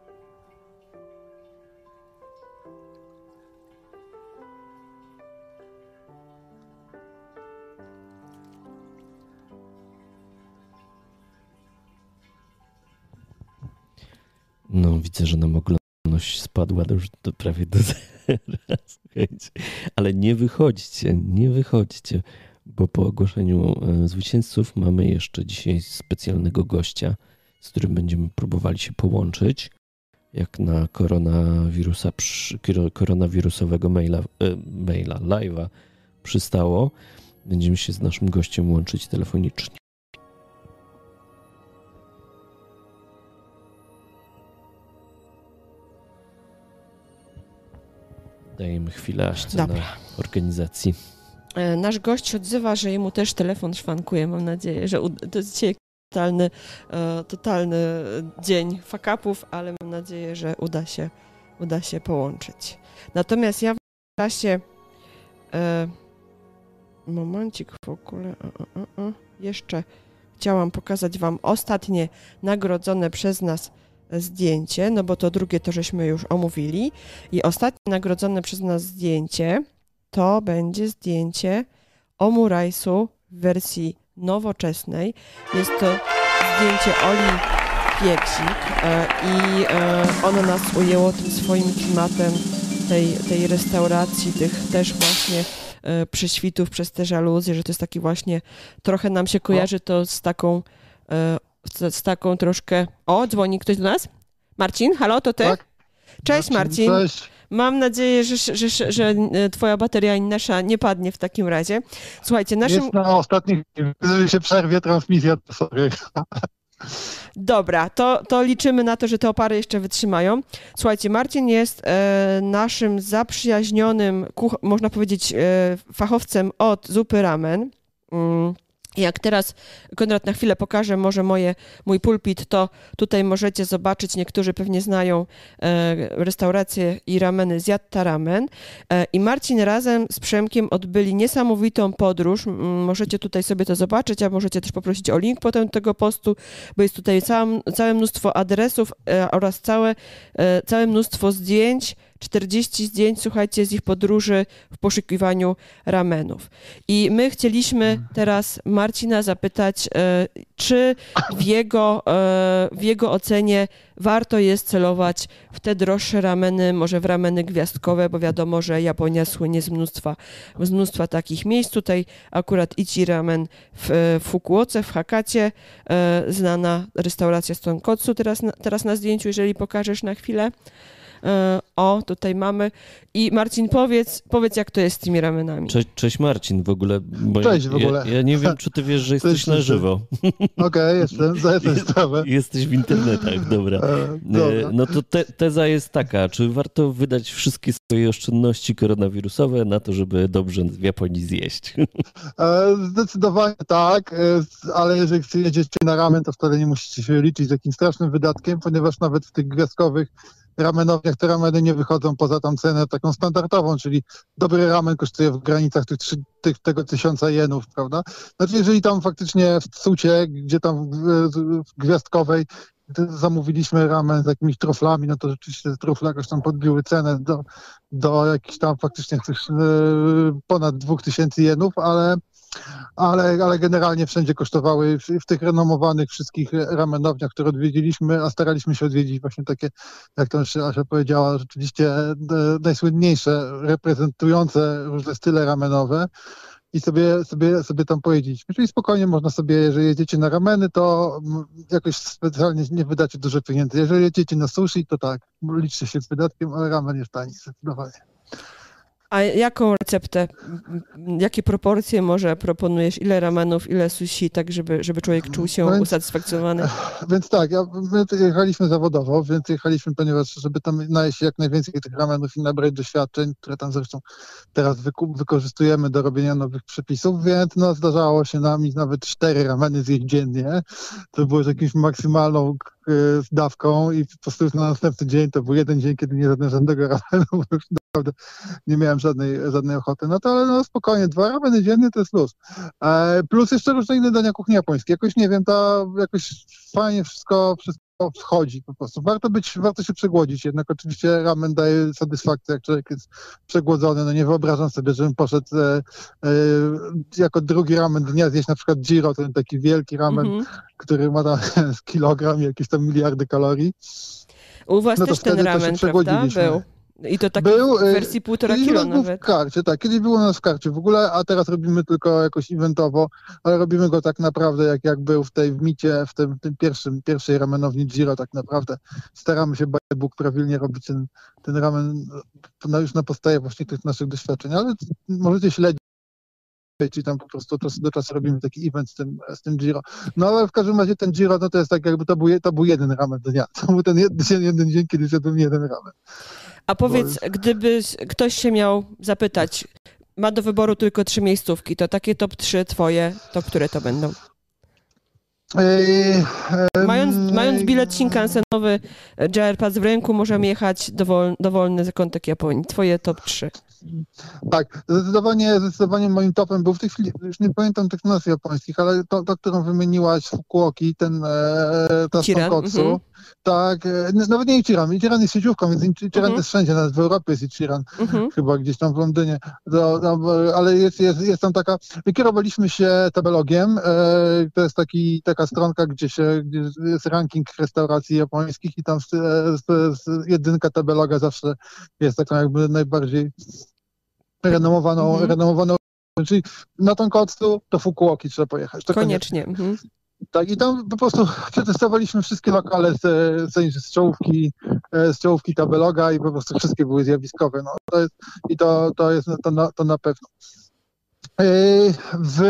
No, widzę, że nam oglądalność spadła do, już do, prawie do zera. Słuchajcie. Ale nie wychodźcie, nie wychodźcie, bo po ogłoszeniu e, zwycięzców mamy jeszcze dzisiaj specjalnego gościa, z którym będziemy próbowali się połączyć, jak na koronawirusa, przy, koronawirusowego maila, e, maila live'a przystało. Będziemy się z naszym gościem łączyć telefonicznie. Dajemy chwilę Aśce Dobra. na organizacji. E, Nasz gość się odzywa, że jemu też telefon szwankuje. Mam nadzieję, że uda- to jest dzisiaj totalny, e, totalny dzień fuck-upów, ale mam nadzieję, że uda się, uda się połączyć. Natomiast ja w czasie e, momencik w ogóle a, a, a, jeszcze chciałam pokazać wam ostatnie nagrodzone przez nas zdjęcie, no bo to drugie to żeśmy już omówili i ostatnie nagrodzone przez nas zdjęcie to będzie zdjęcie omurajsu w wersji nowoczesnej. Jest to zdjęcie Oli Pieksik e, i e, ono nas ujęło tym swoim klimatem tej, tej restauracji, tych też właśnie e, prześwitów przez te żaluzje, że to jest taki właśnie, trochę nam się kojarzy to z taką e, z, z taką troszkę... O, dzwoni ktoś do nas? Marcin, halo, to ty? Tak. Cześć Marcin. Cześć. Mam nadzieję, że, że, że, że twoja bateria i nasza nie padnie w takim razie. Słuchajcie, naszym... Jest na ostatnich, jeżeli się przerwie transmisja, to sorry. Dobra, to, to liczymy na to, że te opary jeszcze wytrzymają. Słuchajcie, Marcin jest e, naszym zaprzyjaźnionym, kuch- można powiedzieć, e, fachowcem od zupy ramen. Mm. Jak teraz Konrad na chwilę pokaże może moje, mój pulpit, to tutaj możecie zobaczyć, niektórzy pewnie znają e, restaurację i rameny Zjatta Ramen. E, I Marcin razem z Przemkiem odbyli niesamowitą podróż. M, możecie tutaj sobie to zobaczyć, a możecie też poprosić o link potem do tego postu, bo jest tutaj całe, całe mnóstwo adresów e, oraz całe, e, całe mnóstwo zdjęć, czterdzieści zdjęć, słuchajcie, z ich podróży w poszukiwaniu ramenów. I my chcieliśmy teraz Marcina zapytać, e, czy w jego, e, w jego ocenie warto jest celować w te droższe rameny, może w rameny gwiazdkowe, bo wiadomo, że Japonia słynie z mnóstwa, z mnóstwa takich miejsc. Tutaj akurat Ichi Ramen w Fukuoce, w Hakacie, e, znana restauracja z tonkotsu teraz na, teraz na zdjęciu, jeżeli pokażesz na chwilę. O, tutaj mamy. I Marcin, powiedz, powiedz jak to jest z tymi ramenami. Cześć, cześć Marcin w ogóle. Bo Cześć w ogóle. Ja, ja nie wiem, czy ty wiesz, że jesteś na żywo. Okej, okay, jestem, zdaję sobie sprawę. Jesteś w internetach, dobra. E, dobra. No to te, teza jest taka, czy warto wydać wszystkie swoje oszczędności koronawirusowe na to, żeby dobrze w Japonii zjeść? E, zdecydowanie tak, e, ale jeżeli jedziecie na ramen, to wtedy nie musicie się liczyć z jakimś strasznym wydatkiem, ponieważ nawet w tych gwiazdkowych ramenowniach te rameny nie wychodzą poza tą cenę taką standardową, czyli dobry ramen kosztuje w granicach tych, tych, tego tysiąca jenów, prawda? Znaczy jeżeli tam faktycznie w Tsucie, gdzie tam w, w gwiazdkowej zamówiliśmy ramen z jakimiś truflami, no to rzeczywiście te trufle jakoś tam podbiły cenę do, do jakichś tam faktycznie tych, ponad dwóch tysięcy jenów, ale Ale, ale generalnie wszędzie kosztowały, w, w tych renomowanych wszystkich ramenowniach, które odwiedziliśmy, a staraliśmy się odwiedzić właśnie takie, jak to już Asia powiedziała, rzeczywiście najsłynniejsze, reprezentujące różne style ramenowe i sobie, sobie, sobie tam pojeździć. Czyli spokojnie można sobie, jeżeli jedziecie na rameny, to jakoś specjalnie nie wydacie dużo pieniędzy. Jeżeli jedziecie na sushi, to tak, liczcie się z wydatkiem, ale ramen jest tani, zdecydowanie. A jaką receptę, jakie proporcje może proponujesz? Ile ramenów, ile sushi, tak żeby, żeby człowiek czuł się więc, usatysfakcjonowany? Więc tak, ja, my jechaliśmy zawodowo, więc jechaliśmy, ponieważ żeby tam najeść jak najwięcej tych ramenów i nabrać doświadczeń, które tam zresztą teraz wyku- wykorzystujemy do robienia nowych przepisów, więc no, zdarzało się nam nawet cztery rameny zjeść dziennie. To było z jakimś maksymalną z dawką i po prostu na następny dzień to był jeden dzień, kiedy nie jadłem żadnego ramenu, bo już naprawdę nie miałem żadnej, żadnej ochoty. No to ale no spokojnie, dwa rameny dziennie to jest luz. E, plus jeszcze różne inne dania kuchni japońskiej. Jakoś nie wiem, to jakoś fajnie wszystko, wszystko wchodzi po prostu. Warto być, warto się przegłodzić, jednak oczywiście ramen daje satysfakcję, jak człowiek jest przegłodzony. No nie wyobrażam sobie, żebym poszedł e, e, jako drugi ramen dnia zjeść na przykład Jiro, ten taki wielki ramen, mm-hmm. który ma tam kilogram i jakieś tam miliardy kalorii. U was no też ten ramen, prawda? Był. I to tak był, w wersji półtora kilo nawet. W karcie, tak. Kiedyś było u nas w karcie w ogóle, a teraz robimy tylko jakoś eventowo, ale robimy go tak naprawdę jak, jak był w tej w micie, w tym, tym pierwszym, pierwszej ramenowni Jiro tak naprawdę. Staramy się, Bóg prawilnie robić ten, ten ramen no już na podstawie właśnie tych naszych doświadczeń, ale możecie śledzić, czyli tam po prostu od czasu do czasu robimy taki event z tym, z tym Jiro. No ale w każdym razie ten Jiro, no to jest tak jakby to był, to był jeden ramen dnia. To był ten jeden, jeden dzień, kiedy zjadłem jeden ramen. A powiedz, bo... gdyby ktoś się miał zapytać, ma do wyboru tylko trzy miejscówki, to takie top trzy twoje, to które to będą? Ej, em... Mając, mając bilet Shinkansenowy J R Pass w ręku, możemy jechać dowol, dowolny zakątek Japonii. Twoje top trzy. Tak, zdecydowanie, zdecydowanie moim topem był w tej chwili, już nie pamiętam tych nazw japońskich, ale to, to którą wymieniłaś, Fukuoki, ten e, ta z tonkotsu. Mm-hmm. Tak, e, nawet nie Ichiran, Ichiran jest sieciówką, więc Ichiran mm-hmm. jest wszędzie, nawet w Europie jest Ichiran, mm-hmm. chyba gdzieś tam w Londynie, to, to, ale jest, jest, jest tam taka, my kierowaliśmy się tabelogiem, e, to jest taki, taka stronka, gdzie się, gdzie jest ranking restauracji japońskich i tam z, z, z jedynka tabeloga zawsze jest taką jakby najbardziej renomowaną, mm-hmm. renomowaną, czyli na tonkotsu to Fukuoki trzeba pojechać. To koniecznie. koniecznie. Mm-hmm. Tak, i tam po prostu przetestowaliśmy wszystkie lokale z, z, z czołówki, z czołówki Tabeloga i po prostu wszystkie były zjawiskowe. No, to jest, I to, to jest to na, to na pewno. W,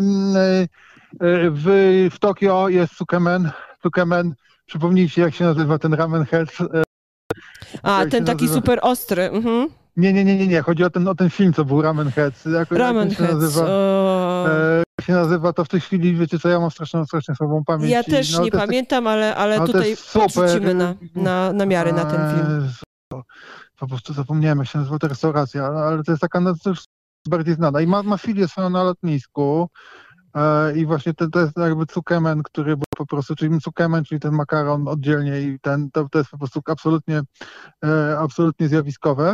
w, w Tokio jest Tsukemen. Tsukemen, przypomnijcie, jak się nazywa ten ramen head. A, ten taki nazywa? Super ostry. Mhm. Nie, nie, nie, nie, nie. Chodzi o ten, o ten film, co był Ramen Heads. Jak, Ramen jak się Heads. Nazywa, o... e, się nazywa to w tej chwili, wiecie co, ja mam straszną, strasznie słabą pamięć. Ja też no, nie pamiętam, tak, ale, ale no, tutaj podrzucimy na, na, na miary na ten film. E, po prostu zapomniałem, jak się nazywa ta restauracja, ale to jest taka no, to już bardziej znana. I ma, ma filię swoją na lotnisku. E, I właśnie to, to jest jakby Tsukemen, który był po prostu, czyli Tsukemen, czyli ten makaron oddzielnie i ten, to, to jest po prostu absolutnie, e, absolutnie zjawiskowe.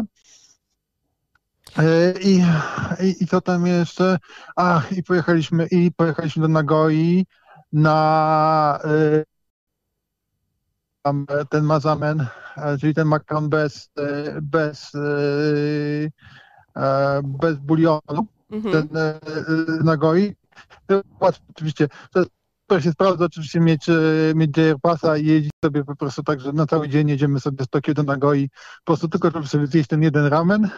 I, i, I co tam jeszcze? Ach, i pojechaliśmy, i pojechaliśmy do Nagoi na y, ten mazamen, czyli ten makaron bez, bez, y, bez bulionu, mhm. ten y, Nagoi. Łatwo oczywiście. To się sprawdza oczywiście mieć, mieć J R Passa i jeździć sobie po prostu tak, że na cały dzień jedziemy sobie z Tokio do Nagoi, po prostu tylko żeby sobie zjeść ten jeden ramen.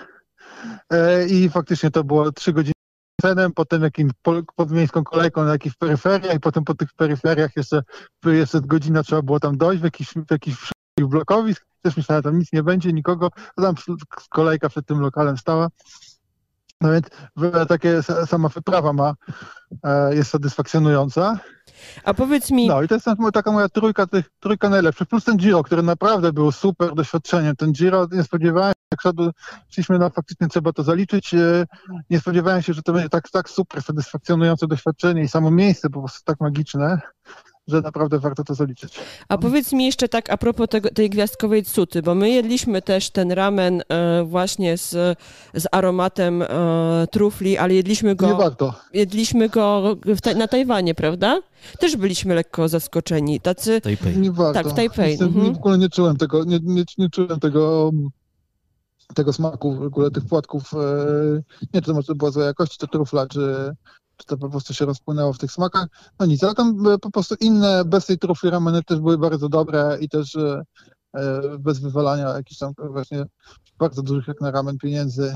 I faktycznie to było trzy godziny cenem, potem jakimś podmiejską kolejką na jakichś peryferiach i potem po tych peryferiach jeszcze, jeszcze godzina trzeba było tam dojść w jakichś, w jakichś blokowisk. Też myślałem, tam nic nie będzie, nikogo. Tam kolejka przed tym lokalem stała. No więc takie sama wyprawa ma, jest satysfakcjonująca. A powiedz mi... No i to jest taka moja trójka, tych, trójka najlepszych. Plus ten Giro, który naprawdę był super doświadczeniem. Ten Giro, nie spodziewałem się, jak szedł, szliśmy na faktycznie, trzeba to zaliczyć, nie spodziewałem się, że to będzie tak, tak super satysfakcjonujące doświadczenie i samo miejsce po prostu tak magiczne, że naprawdę warto to zaliczyć. A powiedz mi jeszcze tak a propos tego, tej gwiazdkowej tsuty, bo my jedliśmy też ten ramen e, właśnie z, z aromatem e, trufli, ale jedliśmy go... Nie warto. Jedliśmy go w ta, na Tajwanie, prawda? Też byliśmy lekko zaskoczeni. Tacy... Tajpej. Nie warto. Tak, w Tajpej. Jestem, mhm. W ogóle nie czułem tego, nie, nie, nie czułem tego... tego smaku, w ogóle tych płatków, nie czy to może to była zła jakości, to trufla, czy, czy to po prostu się rozpłynęło w tych smakach. No nic, ale tam po prostu inne, bez tej trufli rameny też były bardzo dobre i też bez wywalania jakichś tam właśnie bardzo dużych jak na ramen pieniędzy.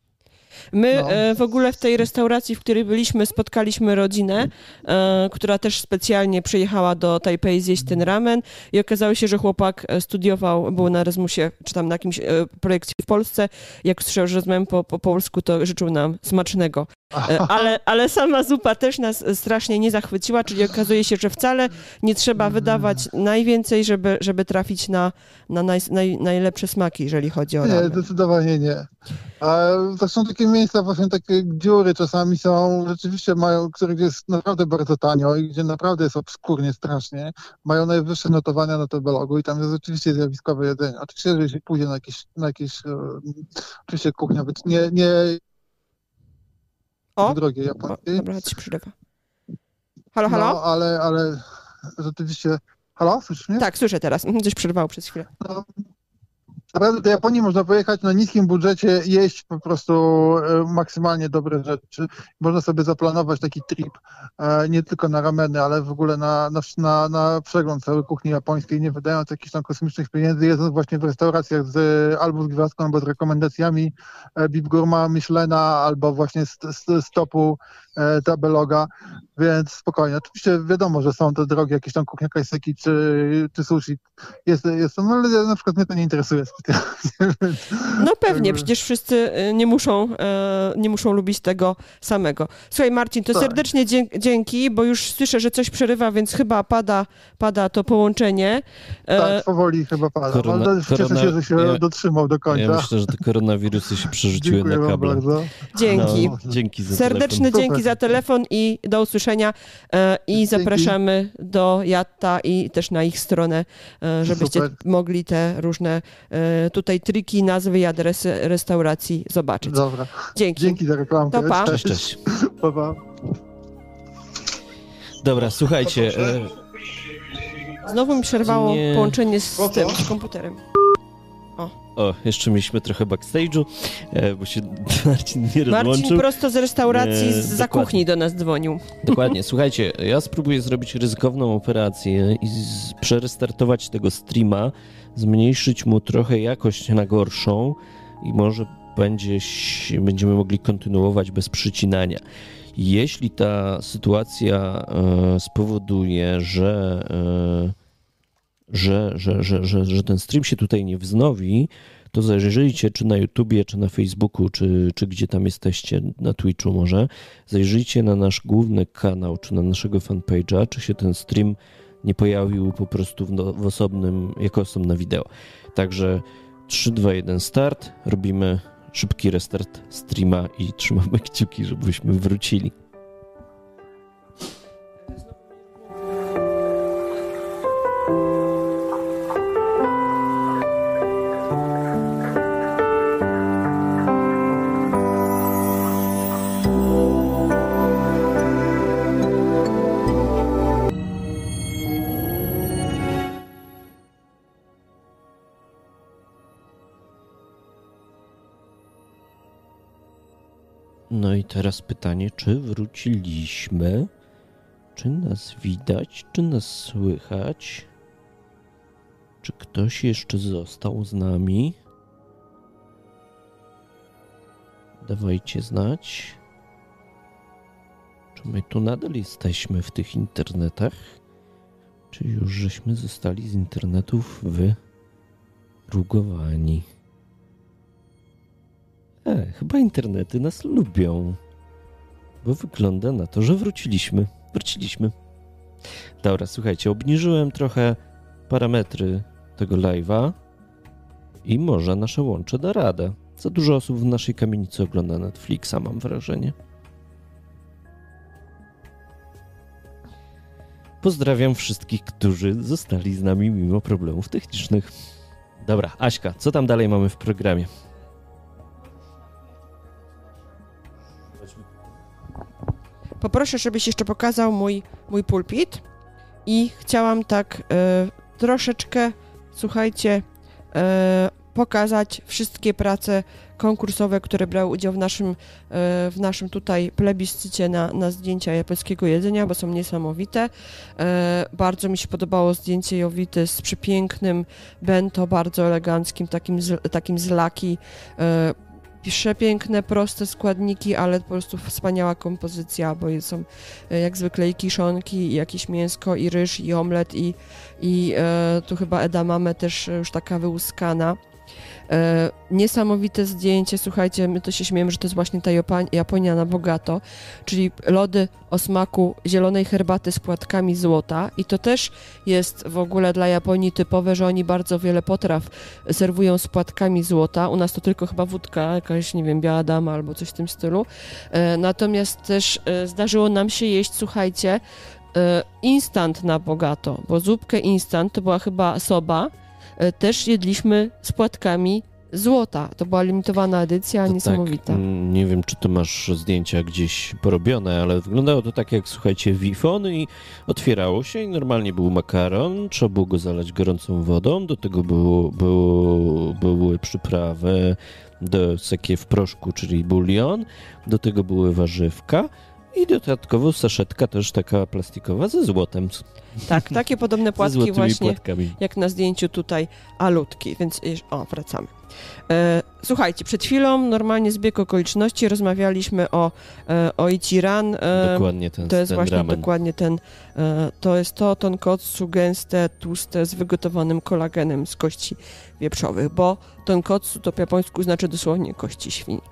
My no. e, w ogóle w tej restauracji, w której byliśmy, spotkaliśmy rodzinę, e, która też specjalnie przyjechała do Tajpej zjeść ten ramen i okazało się, że chłopak studiował, był na Erasmusie, czy tam na jakimś e, projekcie w Polsce. Jak słyszał, że rozmawiam po, po polsku, to życzył nam smacznego. E, ale, ale sama zupa też nas strasznie nie zachwyciła, czyli okazuje się, że wcale nie trzeba wydawać najwięcej, żeby, żeby trafić na, na naj, naj, najlepsze smaki, jeżeli chodzi o ramen. Nie, zdecydowanie nie. A to są takie miejsca, właśnie takie dziury czasami są, rzeczywiście mają, które jest naprawdę bardzo tanio i gdzie naprawdę jest obskurnie strasznie, mają najwyższe notowania na Tabelogu i tam jest rzeczywiście zjawiskowe jedzenie. Oczywiście, jeżeli się pójdzie na jakieś, na jakieś oczywiście kuchnia, nie, nie o, drogie japońskie. Dobra, ci przyrywa. Halo, halo? No, ale, ale rzeczywiście... Halo, słyszysz mnie? Tak, słyszę teraz. Coś przerwało przez chwilę. No. Naprawdę do Japonii można pojechać na niskim budżecie, jeść po prostu maksymalnie dobre rzeczy. Można sobie zaplanować taki trip nie tylko na rameny, ale w ogóle na, na, na, na przegląd całej kuchni japońskiej, nie wydając jakichś tam kosmicznych pieniędzy, jedząc właśnie w restauracjach z, albo z gwiazdką, albo z rekomendacjami Bib Gourma, Michelena, albo właśnie z, z, z topu Tabeloga, więc spokojnie. Oczywiście wiadomo, że są to drogie jakieś tam kuchnia kaiseki czy, czy sushi. Jest, jest to, no ale na przykład mnie to nie interesuje specjalnie. No pewnie, przecież wszyscy nie muszą, nie muszą lubić tego samego. Słuchaj Marcin, to tak. serdecznie dzięki, bo już słyszę, że coś przerywa, więc chyba pada, pada to połączenie. Tak, powoli chyba pada. Korona, ale cieszę korona, się, że się ja, dotrzymał do końca. Ja myślę, że te koronawirusy się przerzuciły Dziękuję na kable. Bardzo. Dzięki. No, dzięki za Serdeczne telefon. dzięki za telefon i do usłyszenia e, i dzięki. Zapraszamy do Jatta i też na ich stronę, e, żebyście Super. mogli te różne e, tutaj triki, nazwy i adresy restauracji zobaczyć. Dobra. Dzięki. Dzięki za reklamkę. To pa. Cześć, cześć. Pa, pa. Dobra, słuchajcie. E... Znowu mi przerwało Nie... połączenie z tym, z komputerem. O. O, jeszcze mieliśmy trochę backstage'u, e, bo się Marcin nie rozłączył. Marcin prosto z restauracji, E, z za dokładnie. kuchni do nas dzwonił. Dokładnie, słuchajcie, ja spróbuję zrobić ryzykowną operację i z, przerestartować tego streama, zmniejszyć mu trochę jakość na gorszą i może będzie, ś- będziemy mogli kontynuować bez przycinania. Jeśli ta sytuacja e, spowoduje, że, e, że, że, że, że, że ten stream się tutaj nie wznowi, to zajrzyjcie czy na YouTubie, czy na Facebooku, czy, czy gdzie tam jesteście, na Twitchu może, zajrzyjcie na nasz główny kanał, czy na naszego fanpage'a, czy się ten stream nie pojawił po prostu w, no, w osobnym, jako osobne wideo. Także trzy, dwa, jeden start, robimy szybki restart streama i trzymamy kciuki, żebyśmy wrócili. No i teraz pytanie, czy wróciliśmy? Czy nas widać? Czy nas słychać? Czy ktoś jeszcze został z nami? Dawajcie znać. Czy my tu nadal jesteśmy w tych internetach? Czy już żeśmy zostali z internetów wyrugowani? E, chyba internety nas lubią, bo wygląda na to, że wróciliśmy. Wróciliśmy. Dobra, słuchajcie, obniżyłem trochę parametry tego live'a i może nasze łącze da radę. Za dużo osób w naszej kamienicy ogląda Netflixa, mam wrażenie. Pozdrawiam wszystkich, którzy zostali z nami mimo problemów technicznych. Dobra, Aśka, co tam dalej mamy w programie? Poproszę, żebyś jeszcze pokazał mój, mój pulpit i chciałam tak e, troszeczkę, słuchajcie, e, pokazać wszystkie prace konkursowe, które brały udział w naszym, e, w naszym tutaj plebiscycie na, na zdjęcia japońskiego jedzenia, bo są niesamowite. E, bardzo mi się podobało zdjęcie Jowity z przepięknym bento, bardzo eleganckim, takim z, takim z laki. E, Przepiękne, proste składniki, ale po prostu wspaniała kompozycja, bo są jak zwykle i kiszonki, i jakieś mięsko, i ryż, i omlet, i, i e, tu chyba edamame też już taka wyłuskana. E, niesamowite zdjęcie, słuchajcie, my to się śmiejemy, że to jest właśnie ta Japonia, Japonia na bogato, czyli lody o smaku zielonej herbaty z płatkami złota i to też jest w ogóle dla Japonii typowe, że oni bardzo wiele potraw serwują z płatkami złota, u nas to tylko chyba wódka, jakaś, nie wiem, biała dama albo coś w tym stylu, e, natomiast też e, zdarzyło nam się jeść, słuchajcie, e, instant na bogato, bo zupkę instant to była chyba soba, też jedliśmy z płatkami złota. To była limitowana edycja, to niesamowita. Tak, nie wiem, czy to masz zdjęcia gdzieś porobione, ale wyglądało to tak jak, słuchajcie, wifon i otwierało się i normalnie był makaron, trzeba było go zalać gorącą wodą, do tego było, było, były przyprawy do takie w proszku, czyli bulion, do tego były warzywka i dodatkowo saszetka też taka plastikowa ze złotem. Tak, takie podobne płatki ze właśnie, płatkami. jak na zdjęciu tutaj alutki, więc o, wracamy. E, słuchajcie, przed chwilą normalnie zbieg okoliczności, rozmawialiśmy o, e, o Ichiran. E, dokładnie ten, to jest ten właśnie ramen. dokładnie ten, e, to jest to tonkotsu gęste, tłuste, z wygotowanym kolagenem z kości wieprzowych, bo tonkotsu to po japońsku znaczy dosłownie kości świni.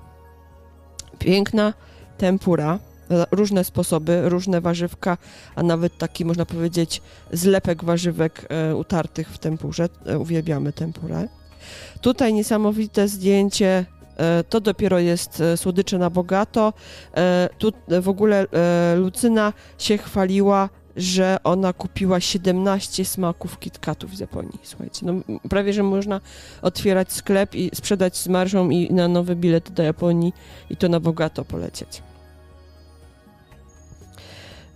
Piękna tempura, różne sposoby, różne warzywka, a nawet taki, można powiedzieć, zlepek warzywek e, utartych w tempurze. E, uwielbiamy tempurę. Tutaj niesamowite zdjęcie, e, to dopiero jest e, słodycze na bogato. E, tu e, w ogóle e, Lucyna się chwaliła, że ona kupiła siedemnaście smaków KitKatów z Japonii. Słuchajcie, no prawie, że można otwierać sklep i sprzedać z marżą i na nowe bilety do Japonii i to na bogato polecieć.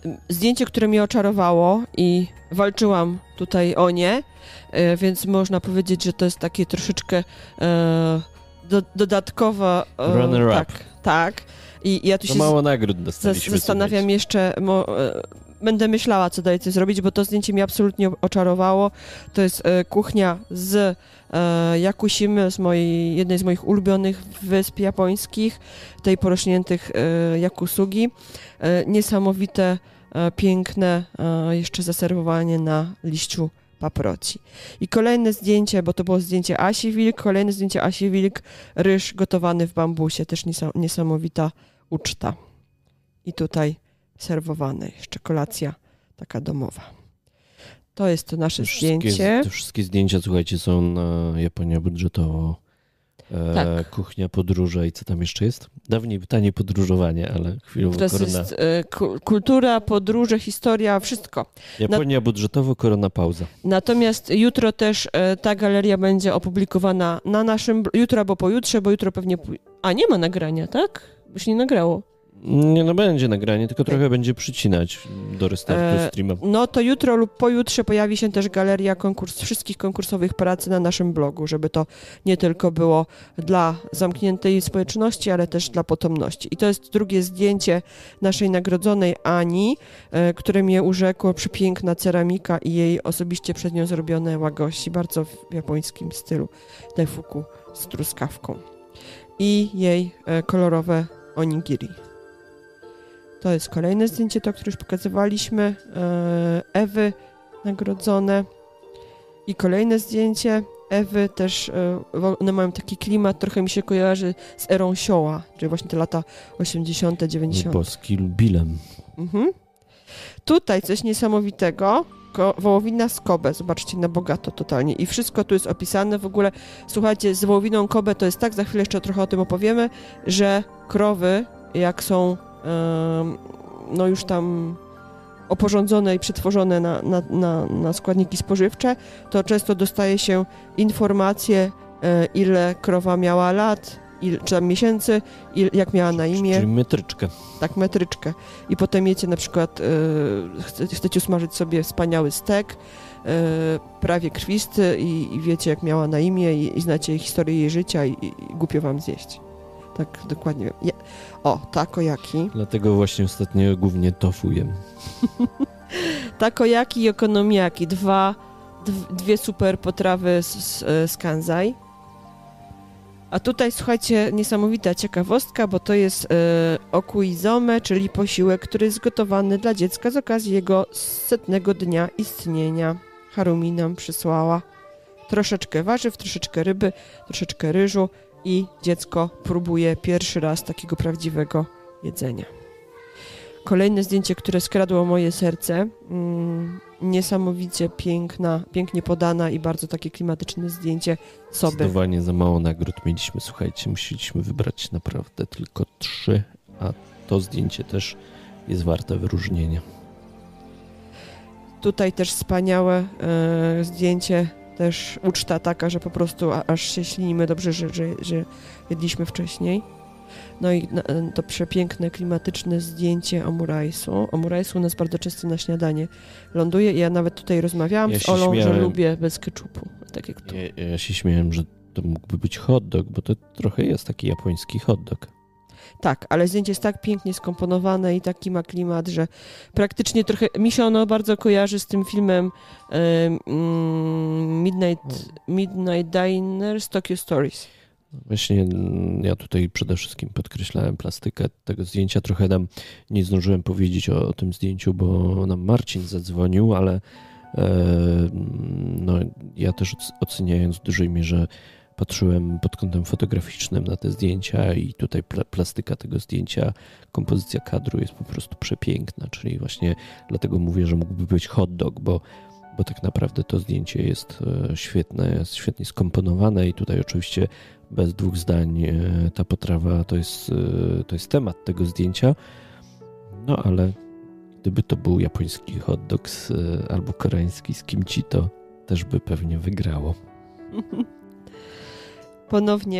zdjęcie, które mnie oczarowało i walczyłam tutaj o nie, e, więc można powiedzieć, że to jest takie troszeczkę e, do, dodatkowa... E, Runner tak, up. tak. I ja tu To się mało nagród z, dostaliśmy. zastanawiam słuchajcie. jeszcze... Mo, e, będę myślała, co dalej zrobić, bo to zdjęcie mnie absolutnie oczarowało. To jest e, kuchnia z e, Yakushimy, z mojej, jednej z moich ulubionych wysp japońskich, tej porośniętych e, Yakusugi. E, niesamowite, e, piękne e, jeszcze zaserwowanie na liściu paproci. I kolejne zdjęcie, bo to było zdjęcie Asi Wilk, kolejne zdjęcie Asi Wilk, ryż gotowany w bambusie, też niesam, niesamowita uczta. I tutaj serwowane, jeszcze kolacja taka domowa. To jest to nasze Te wszystkie- zdjęcie. Te wszystkie zdjęcia, słuchajcie, są na Japonia budżetowo. E, Tak. Kuchnia, podróże i co tam jeszcze jest? Dawniej pytanie podróżowanie, ale chwilowo To korona. jest e, ku- kultura, podróże, historia, wszystko. Japonia budżetowo, korona pauza. Natomiast jutro też e, ta galeria będzie opublikowana na naszym... Jutro albo pojutrze, bo jutro pewnie... pój- A, nie ma nagrania, tak? Bo się nie nagrało. Nie, no będzie nagranie, tylko trochę będzie przycinać do restartu E, streama. No to jutro lub pojutrze pojawi się też galeria konkurs, wszystkich konkursowych prac na naszym blogu, żeby to nie tylko było dla zamkniętej społeczności, ale też dla potomności. I to jest drugie zdjęcie naszej nagrodzonej Ani, e, które mnie urzekło, przepiękna ceramika i jej osobiście przed nią zrobione łagosi, bardzo w japońskim stylu, daifuku z truskawką. I jej e, kolorowe onigiri. To jest kolejne zdjęcie, to, które już pokazywaliśmy. e, Ewy nagrodzone. I kolejne zdjęcie Ewy też, e, wo- one mają taki klimat, trochę mi się kojarzy z erą Sioła, czyli właśnie te lata osiemdziesiąte, dziewięćdziesiąte. Boski Bilem. Mhm. Tutaj coś niesamowitego. Ko- wołowina z Kobe, zobaczcie, na bogato totalnie. I wszystko tu jest opisane. W ogóle, słuchajcie, z wołowiną Kobe to jest tak, za chwilę jeszcze trochę o tym opowiemy, że krowy, jak są em, no już tam oporządzone i przetworzone na, na, na, na składniki spożywcze, to często dostaje się informacje, e, ile krowa miała lat, il, czy tam miesięcy, il, jak miała na imię. Czyli metryczkę. Tak, metryczkę. I potem jecie na przykład, e, chce, chcecie usmażyć sobie wspaniały stek, e, prawie krwisty i, i wiecie, jak miała na imię i, i znacie historię jej życia i, i, i głupio wam zjeść. Tak, dokładnie. Ja, o, takoyaki. Dlatego właśnie ostatnio głównie tofu jem. Takoyaki i okonomiyaki. Dwa, dw, dwie super potrawy z, z, z Kansai. A tutaj, słuchajcie, niesamowita ciekawostka, bo to jest e, okuizome, czyli posiłek, który jest gotowany dla dziecka z okazji jego setnego dnia istnienia. Harumi nam przysłała troszeczkę warzyw, troszeczkę ryby, troszeczkę ryżu i dziecko próbuje pierwszy raz takiego prawdziwego jedzenia. Kolejne zdjęcie, które skradło moje serce, mm, niesamowicie piękna, pięknie podana i bardzo takie klimatyczne zdjęcie Soby. Zdecydowanie za mało nagród mieliśmy, słuchajcie, musieliśmy wybrać naprawdę tylko trzy, a to zdjęcie też jest warte wyróżnienia. Tutaj też wspaniałe e, zdjęcie, też uczta taka, że po prostu a, aż się ślinimy, dobrze, że, że, że jedliśmy wcześniej. No i na, to przepiękne, klimatyczne zdjęcie omuraisu. Omuraisu u nas bardzo często na śniadanie ląduje i ja nawet tutaj rozmawiałam Ja z się Olą, śmiałem. że lubię bez keczupu. Tak jak tu. Ja, ja się śmiałem, że to mógłby być hot dog, bo to trochę jest taki japoński hot dog. Tak, ale zdjęcie jest tak pięknie skomponowane i taki ma klimat, że praktycznie trochę mi się ono bardzo kojarzy z tym filmem em, mm, Midnight, Midnight Diners Tokyo Stories. Właśnie mm, ja tutaj przede wszystkim podkreślałem plastykę tego zdjęcia. Trochę nam nie zdążyłem powiedzieć o, o tym zdjęciu, bo nam Marcin zadzwonił, ale e, no, ja też oc- oceniając w dużej mierze patrzyłem pod kątem fotograficznym na te zdjęcia i tutaj pla- plastyka tego zdjęcia, kompozycja kadru jest po prostu przepiękna, czyli właśnie dlatego mówię, że mógłby być hot dog, bo bo tak naprawdę to zdjęcie jest e, świetne, jest świetnie skomponowane i tutaj oczywiście bez dwóch zdań e, ta potrawa to jest, e, to jest temat tego zdjęcia, no ale gdyby to był japoński hot dog z, e, albo koreański z kimchi, to też by pewnie wygrało. Ponownie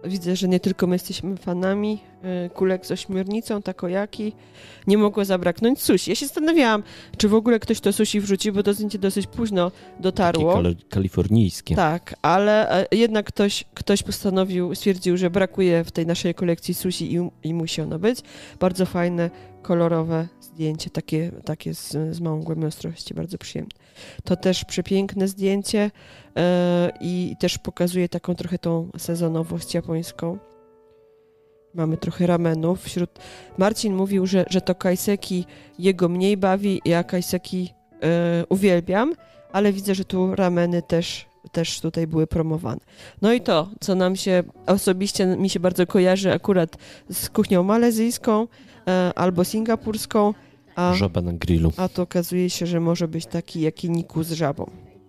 widzę, że nie tylko my jesteśmy fanami y, kulek z ośmiornicą, takojaki. Nie mogło zabraknąć sushi. Ja się zastanawiałam, czy w ogóle ktoś to sushi wrzuci, bo to zdjęcie dosyć późno dotarło. Takie kal- kalifornijskie. Tak, ale e, jednak ktoś, ktoś postanowił, stwierdził, że brakuje w tej naszej kolekcji sushi i, i musi ono być. Bardzo fajne, kolorowe zdjęcie, takie, takie z, z małą głębią ostrości, bardzo przyjemne. To też przepiękne zdjęcie e, i też pokazuje taką trochę tą sezonowość japońską. Mamy trochę ramenów. Wśród... Marcin mówił, że, że to kaiseki jego mniej bawi, ja kaiseki e, uwielbiam, ale widzę, że tu rameny też, też tutaj były promowane. No i to, co nam się osobiście mi się bardzo kojarzy akurat z kuchnią malezyjską e, albo singapurską, a, Żaba na grillu. a to okazuje się, że może być taki yakiniku z żabą.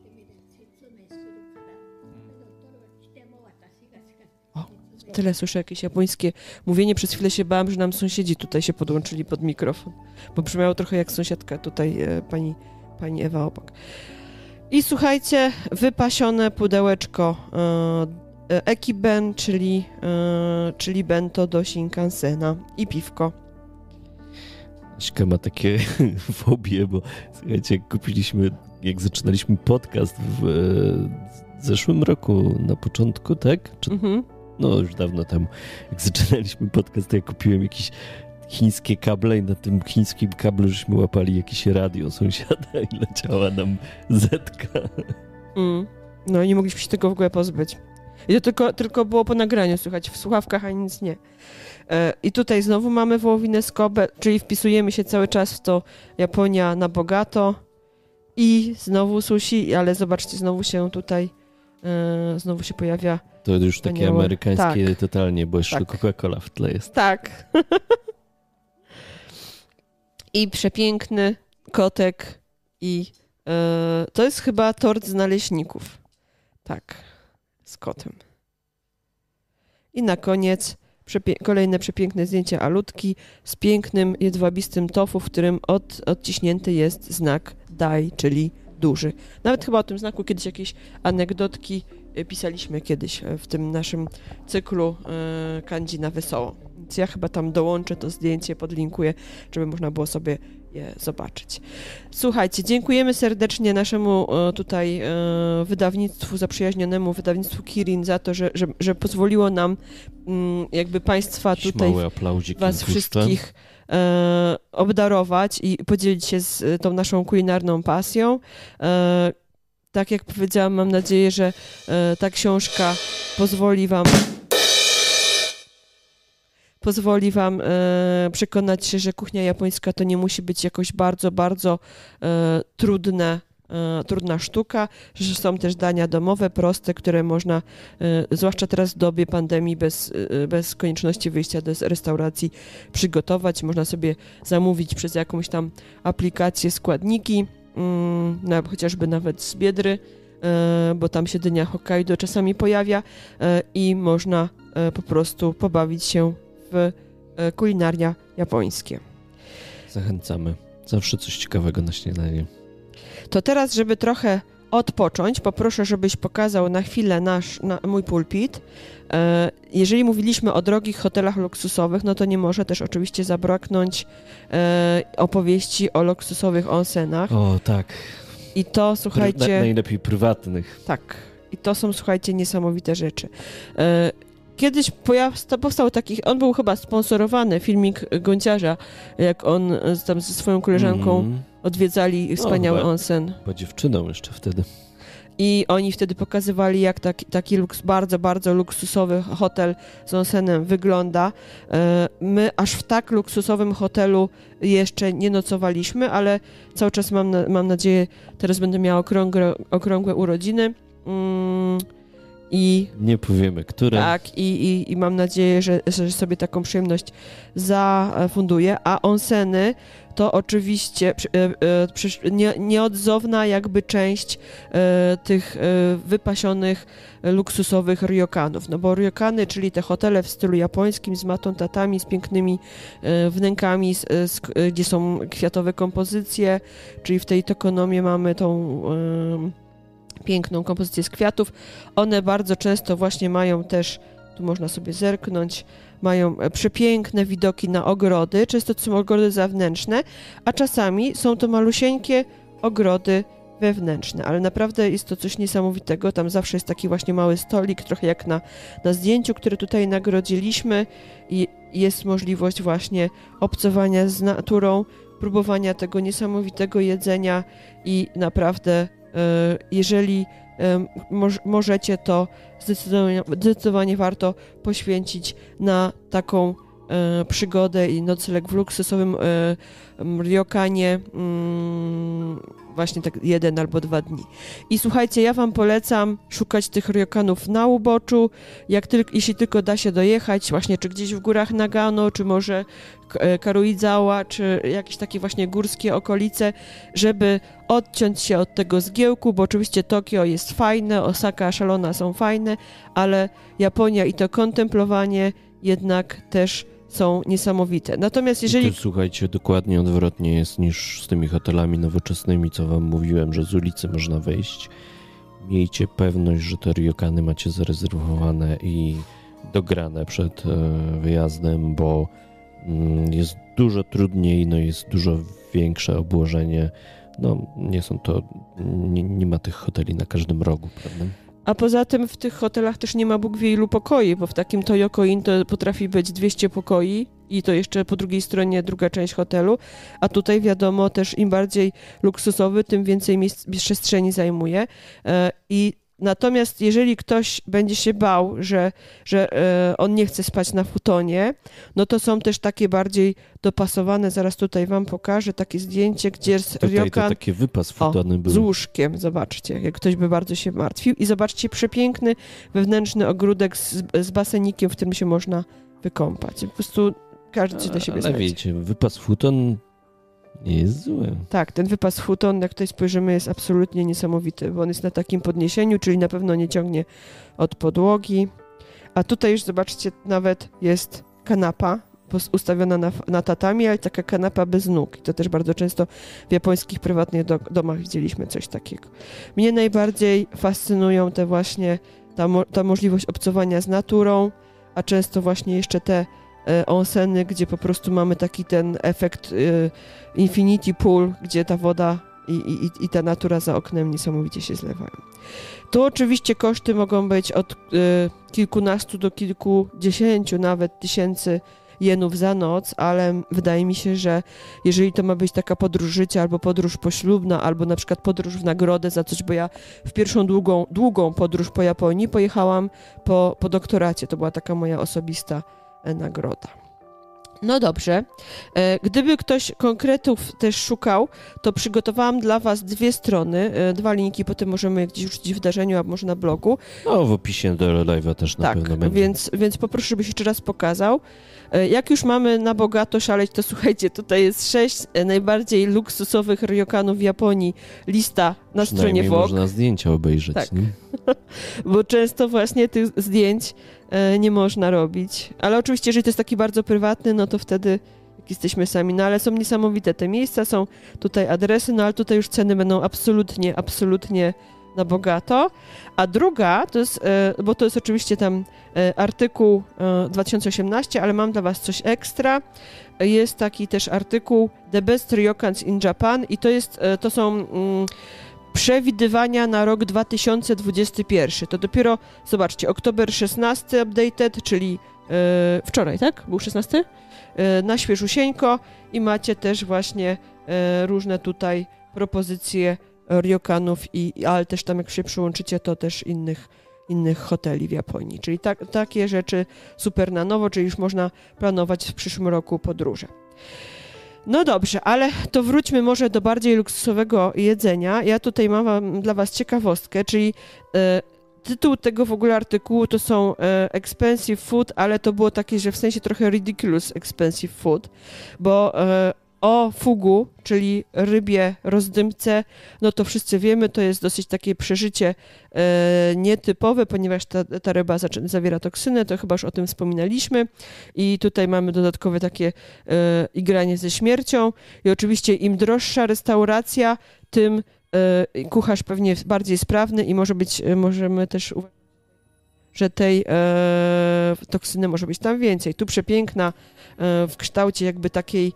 O, tyle słyszę jakieś japońskie mówienie. Przez chwilę się bałam, że nam sąsiedzi tutaj się podłączyli pod mikrofon, bo brzmiało trochę jak sąsiadka tutaj, e, pani, pani Ewa obok. I słuchajcie, wypasione pudełeczko e, Ekiben, czyli, e, czyli bento do Shinkansena i piwko. Aśka ma takie fobie, bo słuchajcie, jak kupiliśmy, jak zaczynaliśmy podcast w e, zeszłym roku na początku, tak? Czy, Mhm. no już dawno temu. Jak zaczynaliśmy podcast, to ja kupiłem jakieś chińskie kable i na tym chińskim kablu żeśmy łapali jakieś radio sąsiada i leciała nam zetka. Mm. No i nie mogliśmy się tego w ogóle pozbyć. I to tylko, tylko było po nagraniu, słuchać, w słuchawkach, a nic nie. E, I tutaj znowu mamy wołowinę z Kobe, czyli wpisujemy się cały czas w to Japonia na bogato. I znowu sushi, ale zobaczcie, znowu się tutaj, e, znowu się pojawia. To już takie Wspaniałe. amerykańskie Tak. totalnie, bo jeszcze Tak. Coca-Cola w tle jest. Tak. I przepiękny kotek i e, to jest chyba tort z naleśników. Tak, z kotem. I na koniec przepie- kolejne przepiękne zdjęcie Alutki z pięknym jedwabistym tofu, w którym od, odciśnięty jest znak dai, czyli duży. Nawet chyba o tym znaku kiedyś jakieś anegdotki e, pisaliśmy kiedyś e, w tym naszym cyklu e, kanji na wesoło. Więc ja chyba tam dołączę to zdjęcie, podlinkuję, żeby można było sobie je zobaczyć. Słuchajcie, dziękujemy serdecznie naszemu e, tutaj e, wydawnictwu, zaprzyjaźnionemu wydawnictwu Kirin za to, że, że, że pozwoliło nam mm, jakby Państwa Jakiś tutaj, mały aplauzik Was im puszczę. wszystkich e, obdarować i podzielić się z e, tą naszą kulinarną pasją. E, tak jak powiedziałam, mam nadzieję, że e, ta książka pozwoli Wam pozwoli Wam e, przekonać się, że kuchnia japońska to nie musi być jakoś bardzo, bardzo e, trudne, e, trudna sztuka, że są też dania domowe, proste, które można, e, zwłaszcza teraz w dobie pandemii, bez, e, bez konieczności wyjścia do restauracji, przygotować. Można sobie zamówić przez jakąś tam aplikację składniki, mm, na, chociażby nawet z Biedry, e, bo tam się dynia Hokkaido czasami pojawia e, i można e, po prostu pobawić się w kulinaria japońskie. Zachęcamy. Zawsze coś ciekawego na śniadanie. To teraz, żeby trochę odpocząć, poproszę, żebyś pokazał na chwilę nasz, na, mój pulpit. E, jeżeli mówiliśmy o drogich hotelach luksusowych, no to nie może też oczywiście zabraknąć e, opowieści o luksusowych onsenach. O, tak. I to, słuchajcie... Na, najlepiej prywatnych. Tak. I to są, słuchajcie, niesamowite rzeczy. E, Kiedyś pojaw, powstał taki, on był chyba sponsorowany, filmik Gonciarza, jak on tam ze swoją koleżanką Mm. odwiedzali wspaniały chyba- onsen. Bo dziewczyną jeszcze wtedy. I oni wtedy pokazywali, jak taki, taki luks, bardzo, bardzo luksusowy hotel z onsenem wygląda. E, My aż w tak luksusowym hotelu jeszcze nie nocowaliśmy, ale cały czas mam, na, mam nadzieję, teraz będę miała okrągłe, okrągłe urodziny. Mm, I Nie powiemy, które. Tak, i, i, i mam nadzieję, że, że sobie taką przyjemność zafunduję. A onseny to oczywiście przy- e, e, przy- nie, nieodzowna jakby część e, tych e, wypasionych, e, luksusowych ryokanów. No bo ryokany, czyli te hotele w stylu japońskim z matą tatami, z pięknymi e, wnękami, z, z, e, gdzie są kwiatowe kompozycje, czyli w tej tokonomie mamy tą... E, piękną kompozycję z kwiatów. One bardzo często właśnie mają też Tu można sobie zerknąć. Mają przepiękne widoki na ogrody. Często to są ogrody zewnętrzne, a czasami są to malusieńkie ogrody wewnętrzne, ale naprawdę jest to coś niesamowitego. Tam zawsze jest taki właśnie mały stolik, trochę jak na, na zdjęciu, które tutaj nagrodziliśmy i jest możliwość właśnie obcowania z naturą, próbowania tego niesamowitego jedzenia i naprawdę jeżeli możecie, to zdecydowanie, zdecydowanie warto poświęcić na taką e, przygodę i nocleg w luksusowym e, ryokanie mm, właśnie tak jeden albo dwa dni. I słuchajcie, ja wam polecam szukać tych ryokanów na uboczu, jak tylko, jeśli tylko da się dojechać, właśnie czy gdzieś w górach Nagano, czy może Karuizawa, czy jakieś takie właśnie górskie okolice, żeby odciąć się od tego zgiełku, bo oczywiście Tokio jest fajne, Osaka, Szalona są fajne, ale Japonia i to kontemplowanie jednak też są niesamowite. Natomiast jeżeli... To, słuchajcie, dokładnie odwrotnie jest niż z tymi hotelami nowoczesnymi, co wam mówiłem, że z ulicy można wejść. Miejcie pewność, że te ryokany macie zarezerwowane i dograne przed e, wyjazdem, bo mm, jest dużo trudniej, no jest dużo większe obłożenie. No nie są to, nie, nie ma tych hoteli na każdym rogu, prawda? A poza tym w tych hotelach też nie ma Bóg wie ilu pokoi, bo w takim Toyoko Inn to potrafi być dwieście pokoi i to jeszcze po drugiej stronie druga część hotelu, a tutaj wiadomo też im bardziej luksusowy, tym więcej miejsc, przestrzeni zajmuje i natomiast jeżeli ktoś będzie się bał, że, że e, on nie chce spać na futonie, no to są też takie bardziej dopasowane, zaraz tutaj wam pokażę takie zdjęcie, gdzie ryokan... to taki wypas futony był. Z łóżkiem, zobaczcie, jak ktoś by bardzo się martwił. I zobaczcie, przepiękny wewnętrzny ogródek z, z basenikiem, w którym się można wykąpać. Po prostu każdy coś dla siebie znajdzie. Ale wiecie, wypas futon nie jest zły. Tak, ten wypas futon, jak tutaj spojrzymy, jest absolutnie niesamowity, bo on jest na takim podniesieniu, czyli na pewno nie ciągnie od podłogi. A tutaj już zobaczcie, nawet jest kanapa ustawiona na, na tatami, ale taka kanapa bez nóg. I to też bardzo często w japońskich prywatnych do, domach widzieliśmy coś takiego. Mnie najbardziej fascynują te właśnie, ta, mo, ta możliwość obcowania z naturą, a często właśnie jeszcze te e, onseny, gdzie po prostu mamy taki ten efekt e, infinity pool, gdzie ta woda i, i, i ta natura za oknem niesamowicie się zlewają. Tu oczywiście koszty mogą być od e, kilkunastu do kilkudziesięciu nawet tysięcy jenów za noc, ale wydaje mi się, że jeżeli to ma być taka podróż życia, albo podróż poślubna, albo na przykład podróż w nagrodę za coś, bo ja w pierwszą długą, długą podróż po Japonii pojechałam po, po doktoracie, to była taka moja osobista e, nagroda. No dobrze, e, gdyby ktoś konkretów też szukał, to przygotowałam dla was dwie strony, e, dwa linki, potem możemy je gdzieś wrzucić w wydarzeniu, a może na blogu. No w opisie do live'a też na tak, pewno będzie. Więc, więc poproszę, żebyś jeszcze raz pokazał. E, jak już mamy na bogato szaleć, to słuchajcie, tutaj jest sześć e, najbardziej luksusowych ryokanów w Japonii, lista na stronie Vogue. Można zdjęcia obejrzeć. Tak. Nie? Bo często właśnie tych zdjęć e, nie można robić. Ale oczywiście, jeżeli to jest taki bardzo prywatny, no to wtedy jak jesteśmy sami. No ale są niesamowite te miejsca, są tutaj adresy, no ale tutaj już ceny będą absolutnie, absolutnie na bogato. A druga, to jest, e, bo to jest oczywiście tam e, artykuł e, dwa tysiące osiemnasty, ale mam dla was coś ekstra. Jest taki też artykuł The Best Ryokans in Japan i to jest, e, to są... Mm, przewidywania na rok dwa tysiące dwudziesty pierwszy. To dopiero, zobaczcie, oktober szesnasty updated, czyli e, wczoraj, tak? Był szesnasty? E, na świeżusieńko i macie też właśnie e, różne tutaj propozycje ryokanów, i, ale też tam jak się przyłączycie, to też innych, innych hoteli w Japonii. Czyli tak, takie rzeczy super na nowo, czyli już można planować w przyszłym roku podróże. No dobrze, ale to wróćmy może do bardziej luksusowego jedzenia. Ja tutaj mam dla was ciekawostkę, czyli e, tytuł tego w ogóle artykułu to są e, expensive food, ale to było takie, że w sensie trochę ridiculous expensive food, bo e, o fugu, czyli rybie rozdymce, no to wszyscy wiemy, to jest dosyć takie przeżycie e, nietypowe, ponieważ ta, ta ryba zaczyna, zawiera toksynę, to chyba już o tym wspominaliśmy i tutaj mamy dodatkowe takie e, igranie ze śmiercią i oczywiście im droższa restauracja, tym e, kucharz pewnie bardziej sprawny i może być, możemy też uważać, że tej e, toksyny może być tam więcej. Tu przepiękna e, w kształcie jakby takiej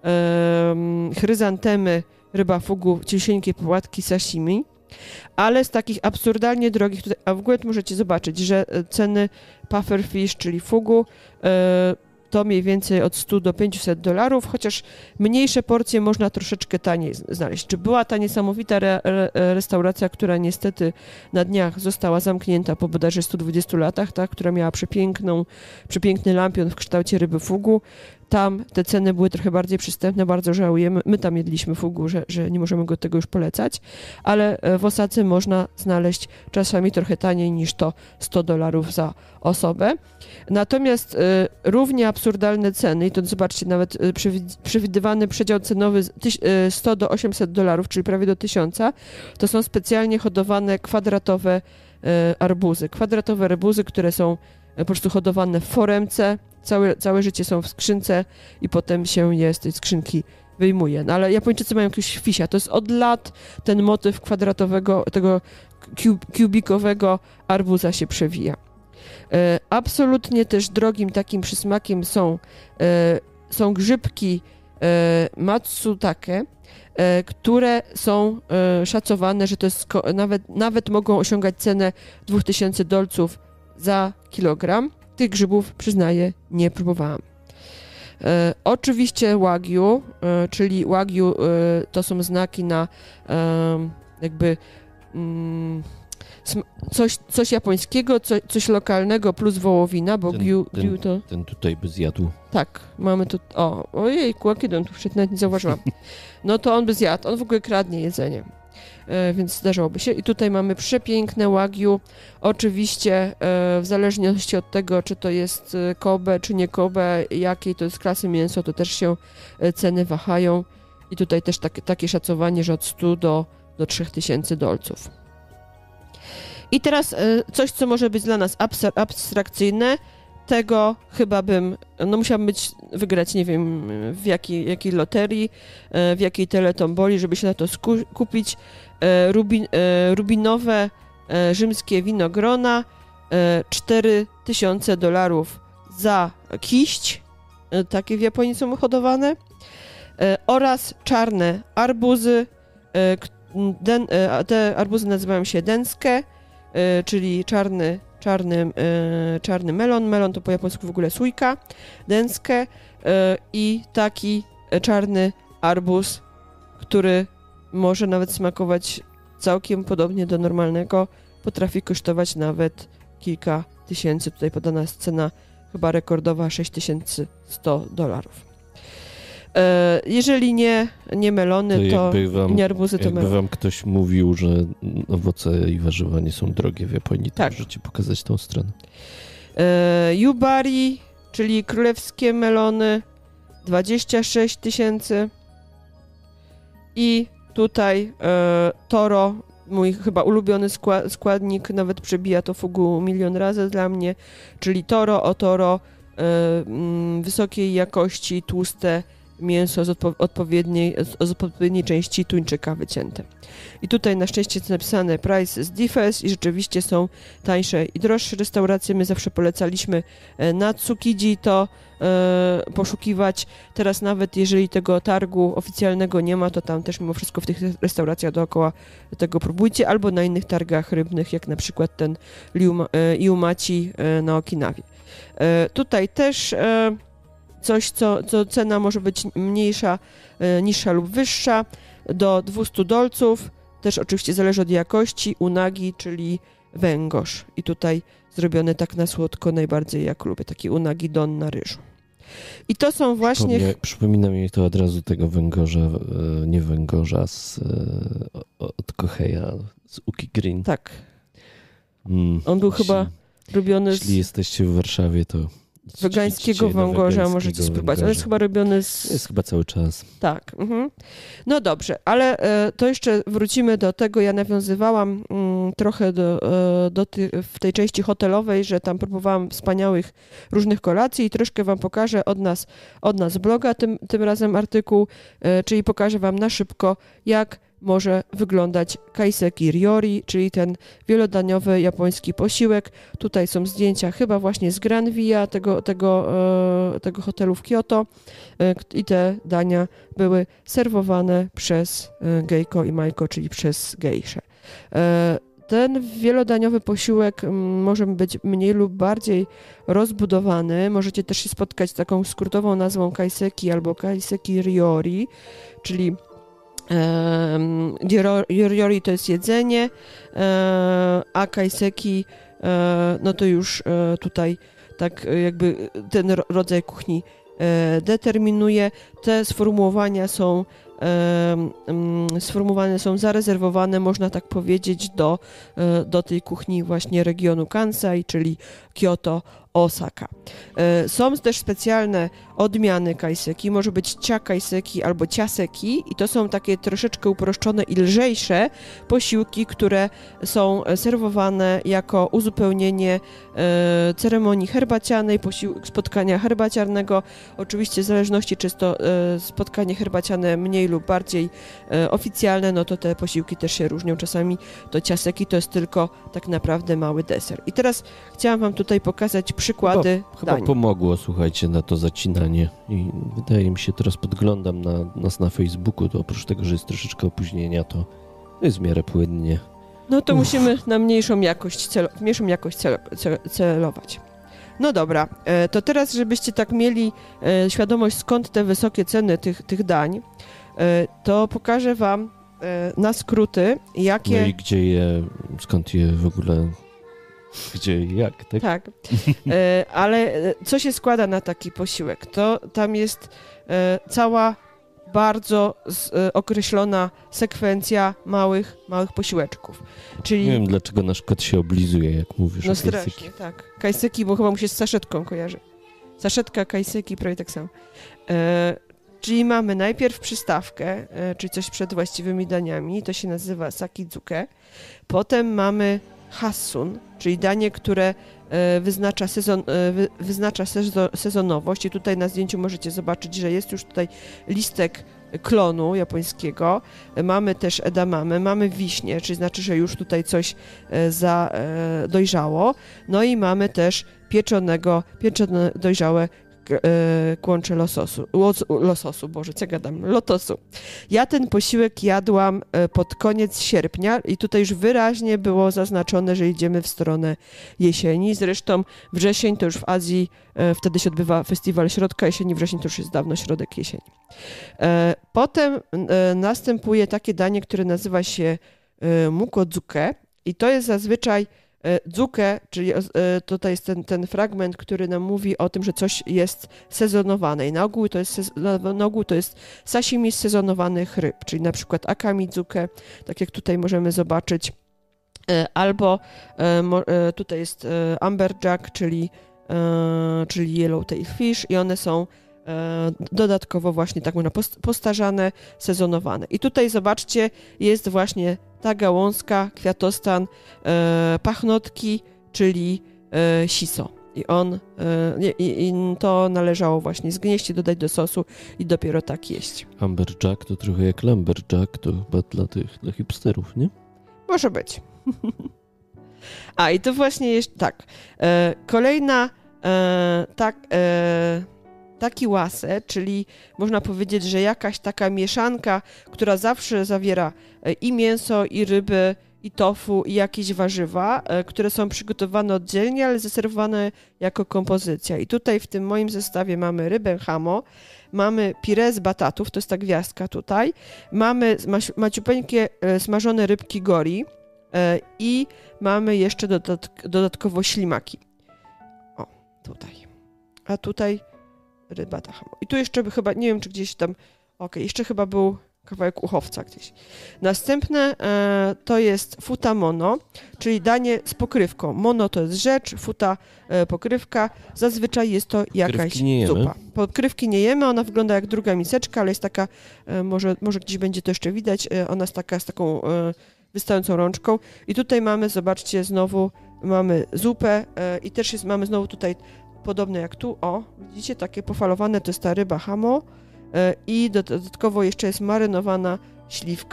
e, chryzantemy ryba fugu, ciusieńkie płatki sashimi, ale z takich absurdalnie drogich, tutaj, a w ogóle tu możecie zobaczyć, że ceny pufferfish, czyli fugu, e, to mniej więcej od stu do pięciuset dolarów, chociaż mniejsze porcje można troszeczkę taniej znaleźć. Czy była ta niesamowita re, re, restauracja, która niestety na dniach została zamknięta po bodajże stu dwudziestu latach, ta, która miała przepiękną, przepiękny lampion w kształcie ryby fugu. Tam te ceny były trochę bardziej przystępne, bardzo żałujemy. My tam jedliśmy fugu, że, że nie możemy go tego już polecać, ale w Osace można znaleźć czasami trochę taniej niż to sto dolarów za osobę. Natomiast y, równie absurdalne ceny, i to zobaczcie, nawet y, przewidywany przedział cenowy tyś, y, sto do osiemset dolarów, czyli prawie do tysiąca, to są specjalnie hodowane kwadratowe y, arbuzy. Kwadratowe arbuzy, które są po prostu hodowane w foremce, całe, całe życie są w skrzynce i potem się je z tej skrzynki wyjmuje. No ale Japończycy mają jakiegoś fisia. To jest od lat ten motyw kwadratowego, tego kubikowego arbuza się przewija. E, absolutnie też drogim takim przysmakiem są, e, są grzybki e, matsutake, e, które są e, szacowane, że to jest ko- nawet, nawet mogą osiągać cenę dwa tysiące dolców za kilogram. Tych grzybów, przyznaję, nie próbowałam. E, oczywiście wagyu, e, czyli wagyu e, to są znaki na e, jakby mm, coś, coś japońskiego, co, coś lokalnego plus wołowina, bo ten, gyu, ten, gyu to... Ten tutaj by zjadł. Tak, mamy tu... O, ojejku, a kiedy on tu wszedł, nawet nie zauważyłam. No to on by zjadł, on w ogóle kradnie jedzenie. E, więc zdarzałoby się. I tutaj mamy przepiękne wagyu. Oczywiście e, w zależności od tego, czy to jest Kobe, czy nie Kobe, jakiej to jest klasy mięso, to też się e, ceny wahają. I tutaj też tak, takie szacowanie, że od stu do, do trzech tysięcy dolców. I teraz e, coś, co może być dla nas abs- abstrakcyjne, tego chyba bym, no musiałabym być, wygrać, nie wiem, w jakiej, jakiej loterii, w jakiej teletomboli, żeby się na to sku- kupić. Rubin, rubinowe rzymskie winogrona, cztery tysiące dolarów za kiść, takie w Japonii są hodowane, oraz czarne arbuzy, den, te arbuzy nazywają się densuke, czyli czarny Czarny, e, czarny melon, melon to po japońsku w ogóle suika, densuke e, i taki czarny arbuz, który może nawet smakować całkiem podobnie do normalnego, potrafi kosztować nawet kilka tysięcy. Tutaj podana jest cena chyba rekordowa sześć tysięcy sto dolarów. E, jeżeli nie, nie melony, to, to wam, nie arbuzy, to jakby melony. Wam ktoś mówił, że owoce i warzywa nie są drogie w Japonii, to tak. możecie pokazać tą stronę. E, Yubari, czyli królewskie melony, dwadzieścia sześć tysięcy. I tutaj e, Toro, mój chyba ulubiony skła- składnik, nawet przebija to fugu milion razy dla mnie, czyli Toro o Toro, e, m, wysokiej jakości, tłuste mięso z odpo- odpowiedniej, z odpowiedniej części tuńczyka wycięte. I tutaj na szczęście jest napisane price z differs i rzeczywiście są tańsze i droższe restauracje. My zawsze polecaliśmy na Tsukiji to e, poszukiwać. Teraz nawet jeżeli tego targu oficjalnego nie ma, to tam też mimo wszystko w tych restauracjach dookoła tego próbujcie, albo na innych targach rybnych, jak na przykład ten Liuma, e, Iumachi e, na Okinawie. E, tutaj też e, coś, co, co cena może być mniejsza, e, niższa lub wyższa, do dwieście dolców, też oczywiście zależy od jakości, unagi, czyli węgorz. I tutaj zrobione tak na słodko najbardziej jak lubię, taki unagi don na ryżu. I to są właśnie... Przypomnia, przypomina mi to od razu tego węgorza, nie węgorza z, od Koheja, z Uki Green. Tak. Mm, On był jeśli, chyba robiony z... Jeśli jesteście w Warszawie, to wegańskiego węgorza możecie spróbować. On jest chyba robiony z... Jest chyba cały czas. Tak. Mhm. No dobrze, ale e, to jeszcze wrócimy do tego. Ja nawiązywałam mm, trochę do, e, do ty, w tej części hotelowej, że tam próbowałam wspaniałych różnych kolacji i troszkę wam pokażę od nas, od nas bloga, tym, tym razem artykuł, e, czyli pokażę wam na szybko, jak może wyglądać kaiseki ryori, czyli ten wielodaniowy japoński posiłek. Tutaj są zdjęcia chyba właśnie z Grand Via, tego, tego, e, tego hotelu w Kyoto e, i te dania były serwowane przez e, Geiko i Maiko, czyli przez gejsze. E, ten wielodaniowy posiłek m, może być mniej lub bardziej rozbudowany. Możecie też się spotkać z taką skrótową nazwą kaiseki albo kaiseki ryori, czyli ryori to jest jedzenie, a kaiseki no to już tutaj tak jakby ten rodzaj kuchni determinuje. Te sformułowania są sformułowane są zarezerwowane, można tak powiedzieć, do, do tej kuchni właśnie regionu Kansai, czyli Kyoto, Osaka. Są też specjalne odmiany kaiseki, może być cia kaiseki albo ciaseki i to są takie troszeczkę uproszczone i lżejsze posiłki, które są serwowane jako uzupełnienie ceremonii herbacianej, posił- spotkania herbaciarnego. Oczywiście w zależności czy jest to spotkanie herbaciane mniej lub bardziej oficjalne, no to te posiłki też się różnią. Czasami to ciaseki to jest tylko tak naprawdę mały deser. I teraz chciałam wam tutaj pokazać przykłady Chyba, chyba dań. pomogło, słuchajcie, na to zacinanie i wydaje mi się, teraz podglądam na nas na Facebooku, to oprócz tego, że jest troszeczkę opóźnienia, to jest w miarę płynnie. No to Uff. musimy na mniejszą jakość, celo, mniejszą jakość cel, cel, celować. No dobra, e, to teraz, żebyście tak mieli e, świadomość, skąd te wysokie ceny tych, tych dań, e, to pokażę wam e, na skróty, jakie... No i gdzie je, skąd je w ogóle, gdzie i jak, tak? Tak, e, ale e, co się składa na taki posiłek? To tam jest e, cała bardzo z, e, określona sekwencja małych, małych posiłeczków. Czyli... Nie wiem, dlaczego nasz kot się oblizuje, jak mówisz No o strasznie, kaiseki. tak. Kaiseki, bo chyba mu się z saszetką kojarzy. Saszetka, kaiseki, prawie tak samo. E, czyli mamy najpierw przystawkę, e, czyli coś przed właściwymi daniami, to się nazywa sakizuke. Potem mamy hassun, czyli danie, które e, wyznacza, sezon, e, wy, wyznacza sezo, sezonowość. I tutaj na zdjęciu możecie zobaczyć, że jest już tutaj listek klonu japońskiego. Mamy też edamame, mamy wiśnie, czyli znaczy, że już tutaj coś e, za e, dojrzało. No i mamy też pieczonego, pieczone dojrzałe e, kłącze lososu, los, lososu, Boże, co gadam, lotosu. Ja ten posiłek jadłam e, pod koniec sierpnia i tutaj już wyraźnie było zaznaczone, że idziemy w stronę jesieni. Zresztą wrzesień to już w Azji, e, wtedy się odbywa festiwal środka jesieni, wrzesień to już jest dawno środek jesieni. E, potem e, następuje takie danie, które nazywa się e, mukodzuke i to jest zazwyczaj Dzuke, czyli tutaj jest ten, ten fragment, który nam mówi o tym, że coś jest sezonowane i na ogół to jest, na ogół to jest sashimi z sezonowanych ryb, czyli na przykład akamizuke, tak jak tutaj możemy zobaczyć, albo tutaj jest amberjack, czyli, czyli yellowtail fish i one są dodatkowo właśnie tak można postarzane, sezonowane. I tutaj zobaczcie, jest właśnie ta gałązka, kwiatostan e, pachnotki, czyli e, shiso. I on, e, i, i to należało właśnie zgnieść i dodać do sosu i dopiero tak jeść. Amberjack to trochę jak lumberjack, to chyba dla tych, dla hipsterów, nie? Może być. A i to właśnie jest tak. E, kolejna e, tak e, taki łase, czyli można powiedzieć, że jakaś taka mieszanka, która zawsze zawiera i mięso, i ryby, i tofu, i jakieś warzywa, które są przygotowane oddzielnie, ale zaserwowane jako kompozycja. I tutaj w tym moim zestawie mamy rybę hamo, mamy pire z batatów, to jest ta gwiazdka tutaj, mamy maciupeńkie smażone rybki gori i mamy jeszcze dodatk- dodatkowo ślimaki. O, tutaj. A tutaj ryba ta hamo. I tu jeszcze chyba, nie wiem czy gdzieś tam, okej, okay, jeszcze chyba był kawałek uchowca gdzieś. Następne e, to jest futa mono, czyli danie z pokrywką. Mono to jest rzecz, futa e, pokrywka. Zazwyczaj jest to jakaś zupa. Pokrywki nie jemy, ona wygląda jak druga miseczka, ale jest taka, e, może, może gdzieś będzie to jeszcze widać, e, ona jest taka z taką e, wystającą rączką. I tutaj mamy, zobaczcie, znowu mamy zupę e, i też jest, mamy znowu tutaj podobne jak tu, o, widzicie, takie pofalowane, to jest ta ryba hamo i dodatkowo jeszcze jest marynowana śliwka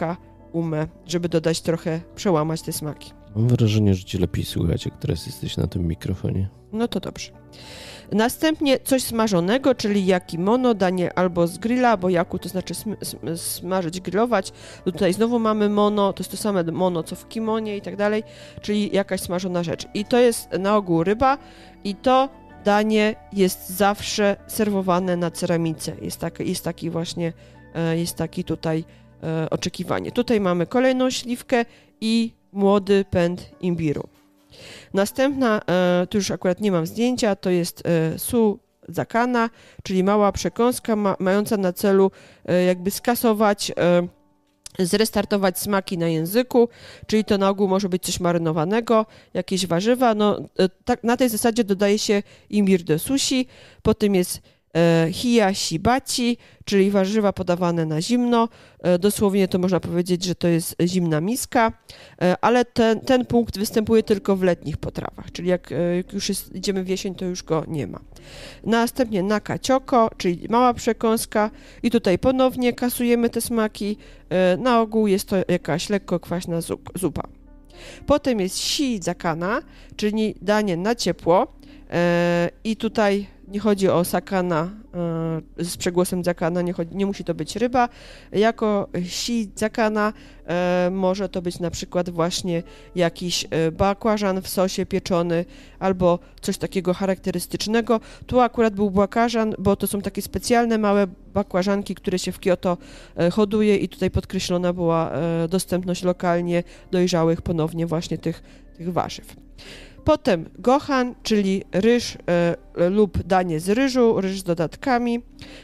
umę, żeby dodać trochę, przełamać te smaki. Mam wrażenie, że cię lepiej słychać, jak teraz jesteś na tym mikrofonie. No to dobrze. Następnie coś smażonego, czyli yakimono, danie albo z grilla, bo yaku to znaczy sm- sm- smażyć, grillować. Tutaj znowu mamy mono, to jest to same mono, co w kimonie i tak dalej, czyli jakaś smażona rzecz. I to jest na ogół ryba i to danie jest zawsze serwowane na ceramice. Jest, tak, jest taki właśnie, jest taki tutaj e, oczekiwanie. Tutaj mamy kolejną śliwkę i młody pęd imbiru. Następna, e, tu już akurat nie mam zdjęcia, to jest e, su zakana, czyli mała przekąska ma, mająca na celu e, jakby skasować, e, zrestartować smaki na języku, czyli to na ogół może być coś marynowanego, jakieś warzywa. No, e, tak, na tej zasadzie dodaje się imbir do sushi, potem jest e, hiya shibachi, czyli warzywa podawane na zimno. E, dosłownie to można powiedzieć, że to jest zimna miska, e, ale ten, ten punkt występuje tylko w letnich potrawach, czyli jak, e, jak już jest, idziemy w jesień, to już go nie ma. Następnie naka cioko, czyli mała przekąska i tutaj ponownie kasujemy te smaki. E, na ogół jest to jakaś lekko kwaśna zup- zupa. Potem jest shi zakana, czyli danie na ciepło e, i tutaj nie chodzi o sakana e, z przegłosem zakana, nie, chodzi, nie musi to być ryba. Jako shi zakana e, może to być na przykład właśnie jakiś e, bakłażan w sosie pieczony albo coś takiego charakterystycznego. Tu akurat był bakłażan, bo to są takie specjalne małe bakłażanki, które się w Kyoto e, hoduje i tutaj podkreślona była e, dostępność lokalnie dojrzałych ponownie właśnie tych, tych warzyw. Potem gohan, czyli ryż e, lub danie z ryżu, ryż z dodatkami.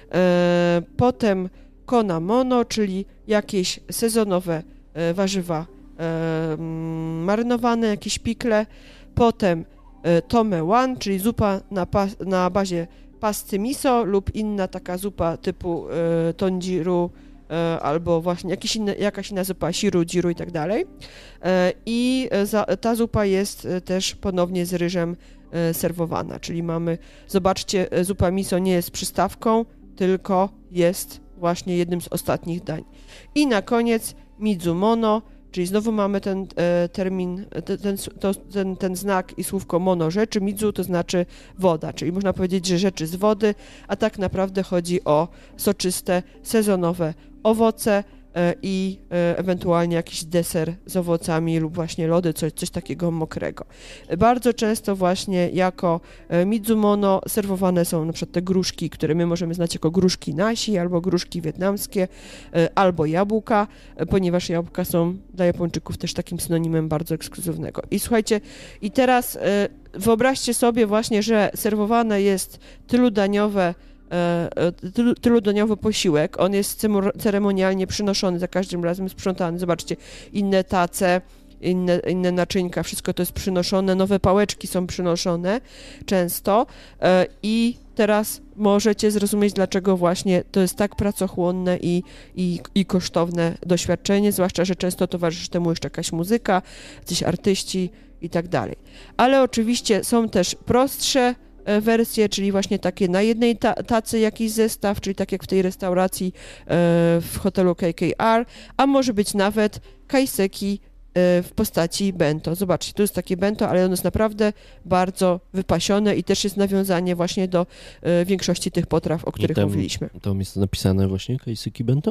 E, potem konamono, czyli jakieś sezonowe e, warzywa e, marynowane, jakieś pikle. Potem e, tomewan, czyli zupa na, pas, na bazie pasty miso lub inna taka zupa typu e, tonjiru, albo właśnie jakieś inne, jakaś inna zupa, shiru, jiru i tak dalej. I za, ta zupa jest też ponownie z ryżem serwowana, czyli mamy, zobaczcie, zupa miso nie jest przystawką, tylko jest właśnie jednym z ostatnich dań. I na koniec midzumono, czyli znowu mamy ten e, termin, ten, ten, to, ten, ten znak i słówko mono rzeczy, midzu to znaczy woda, czyli można powiedzieć, że rzeczy z wody, a tak naprawdę chodzi o soczyste, sezonowe owoce e, i e, ewentualnie jakiś deser z owocami lub właśnie lody, coś, coś takiego mokrego. Bardzo często właśnie jako e, midzumono serwowane są na przykład te gruszki, które my możemy znać jako gruszki nasi, albo gruszki wietnamskie, e, albo jabłka, e, ponieważ jabłka są dla Japończyków też takim synonimem bardzo ekskluzywnego. I słuchajcie, i teraz e, wyobraźcie sobie właśnie, że serwowane jest tyludaniowe Tylu, tyludaniowy posiłek, on jest ceremonialnie przynoszony, za każdym razem sprzątany. Zobaczcie, inne tace, inne, inne naczyńka, wszystko to jest przynoszone, nowe pałeczki są przynoszone często i teraz możecie zrozumieć, dlaczego właśnie to jest tak pracochłonne i, i, i kosztowne doświadczenie, zwłaszcza, że często towarzyszy temu jeszcze jakaś muzyka, jacyś artyści i tak dalej. Ale oczywiście są też prostsze wersje, czyli właśnie takie na jednej ta- tacy jakiś zestaw, czyli tak jak w tej restauracji e, w hotelu K K R, a może być nawet kaiseki e, w postaci bento. Zobaczcie, tu jest takie bento, ale ono jest naprawdę bardzo wypasione i też jest nawiązanie właśnie do e, większości tych potraw, o których tam, mówiliśmy. Tam jest napisane właśnie kaiseki bento?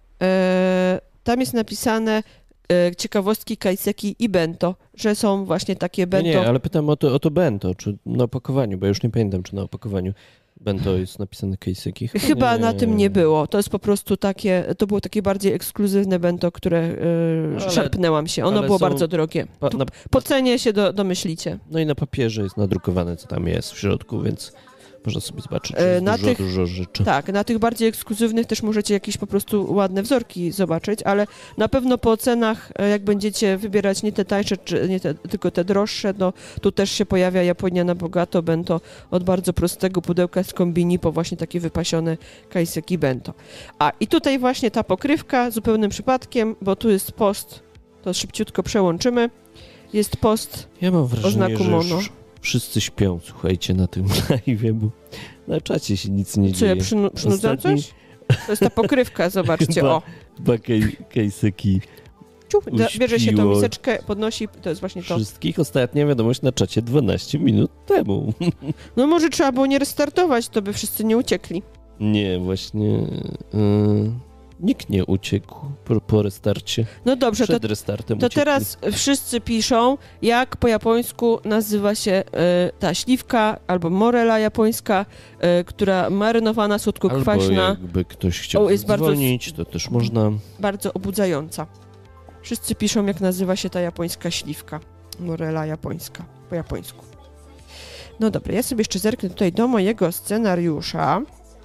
E, tam jest napisane ciekawostki kaiseki i bento, że są właśnie takie bento. Nie, nie, ale pytam o to, o to bento, czy na opakowaniu, bo ja już nie pamiętam, czy na opakowaniu bento jest napisane kaiseki. Chyba, Chyba nie. Na tym nie było. To jest po prostu takie, to było takie bardziej ekskluzywne bento, które yy, ale, szarpnęłam się. Ono było są, bardzo drogie. Pa, na, po cenie się do, domyślicie. No i na papierze jest nadrukowane, co tam jest w środku, więc można sobie zobaczyć, że jest na dużo, tych, dużo rzeczy. Tak, na tych bardziej ekskluzywnych też możecie jakieś po prostu ładne wzorki zobaczyć, ale na pewno po cenach, jak będziecie wybierać nie te tańsze, czy nie te, tylko te droższe, no tu też się pojawia Japonia na bogato bento, od bardzo prostego pudełka z kombini po właśnie takie wypasione kaiseki bento. A i tutaj właśnie ta pokrywka zupełnym przypadkiem, bo tu jest post, to szybciutko przełączymy, jest post ja mam wrażenie, o znaku mono. Już wszyscy śpią, słuchajcie, na tym live'ie, bo na czacie się nic nie Co, dzieje. Co, ja przynu- przynudzam Ostatni... coś? To jest ta pokrywka, zobaczcie, chyba, o. Chyba kej, kejseki ciuch, da, bierze się tą Uśpiło miseczkę, podnosi, to jest właśnie to. Wszystkich ostatnia wiadomość na czacie dwanaście minut temu. No może trzeba było nie restartować, to by wszyscy nie uciekli. Nie, właśnie yy, nikt nie uciekł po, po restarcie. No dobrze, to, Przed restartem to uciekli. teraz wszyscy piszą, jak po japońsku nazywa się e, ta śliwka albo morela japońska, e, która marynowana, słodko-kwaśna, Albo jakby ktoś chciał O, jest bardzo dzwonić, to też można. bardzo obudzająca. Wszyscy piszą, jak nazywa się ta japońska śliwka. Morela japońska, po japońsku. No dobra, ja sobie jeszcze zerknę tutaj do mojego scenariusza.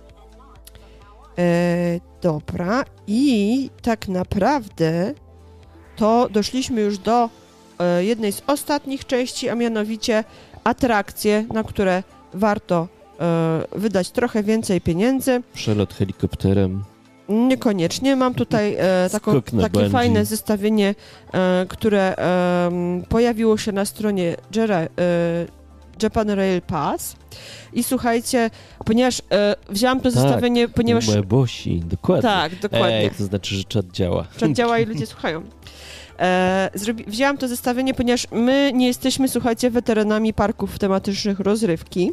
E, dobra, i tak naprawdę to doszliśmy już do e, jednej z ostatnich części, a mianowicie atrakcje, na które warto e, wydać trochę więcej pieniędzy. Przelot helikopterem. Niekoniecznie. Mam tutaj e, taką, Skok na takie bungee. fajne zestawienie, e, które e, pojawiło się na stronie Jera, e, Japan Rail Pass. I słuchajcie, ponieważ e, wzięłam to Tak, zestawienie, ponieważ... Umebosi, dokładnie. Tak, dokładnie. Ej, to znaczy, że czat działa. Czat działa i ludzie słuchają. E, zrobi, wzięłam to zestawienie, ponieważ my nie jesteśmy, słuchajcie, weteranami parków tematycznych rozrywki,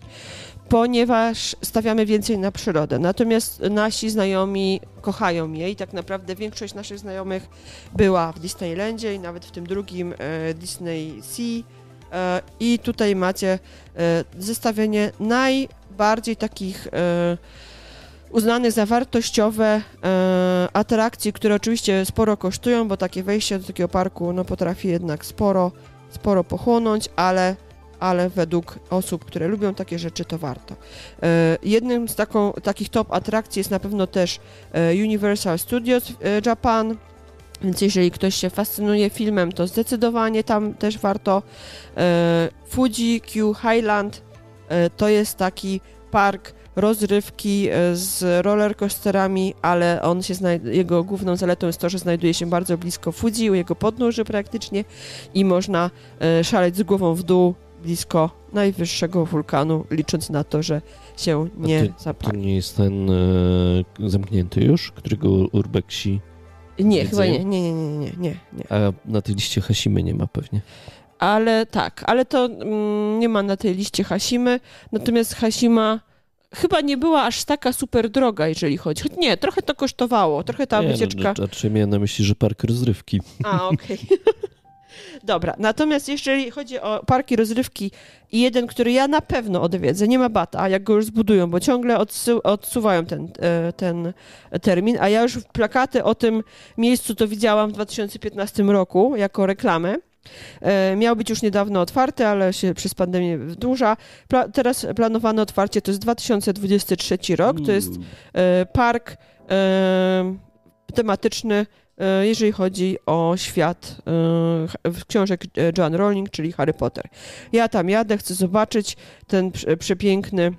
ponieważ stawiamy więcej na przyrodę. Natomiast nasi znajomi kochają je i tak naprawdę większość naszych znajomych była w Disneylandzie i nawet w tym drugim e, Disney Sea. E, I tutaj macie e, zestawienie najbardziej takich e, uznanych za wartościowe e, atrakcji, które oczywiście sporo kosztują, bo takie wejście do takiego parku no, potrafi jednak sporo, sporo pochłonąć, ale ale według osób, które lubią takie rzeczy, to warto. E, jednym z taką, takich top atrakcji jest na pewno też e, Universal Studios e, Japan, więc jeżeli ktoś się fascynuje filmem, to zdecydowanie tam też warto. E, Fuji Q Highland e, to jest taki park rozrywki e, z rollercoasterami, ale on się znaj- jego główną zaletą jest to, że znajduje się bardzo blisko Fuji, u jego podnóży praktycznie i można e, szaleć z głową w dół blisko najwyższego wulkanu, licząc na to, że się nie A ty, zapali. To nie jest ten e, zamknięty już, którego urbexi... Nie, chyba jedzenie? nie, nie, nie, nie, nie, nie. A na tej liście Hasimy nie ma pewnie. Ale tak, ale to mm, nie ma na tej liście Hasimy, natomiast Hasima chyba nie była aż taka super droga, jeżeli chodzi. Choć nie, trochę to kosztowało, trochę ta nie, wycieczka... No, raczej miałem na myśli, że park rozrywki. A, okej. Dobra, natomiast jeżeli chodzi o parki rozrywki i jeden, który ja na pewno odwiedzę, nie ma bata, jak go już zbudują, bo ciągle odsu- odsuwają ten, e, ten termin, a ja już plakaty o tym miejscu to widziałam w dwa tysiące piętnastym roku jako reklamę. E, miał być już niedawno otwarty, ale się przez pandemię wydłuża. Pla- teraz planowane otwarcie to jest dwa tysiące dwudziesty trzeci rok, to jest e, park e, tematyczny, jeżeli chodzi o świat y, książek Joanne Rowling, czyli Harry Potter. Ja tam jadę, chcę zobaczyć ten prze, przepiękny,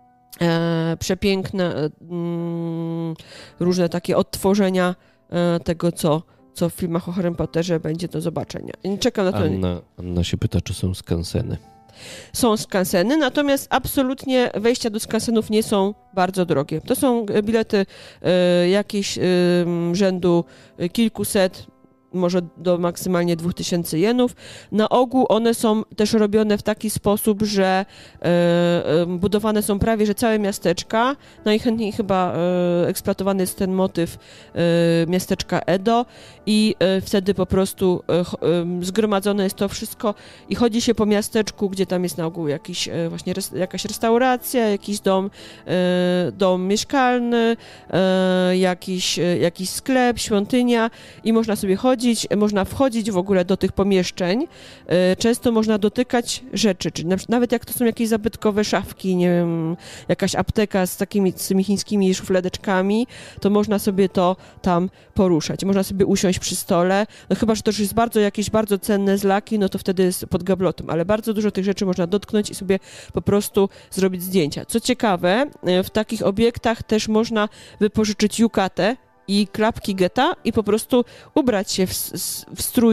e, przepiękne e, mm, różne takie odtworzenia e, tego, co, co w filmach o Harry Potterze będzie do zobaczenia. I czekam na to. Anna, Anna się pyta, czy są skanseny. Są skanseny, natomiast absolutnie wejścia do skansenów nie są bardzo drogie. To są bilety y, jakieś y, rzędu kilkuset, może do maksymalnie dwóch tysięcy jenów. Na ogół one są też robione w taki sposób, że e, e, budowane są prawie, że całe miasteczka. Najchętniej chyba e, eksploatowany jest ten motyw e, miasteczka Edo i e, wtedy po prostu e, e, zgromadzone jest to wszystko i chodzi się po miasteczku, gdzie tam jest na ogół jakiś, e, właśnie res, jakaś restauracja, jakiś dom, e, dom mieszkalny, e, jakiś, e, jakiś sklep, świątynia i można sobie chodzić, można wchodzić w ogóle do tych pomieszczeń. Często można dotykać rzeczy, czyli nawet jak to są jakieś zabytkowe szafki, nie wiem, jakaś apteka z takimi z tymi chińskimi szufladeczkami, to można sobie to tam poruszać. Można sobie usiąść przy stole, no chyba, że to już jest bardzo jakieś bardzo cenne zlaki, no to wtedy jest pod gablotą, ale bardzo dużo tych rzeczy można dotknąć i sobie po prostu zrobić zdjęcia. Co ciekawe, w takich obiektach też można wypożyczyć yukatę i klapki geta i po prostu ubrać się w, w strój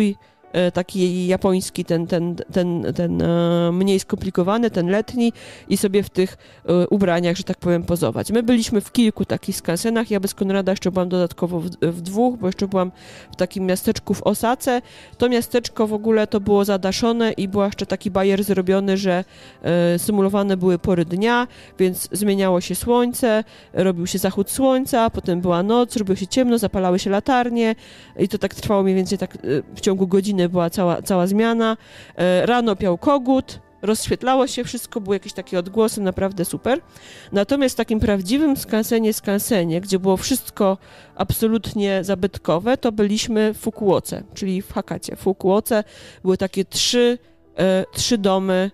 taki japoński, ten, ten, ten, ten mniej skomplikowany, ten letni i sobie w tych ubraniach, że tak powiem, pozować. My byliśmy w kilku takich skansenach, ja bez Konrada jeszcze byłam dodatkowo w, w dwóch, bo jeszcze byłam w takim miasteczku w Osace. To miasteczko w ogóle to było zadaszone i był jeszcze taki bajer zrobiony, że symulowane były pory dnia, więc zmieniało się słońce, robił się zachód słońca, potem była noc, robiło się ciemno, zapalały się latarnie i to tak trwało mniej więcej tak w ciągu godziny była cała, cała zmiana. Rano piał kogut, rozświetlało się wszystko, były jakieś takie odgłosy, naprawdę super. Natomiast w takim prawdziwym skansenie, skansenie, gdzie było wszystko absolutnie zabytkowe, to byliśmy w Fukuoce, czyli w Hakacie. W Fukuoce były takie trzy, e, trzy domy.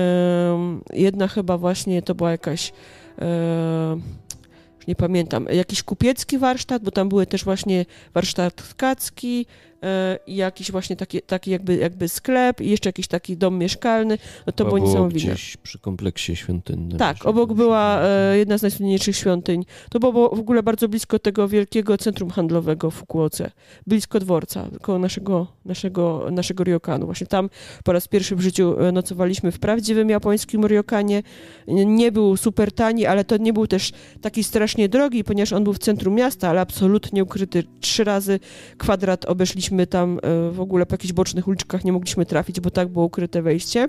E, jedna chyba właśnie to była jakaś e, nie pamiętam, jakiś kupiecki warsztat, bo tam były też właśnie warsztat tkacki i jakiś właśnie taki, taki jakby, jakby sklep i jeszcze jakiś taki dom mieszkalny, no to było niesamowite. Gdzieś przy kompleksie świątynnym. Tak, obok była e, jedna z najsłynniejszych świątyń. To było w ogóle bardzo blisko tego wielkiego centrum handlowego w Fukuoce, blisko dworca, koło naszego, naszego, naszego ryokanu. Właśnie tam po raz pierwszy w życiu nocowaliśmy w prawdziwym japońskim ryokanie. Nie był super tani, ale to nie był też taki strasznie drogi, ponieważ on był w centrum miasta, ale absolutnie ukryty. Trzy razy kwadrat obeszliśmy My tam w ogóle po jakichś bocznych uliczkach nie mogliśmy trafić, bo tak było ukryte wejście.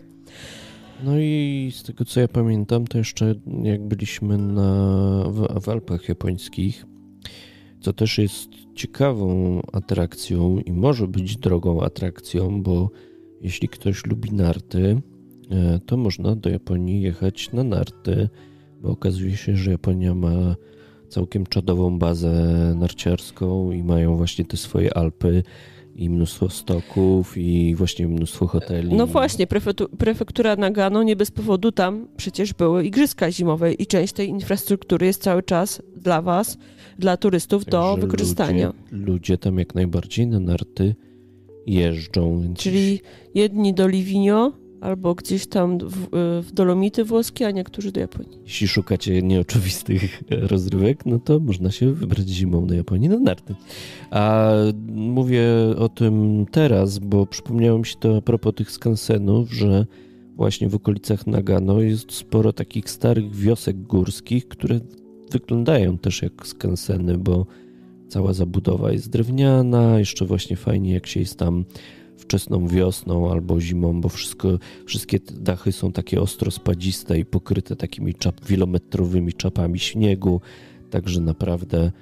No i z tego, co ja pamiętam, to jeszcze jak byliśmy na, w, w Alpach japońskich, co też jest ciekawą atrakcją i może być drogą atrakcją, bo jeśli ktoś lubi narty, to można do Japonii jechać na narty, bo okazuje się, że Japonia ma całkiem czadową bazę narciarską i mają właśnie te swoje Alpy i mnóstwo stoków i właśnie mnóstwo hoteli. No właśnie, prefektu- prefektura Nagano, nie bez powodu tam przecież były igrzyska zimowe i część tej infrastruktury jest cały czas dla was, dla turystów do Także wykorzystania. Ludzie, ludzie tam jak najbardziej na narty jeżdżą. Więc... Czyli jedni do Livigno, albo gdzieś tam w, w Dolomity włoskie, a niektórzy do Japonii. Jeśli szukacie nieoczywistych rozrywek, no to można się wybrać zimą do Japonii na narty. A mówię o tym teraz, bo przypomniało mi się to a propos tych skansenów, że właśnie w okolicach Nagano jest sporo takich starych wiosek górskich, które wyglądają też jak skanseny, bo cała zabudowa jest drewniana, jeszcze właśnie fajnie jak się jest tam wczesną wiosną albo zimą, bo wszystko, wszystkie dachy są takie ostro spadziste i pokryte takimi czap, wielometrowymi czapami śniegu, także naprawdę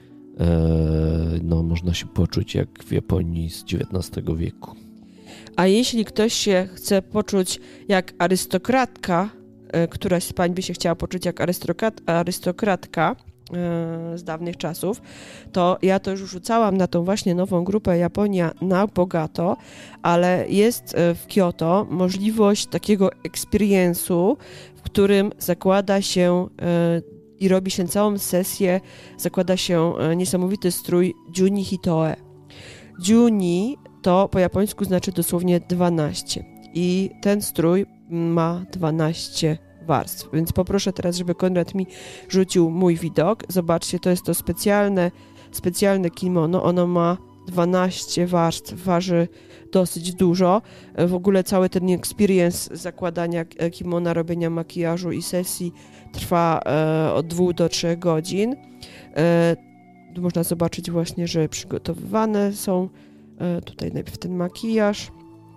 e, no, można się poczuć jak w Japonii z dziewiętnastego wieku. A jeśli ktoś się chce poczuć jak arystokratka, e, któraś z pań by się chciała poczuć jak arystokrat, arystokratka, z dawnych czasów, to ja to już rzucałam na tą właśnie nową grupę Japonia na bogato, ale jest w Kyoto możliwość takiego experience'u, w którym zakłada się i robi się całą sesję, zakłada się niesamowity strój Juni Hitoe. Juni to po japońsku znaczy dosłownie dwanaście i ten strój ma dwanaście warstw, więc poproszę teraz, żeby Konrad mi rzucił mój widok. Zobaczcie, to jest to specjalne, specjalne kimono, ono ma dwanaście warstw, waży dosyć dużo. W ogóle cały ten experience zakładania kimona, robienia makijażu i sesji trwa e, od dwóch do trzech godzin. E, tu można zobaczyć właśnie, że przygotowywane są e, tutaj najpierw ten makijaż,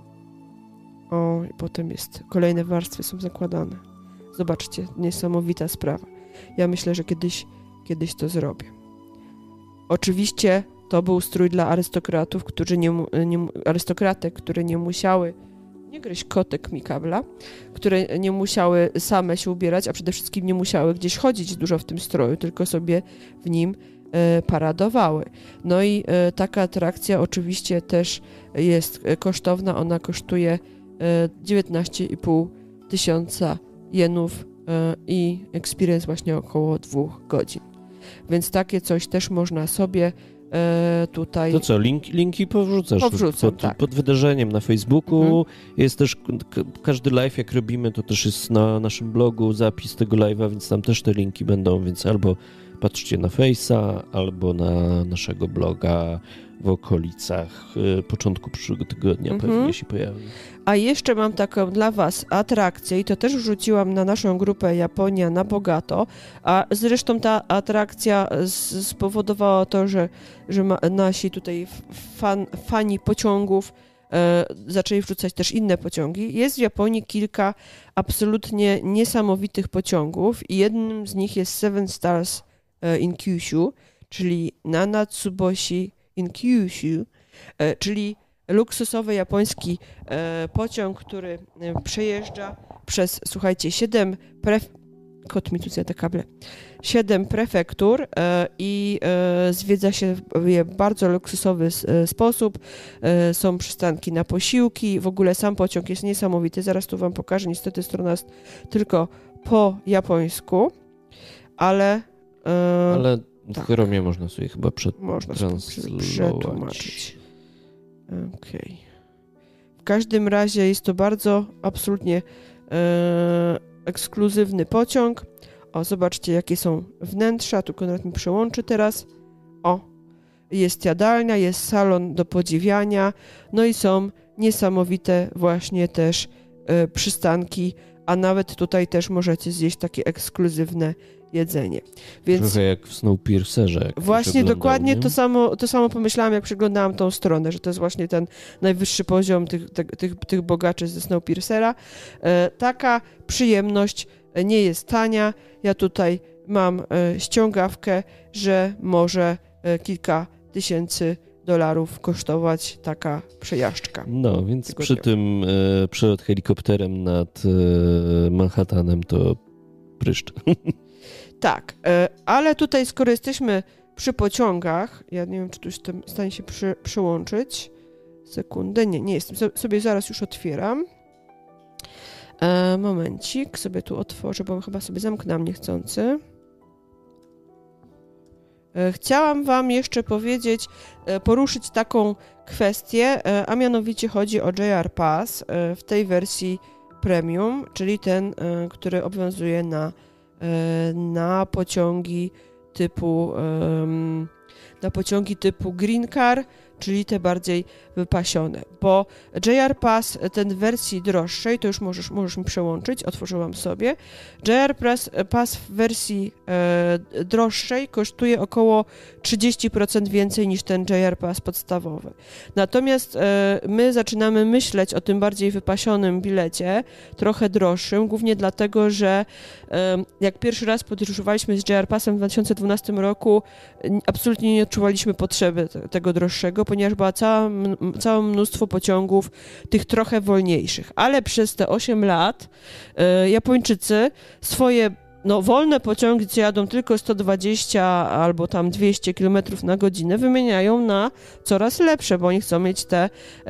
o, i potem jest, kolejne warstwy są zakładane. Zobaczcie, niesamowita sprawa. Ja myślę, że kiedyś, kiedyś to zrobię. Oczywiście to był strój dla arystokratów, którzy nie, nie, arystokratek, które nie musiały, nie gryź kotek mi kabla, które nie musiały same się ubierać, a przede wszystkim nie musiały gdzieś chodzić dużo w tym stroju, tylko sobie w nim e, paradowały. No i e, taka atrakcja oczywiście też jest kosztowna. Ona kosztuje e, dziewiętnaście i pół tysiąca jenów i experience właśnie około dwóch godzin. Więc takie coś też można sobie tutaj... To co, link, linki powrzucasz Powrzucam, pod, tak. pod wydarzeniem na Facebooku. Mhm. Jest też każdy live, jak robimy, to też jest na naszym blogu zapis tego live'a, więc tam też te linki będą, więc albo patrzcie na Face'a albo na naszego bloga w okolicach y, początku przyszłego tygodnia Mhm. pewnie się pojawi. A jeszcze mam taką dla Was atrakcję i to też wrzuciłam na naszą grupę Japonia na bogato, a zresztą ta atrakcja z, spowodowała to, że, że ma, nasi tutaj fan, fani pociągów e, zaczęli wrzucać też inne pociągi. Jest w Japonii kilka absolutnie niesamowitych pociągów i jednym z nich jest Seven Stars e, in Kyushu, czyli Nanatsuboshi in Kyushu, e, czyli luksusowy japoński e, pociąg, który e, przejeżdża przez, słuchajcie, siedem pref... Kot mi tu zjada te kable. Siedem prefektur e, i e, zwiedza się w je bardzo luksusowy e, sposób. E, są przystanki na posiłki. W ogóle sam pociąg jest niesamowity. Zaraz tu wam pokażę. Niestety strona jest tylko po japońsku, ale... E, Ale w tak. Chromie można sobie chyba można sobie przetranslatować. przetłumaczyć. Okej. Okay. W każdym razie jest to bardzo absolutnie e, ekskluzywny pociąg. O, zobaczcie, jakie są wnętrza. Tu Konrad mi przełączy teraz. O, jest jadalnia, jest salon do podziwiania. No i są niesamowite właśnie też e, przystanki, a nawet tutaj też możecie zjeść takie ekskluzywne jedzenie. Więc trochę jak w Snowpiercerze. Jak właśnie dokładnie nie? to samo, to samo pomyślałam, jak przeglądałam tą stronę, że to jest właśnie ten najwyższy poziom tych, tych, tych, tych bogaczy ze Snowpiercera. E, taka przyjemność nie jest tania. Ja tutaj mam e, ściągawkę, że może e, kilka tysięcy dolarów kosztować taka przejażdżka. No, więc Tego przy dnia. tym e, przelot helikopterem nad e, Manhattanem to pryszcz. Tak, e, ale tutaj skoro jesteśmy przy pociągach, ja nie wiem, czy tu jestem w stanie się przy, przyłączyć. Sekundę, nie, nie jestem. So, sobie zaraz już otwieram. E, momencik, sobie tu otworzę, bo chyba sobie zamknęłam niechcący. E, chciałam wam jeszcze powiedzieć, e, poruszyć taką kwestię, e, a mianowicie chodzi o J R Pass e, w tej wersji premium, czyli ten, e, który obowiązuje na na pociągi typu um, na pociągi typu Green Car, czyli te bardziej wypasione, bo J R Pass, ten w wersji droższej, to już możesz, możesz mi przełączyć, otworzyłam sobie. J R Pass, Pass w wersji e, droższej kosztuje około trzydzieści procent więcej niż ten J R Pass podstawowy. Natomiast e, my zaczynamy myśleć o tym bardziej wypasionym bilecie, trochę droższym, głównie dlatego, że e, jak pierwszy raz podróżowaliśmy z J R Passem w dwa tysiące dwunastym roku, absolutnie nie odczuwaliśmy potrzeby te, tego droższego, ponieważ była cała, m, całe mnóstwo pociągów tych trochę wolniejszych, ale przez te osiem lat e, Japończycy swoje no, wolne pociągi, gdzie jadą tylko sto dwadzieścia albo tam dwieście kilometrów na godzinę, wymieniają na coraz lepsze, bo oni chcą mieć te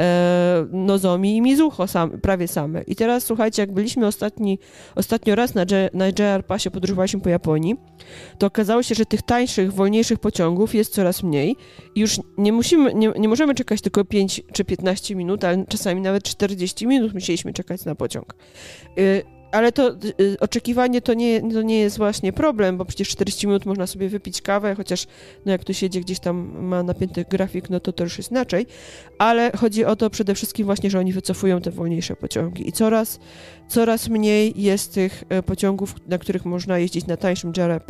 e, Nozomi i Mizuho sam, prawie same. I teraz słuchajcie, jak byliśmy ostatni, ostatnio raz na, J, na J R Passie, podróżowaliśmy po Japonii, to okazało się, że tych tańszych, wolniejszych pociągów jest coraz mniej i już nie musimy, nie, nie możemy czekać tylko pięć czy piętnaście minut, ale czasami nawet czterdzieści minut musieliśmy czekać na pociąg. Y, Ale to y, oczekiwanie to nie, to nie jest właśnie problem, bo przecież czterdzieści minut można sobie wypić kawę, chociaż no jak ktoś jedzie gdzieś tam, ma napięty grafik, no to to już jest inaczej, ale chodzi o to przede wszystkim właśnie, że oni wycofują te wolniejsze pociągi i coraz, coraz mniej jest tych pociągów, na których można jeździć na tańszym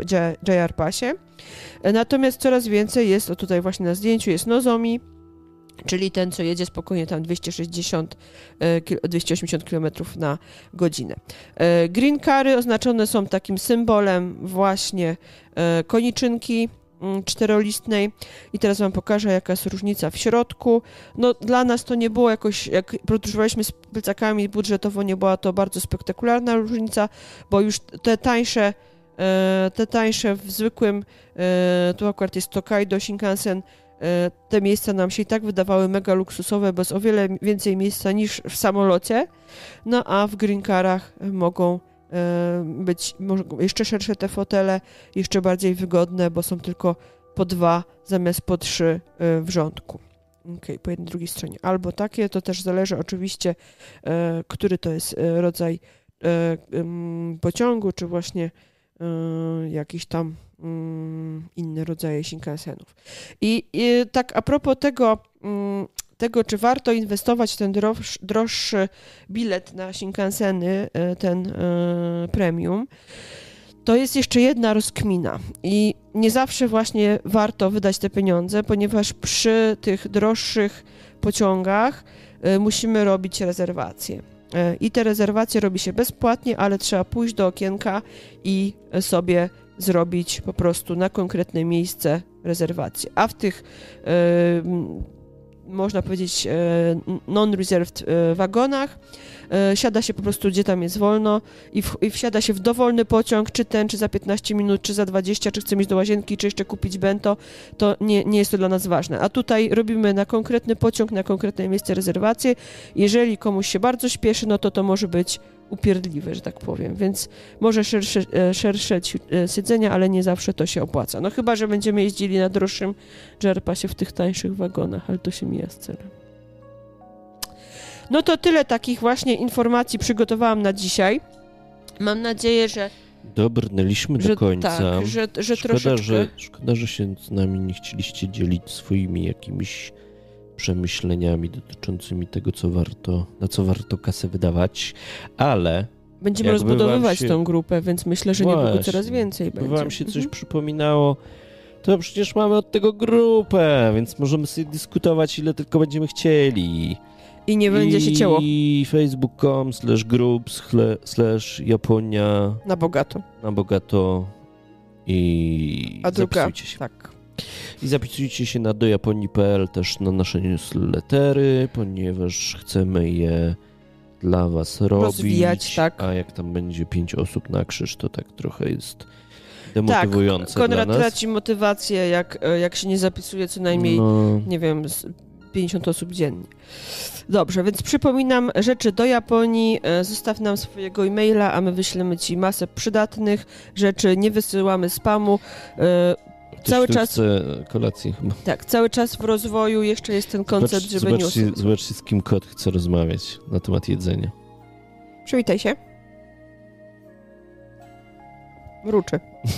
J R Passie, natomiast coraz więcej jest, o tutaj właśnie na zdjęciu jest Nozomi, czyli ten, co jedzie spokojnie tam dwieście sześćdziesiąt do dwieście osiemdziesiąt kilometrów na godzinę. Green Cary oznaczone są takim symbolem właśnie koniczynki czterolistnej i teraz wam pokażę, jaka jest różnica w środku. No dla nas to nie było jakoś, jak podróżowaliśmy z plecakami budżetowo, nie była to bardzo spektakularna różnica, bo już te tańsze, te tańsze w zwykłym, tu akurat jest Tokaido Shinkansen, te miejsca nam się i tak wydawały mega luksusowe, bo jest o wiele więcej miejsca niż w samolocie, no a w Green Carach mogą być jeszcze szersze te fotele, jeszcze bardziej wygodne, bo są tylko po dwa zamiast po trzy w rządku. Okay, po jednej, drugiej stronie. Albo takie, to też zależy oczywiście, który to jest rodzaj pociągu, czy właśnie jakiś tam mm, inne rodzaje Shinkansenów. I, I tak a propos tego, mm, tego, czy warto inwestować w ten droż, droższy bilet na Shinkanseny, ten y, premium, to jest jeszcze jedna rozkmina i nie zawsze właśnie warto wydać te pieniądze, ponieważ przy tych droższych pociągach y, musimy robić rezerwacje. Y, I te rezerwacje robi się bezpłatnie, ale trzeba pójść do okienka i sobie zrobić po prostu na konkretne miejsce rezerwację. A w tych y, można powiedzieć non-reserved wagonach siada się po prostu, gdzie tam jest wolno i, w, i wsiada się w dowolny pociąg, czy ten, czy za piętnaście minut, czy za dwadzieścia, czy chcemy iść do łazienki, czy jeszcze kupić bento, to nie, nie jest to dla nas ważne. A tutaj robimy na konkretny pociąg, na konkretne miejsce rezerwację. Jeżeli komuś się bardzo śpieszy, no to to może być upierdliwe, że tak powiem, więc może szersze, szersze siedzenia, ale nie zawsze to się opłaca. No chyba, że będziemy jeździli na droższym J-Pasie w tych tańszych wagonach, ale to się mija z celem. No to tyle takich właśnie informacji przygotowałam na dzisiaj. Mam nadzieję, że Dobrnęliśmy że, do końca. Tak, że, że szkoda, troszeczkę... że, szkoda, że się z nami nie chcieliście dzielić swoimi jakimiś przemyśleniami dotyczącymi tego, co warto, na co warto kasę wydawać, ale będziemy jakby rozbudowywać się... tą grupę, więc myślę, że Właśnie, niedługo coraz więcej jakby będzie. wam się coś mhm. przypominało, to przecież mamy od tego grupę, więc możemy sobie dyskutować, ile tylko będziemy chcieli. I nie będzie I się cięło. I facebook kropka com slash groups slash Japonia Na bogato. na bogato i A druga, zapisujcie się. tak. I zapisujcie się na do japonii kropka p l też na nasze newslettery, ponieważ chcemy je dla was robić. Rozwijać, tak. A jak tam będzie pięć osób na krzyż, to tak trochę jest demotywujące tak, Konrad dla nas. traci motywację, jak, jak się nie zapisuje co najmniej, no. nie wiem, pięćdziesiąt osób dziennie. Dobrze, więc przypominam, rzeczy do Japonii, zostaw nam swojego e-maila, a my wyślemy ci masę przydatnych rzeczy, nie wysyłamy spamu. Ktoś cały tu czas chce kolację chyba. Tak, cały czas w rozwoju jeszcze jest ten koncept, Zobacz, żeby zobaczcie, nie... zobaczcie, z kim kot chce rozmawiać na temat jedzenia. Przywitaj się. Mruczy.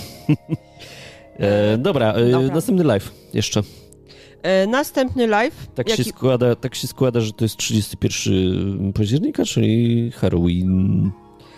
e, dobra, e, dobra, następny live jeszcze. E, następny live. Tak, jaki... się składa, tak się składa, że to jest trzydziestego pierwszego października, czyli Halloween.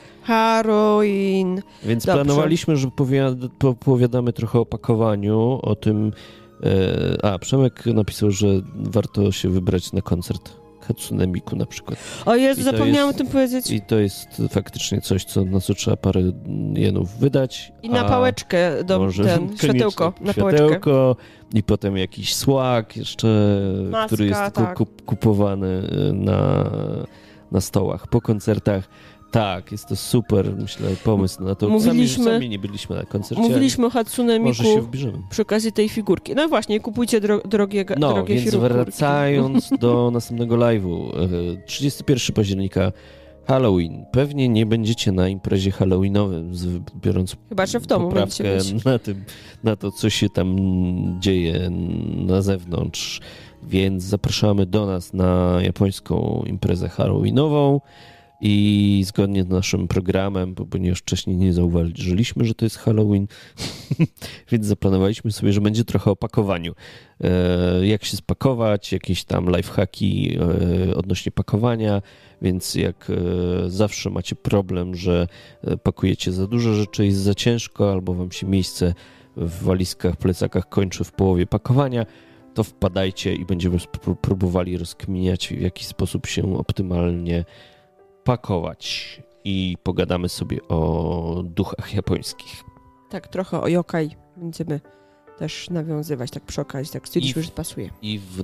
Halloween. Więc Dobrze. planowaliśmy, że powiad- opowiadamy trochę o pakowaniu, o tym... E, a, Przemek napisał, że warto się wybrać na koncert Hatsune Miku na przykład. O Jezu, I to zapomniałam jest- o tym powiedzieć. I to jest faktycznie coś, co na co trzeba parę jenów wydać. I na a pałeczkę, do, może ten, koniecznie światełko na pałeczkę. Światełko i potem jakiś słak jeszcze, Maska, który jest tylko tak. kup- kupowany na, na stołach po koncertach. Tak, jest to super, myślę, pomysł na to. Mówiliśmy- Sami, sami nie byliśmy na koncercie. Mówiliśmy o Hatsune Może Miku się wbierzemy. przy okazji tej figurki. No właśnie, kupujcie dro, drogie, No, drogie więc figurki. wracając do następnego live'u. e, trzydziestego pierwszego października Halloween. Pewnie nie będziecie na imprezie halloweenowym, z- biorąc Chyba, że w domu poprawkę będziecie być. na tym, na to, co się tam dzieje na zewnątrz. Więc zapraszamy do nas na japońską imprezę halloweenową i zgodnie z naszym programem, bo ponieważ wcześniej nie zauważyliśmy, że to jest Halloween, więc zaplanowaliśmy sobie, że będzie trochę o pakowaniu. E, jak się spakować, jakieś tam lifehacki e, odnośnie pakowania, więc jak e, zawsze macie problem, że e, pakujecie za dużo rzeczy, jest za ciężko, albo wam się miejsce w walizkach, plecakach kończy w połowie pakowania, to wpadajcie i będziemy spró- próbowali rozkminiać, w jaki sposób się optymalnie pakować i pogadamy sobie o duchach japońskich. Tak, trochę o yokai będziemy też nawiązywać, tak przy okazji, tak stwierdziliśmy, I- że pasuje. Iw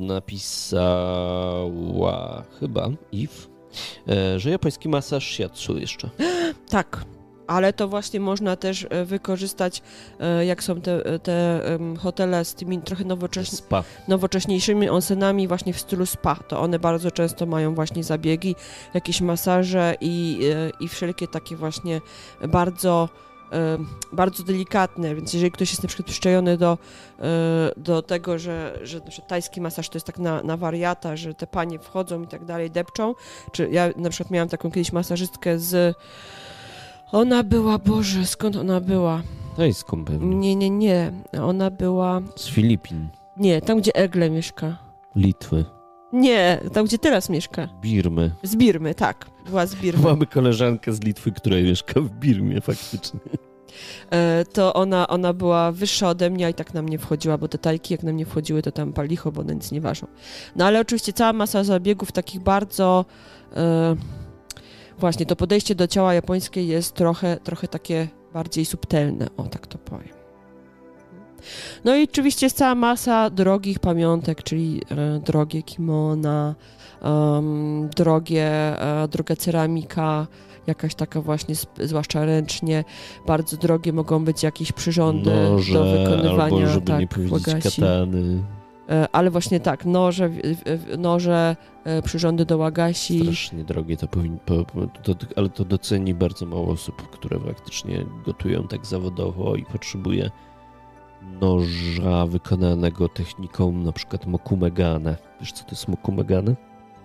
napisała, chyba Iw, e, że japoński masaż shiatsu jeszcze. Tak, ale to właśnie można też e, wykorzystać, e, jak są te, te em, hotele z tymi trochę nowoczesnymi, Spa. nowocześniejszymi onsenami właśnie w stylu spa, to one bardzo często mają właśnie zabiegi, jakieś masaże i, e, i wszelkie takie właśnie bardzo, e, bardzo delikatne, więc jeżeli ktoś jest na przykład przyzwyczajony do, e, do tego, że, że na przykład tajski masaż to jest tak na, na wariata, że te panie wchodzą i tak dalej, depczą, czy ja na przykład miałam taką kiedyś masażystkę z... Ona była, Boże, skąd ona była? Tajską pewnie. Nie, nie, nie. Ona była... Z Filipin. Nie, tam gdzie Egle mieszka. Litwy. Nie, tam gdzie teraz mieszka. Birmy. Z Birmy, tak. Była z Birmy. Mamy koleżankę z Litwy, która mieszka w Birmie faktycznie. E, to ona, ona była wyższa ode mnie, a i tak na mnie wchodziła, bo te tajki jak na mnie wchodziły, to tam palicho, bo one nic nie ważą. No ale oczywiście cała masa zabiegów takich bardzo... E, właśnie, to podejście do ciała japońskie jest trochę, trochę takie bardziej subtelne, o tak to powiem. No i oczywiście jest cała masa drogich pamiątek, czyli e, drogie kimona, um, drogie, e, droga ceramika, jakaś taka właśnie, sp- zwłaszcza ręcznie, bardzo drogie mogą być jakieś przyrządy Noże, do wykonywania, albo żeby tak, nie powiedzieć wagasi. katany. E, ale właśnie tak, noże, w- w- noże, e, przyrządy do wagasi. Strasznie drogie to powinno, po, po, to, ale to doceni bardzo mało osób, które faktycznie gotują tak zawodowo i potrzebuje noża wykonanego techniką na przykład mokumegane. Wiesz, co to jest mokumegane?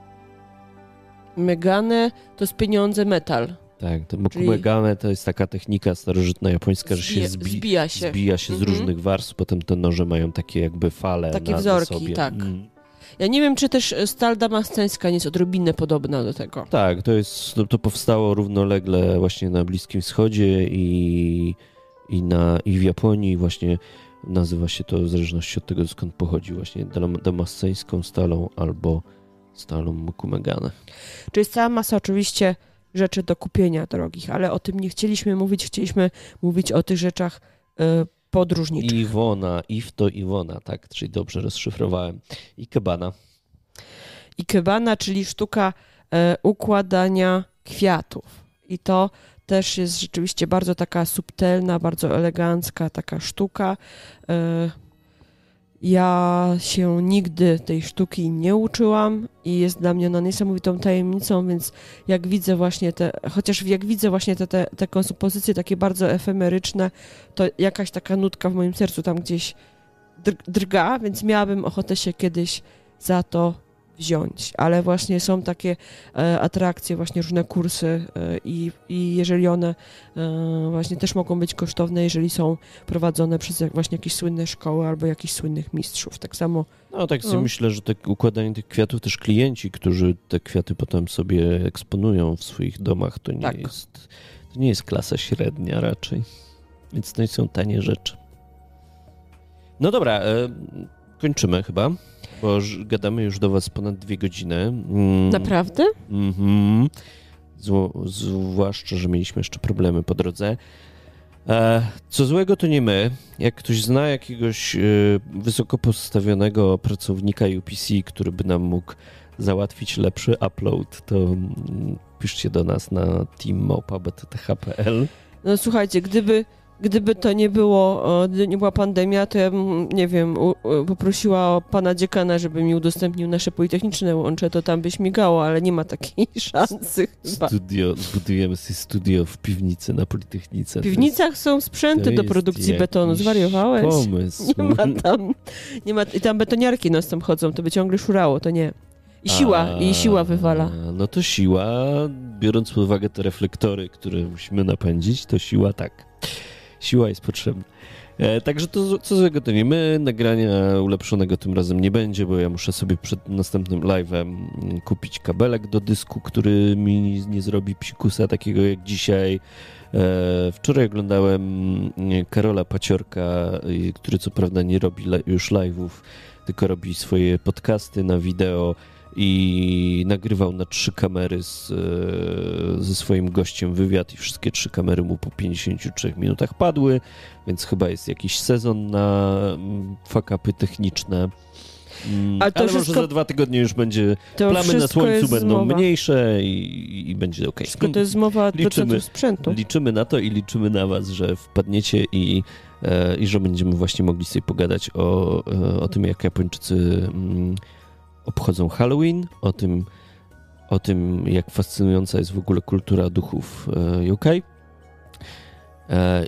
Megane to jest pieniądze, metal. Tak, to mokumegane to jest taka technika starożytna japońska, że się Zbija- zbi- zbija się. zbija się z Mhm. różnych warstw, potem te noże mają takie jakby fale Takie na, wzorki, na sobie. tak. Mm. Ja nie wiem, czy też stal damasceńska nie jest odrobinę podobna do tego. Tak, to jest, to, to powstało równolegle właśnie na Bliskim Wschodzie i, i, na, i w Japonii właśnie nazywa się to w zależności od tego, skąd pochodzi właśnie dam- damasceńską stalą albo stalą mokumegane. Czy jest cała masa oczywiście rzeczy do kupienia drogich, ale o tym nie chcieliśmy mówić, chcieliśmy mówić o tych rzeczach y, podróżniczych. Iwona, Iw to Iwona, tak, czyli dobrze rozszyfrowałem. I kebana. Ikebana, czyli sztuka e, układania kwiatów. I to też jest rzeczywiście bardzo taka subtelna, bardzo elegancka taka sztuka. E, ja się nigdy tej sztuki nie uczyłam i jest dla mnie ona niesamowitą tajemnicą, więc jak widzę właśnie te, chociaż jak widzę właśnie te, te, te kompozycje takie bardzo efemeryczne, to jakaś taka nutka w moim sercu tam gdzieś dr- drga, więc miałabym ochotę się kiedyś za to wziąć, ale właśnie są takie e, atrakcje, właśnie różne kursy e, i, i jeżeli one e, właśnie też mogą być kosztowne, jeżeli są prowadzone przez jak, właśnie jakieś słynne szkoły albo jakichś słynnych mistrzów. Tak samo No tak sobie No. myślę, że te układanie tych kwiatów, też klienci, którzy te kwiaty potem sobie eksponują w swoich domach, to nie, Tak. jest, to nie jest klasa średnia raczej, więc to nie są tanie rzeczy. No dobra, e, kończymy chyba, bo już gadamy już do was ponad dwie godziny. Mm, naprawdę? Mhm. Zło, zwłaszcza, że mieliśmy jeszcze problemy po drodze. E, co złego to nie my. Jak ktoś zna jakiegoś e, wysoko postawionego pracownika U P C, który by nam mógł załatwić lepszy upload, to mm, piszcie do nas na team małpa b t t h kropka p l. No słuchajcie, gdyby, gdyby to nie było, o, gdyby nie była pandemia, to ja bym, nie wiem, u, u, poprosiła pana dziekana, żeby mi udostępnił nasze politechniczne łącze, to tam by śmigało, ale nie ma takiej szansy chyba. Studio, zbudujemy sobie studio w piwnicy na Politechnice. W piwnicach są sprzęty To do jest produkcji jakiś betonu, zwariowałeś? pomysł. Nie ma tam, nie ma, i tam betoniarki nos tam chodzą, to by ciągle szurało, to nie. I siła, A, i siła wywala. No to siła, biorąc pod uwagę te reflektory, które musimy napędzić, to siła tak. Siła jest potrzebna. E, także to co złego to nie my, nagrania ulepszonego tym razem nie będzie, bo ja muszę sobie przed następnym live'em kupić kabelek do dysku, który mi nie zrobi psikusa takiego jak dzisiaj. E, wczoraj oglądałem Karola Paciorka, który co prawda nie robi le- już live'ów, tylko robi swoje podcasty na wideo i nagrywał na trzy kamery z, e, ze swoim gościem wywiad i wszystkie trzy kamery mu po pięćdziesięciu trzech minutach padły, więc chyba jest jakiś sezon na mm, fuck-upy techniczne. Mm, Ale to ale wszystko- może za dwa tygodnie już będzie, To plamy na wszystko słońcu jest będą zmowa. mniejsze i, i będzie okej. Wszystko to jest zmowa Liczymy- procentów sprzętu. Liczymy na to i liczymy na was, że wpadniecie i, e, i że będziemy właśnie mogli sobie pogadać o, e, o tym, jak Japończycy mm, obchodzą Halloween, o tym, o tym, jak fascynująca jest w ogóle kultura duchów e, U K e,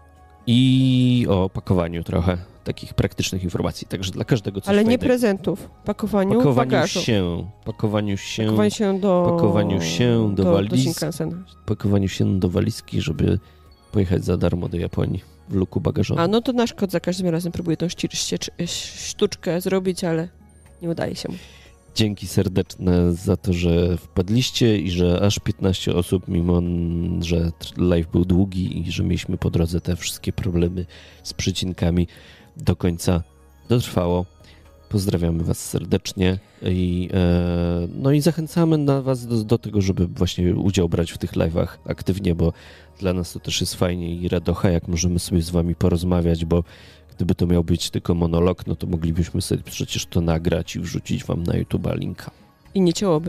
i o pakowaniu trochę takich praktycznych informacji, także dla każdego coś Ale nie fajnego. prezentów, pakowaniu, Pakowaniu bagażu. się, pakowaniu się, Pakowaniu się do... pakowaniu się do do, do waliz. Shinkansena. pakowaniu się do walizki, żeby pojechać za darmo do Japonii. w luku bagażowym. A no to nasz kot za każdym razem próbuje tą ści- sztuczkę zrobić, ale nie udaje się mu. Dzięki serdeczne za to, że wpadliście i że aż piętnaście osób, mimo że live był długi i że mieliśmy po drodze te wszystkie problemy z przycinkami, do końca dotrwało. Pozdrawiamy was serdecznie i, e, no i zachęcamy na was do, do tego, żeby właśnie udział brać w tych live'ach aktywnie, bo dla nas to też jest fajnie i radocha, jak możemy sobie z wami porozmawiać, bo gdyby to miał być tylko monolog, no to moglibyśmy sobie przecież to nagrać i wrzucić wam na YouTube'a linka. I nie ciałoby.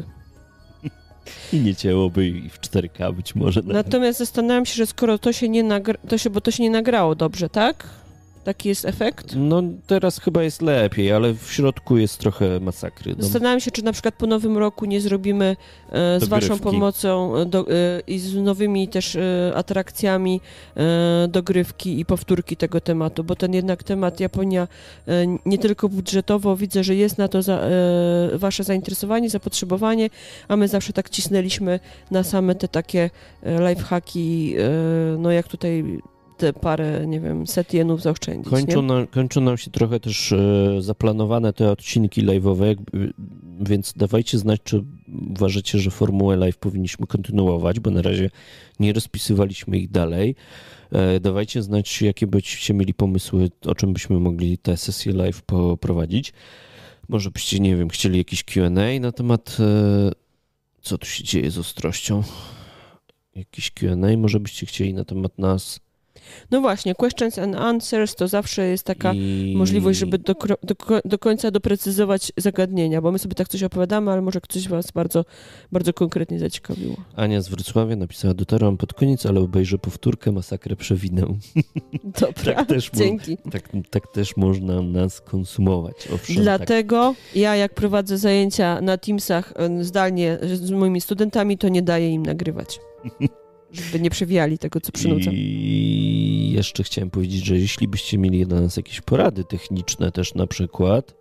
I nie cięłoby i w cztery K być może. Natomiast zastanawiam się, że skoro to się nie nagra... to się, bo to się nie nagrało dobrze, tak? Taki jest efekt? No teraz chyba jest lepiej, ale w środku jest trochę masakry. No. Zastanawiam się, czy na przykład po nowym roku nie zrobimy e, z waszą pomocą do, e, i z nowymi też e, atrakcjami e, dogrywki i powtórki tego tematu, bo ten jednak temat Japonia e, nie tylko budżetowo widzę, że jest na to za, e, wasze zainteresowanie, zapotrzebowanie, a my zawsze tak cisnęliśmy na same te takie e, lifehacki, e, no jak tutaj te parę, nie wiem, set jenów zaoszczędzić. Kończą, nie? Na, kończą nam się trochę też e, zaplanowane te odcinki live'owe, więc dawajcie znać, czy uważacie, że formułę live powinniśmy kontynuować, bo na razie nie rozpisywaliśmy ich dalej. E, dawajcie znać, jakie byście mieli pomysły, o czym byśmy mogli te sesje live poprowadzić. Może byście, nie wiem, chcieli jakiś Q and A na temat, e, co tu się dzieje z ostrością. Jakiś Q and A może byście chcieli na temat nas. No właśnie, questions and answers to zawsze jest taka I... możliwość, żeby do, do, do końca doprecyzować zagadnienia, bo my sobie tak coś opowiadamy, ale może coś was bardzo, bardzo konkretnie zaciekawiło. Ania z Wrocławia napisała, dotarłam pod koniec, ale obejrzę powtórkę, masakrę przewinę. Dobra, tak też dzięki. Mo- tak, tak też można nas konsumować. Owszem, Dlatego tak. ja jak prowadzę zajęcia na Teamsach zdalnie z moimi studentami, to nie daję im nagrywać. Żeby nie przewijali tego, co przynudzam. I jeszcze chciałem powiedzieć, że jeśli byście mieli dla nas jakieś porady techniczne też na przykład,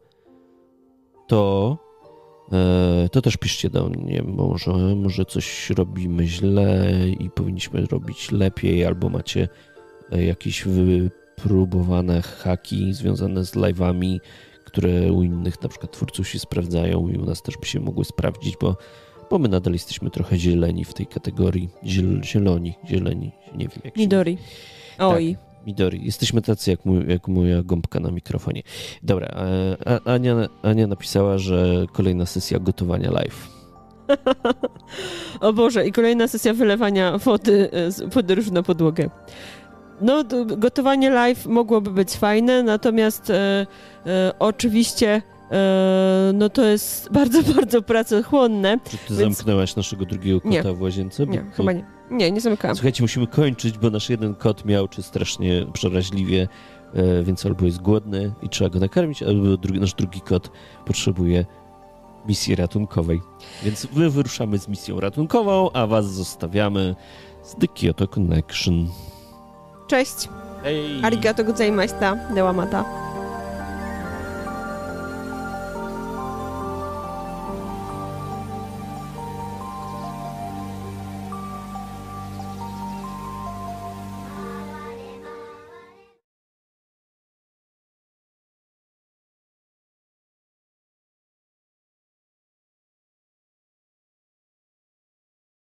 to e, to też piszcie do mnie. Może, może coś robimy źle i powinniśmy robić lepiej, albo macie jakieś wypróbowane haki związane z live'ami, które u innych na przykład twórców się sprawdzają i u nas też by się mogły sprawdzić, bo Bo my nadal jesteśmy trochę zieleni w tej kategorii. Ziel, zieloni, zieleni, nie wiem jak się... Midori. Oj. Tak, Midori. Jesteśmy tacy jak, mój, jak moja gąbka na mikrofonie. Dobra, a, Ania, Ania napisała, że kolejna sesja gotowania live. O Boże, i kolejna sesja wylewania wody z podróży na podłogę. No, gotowanie live mogłoby być fajne, natomiast e, e, oczywiście no to jest bardzo, bardzo pracochłonne. Czy ty więc... zamknęłaś naszego drugiego kota nie. w łazience? Bo Nie, to... chyba nie. Nie, nie zamykałam. Słuchajcie, musimy kończyć, bo nasz jeden kot miał czy strasznie przeraźliwie, więc albo jest głodny i trzeba go nakarmić, albo drugi, nasz drugi kot potrzebuje misji ratunkowej. Więc my wyruszamy z misją ratunkową, a was zostawiamy z The Kyoto Connection. Cześć. Hej. Arigato gozaimashita. Dewamata.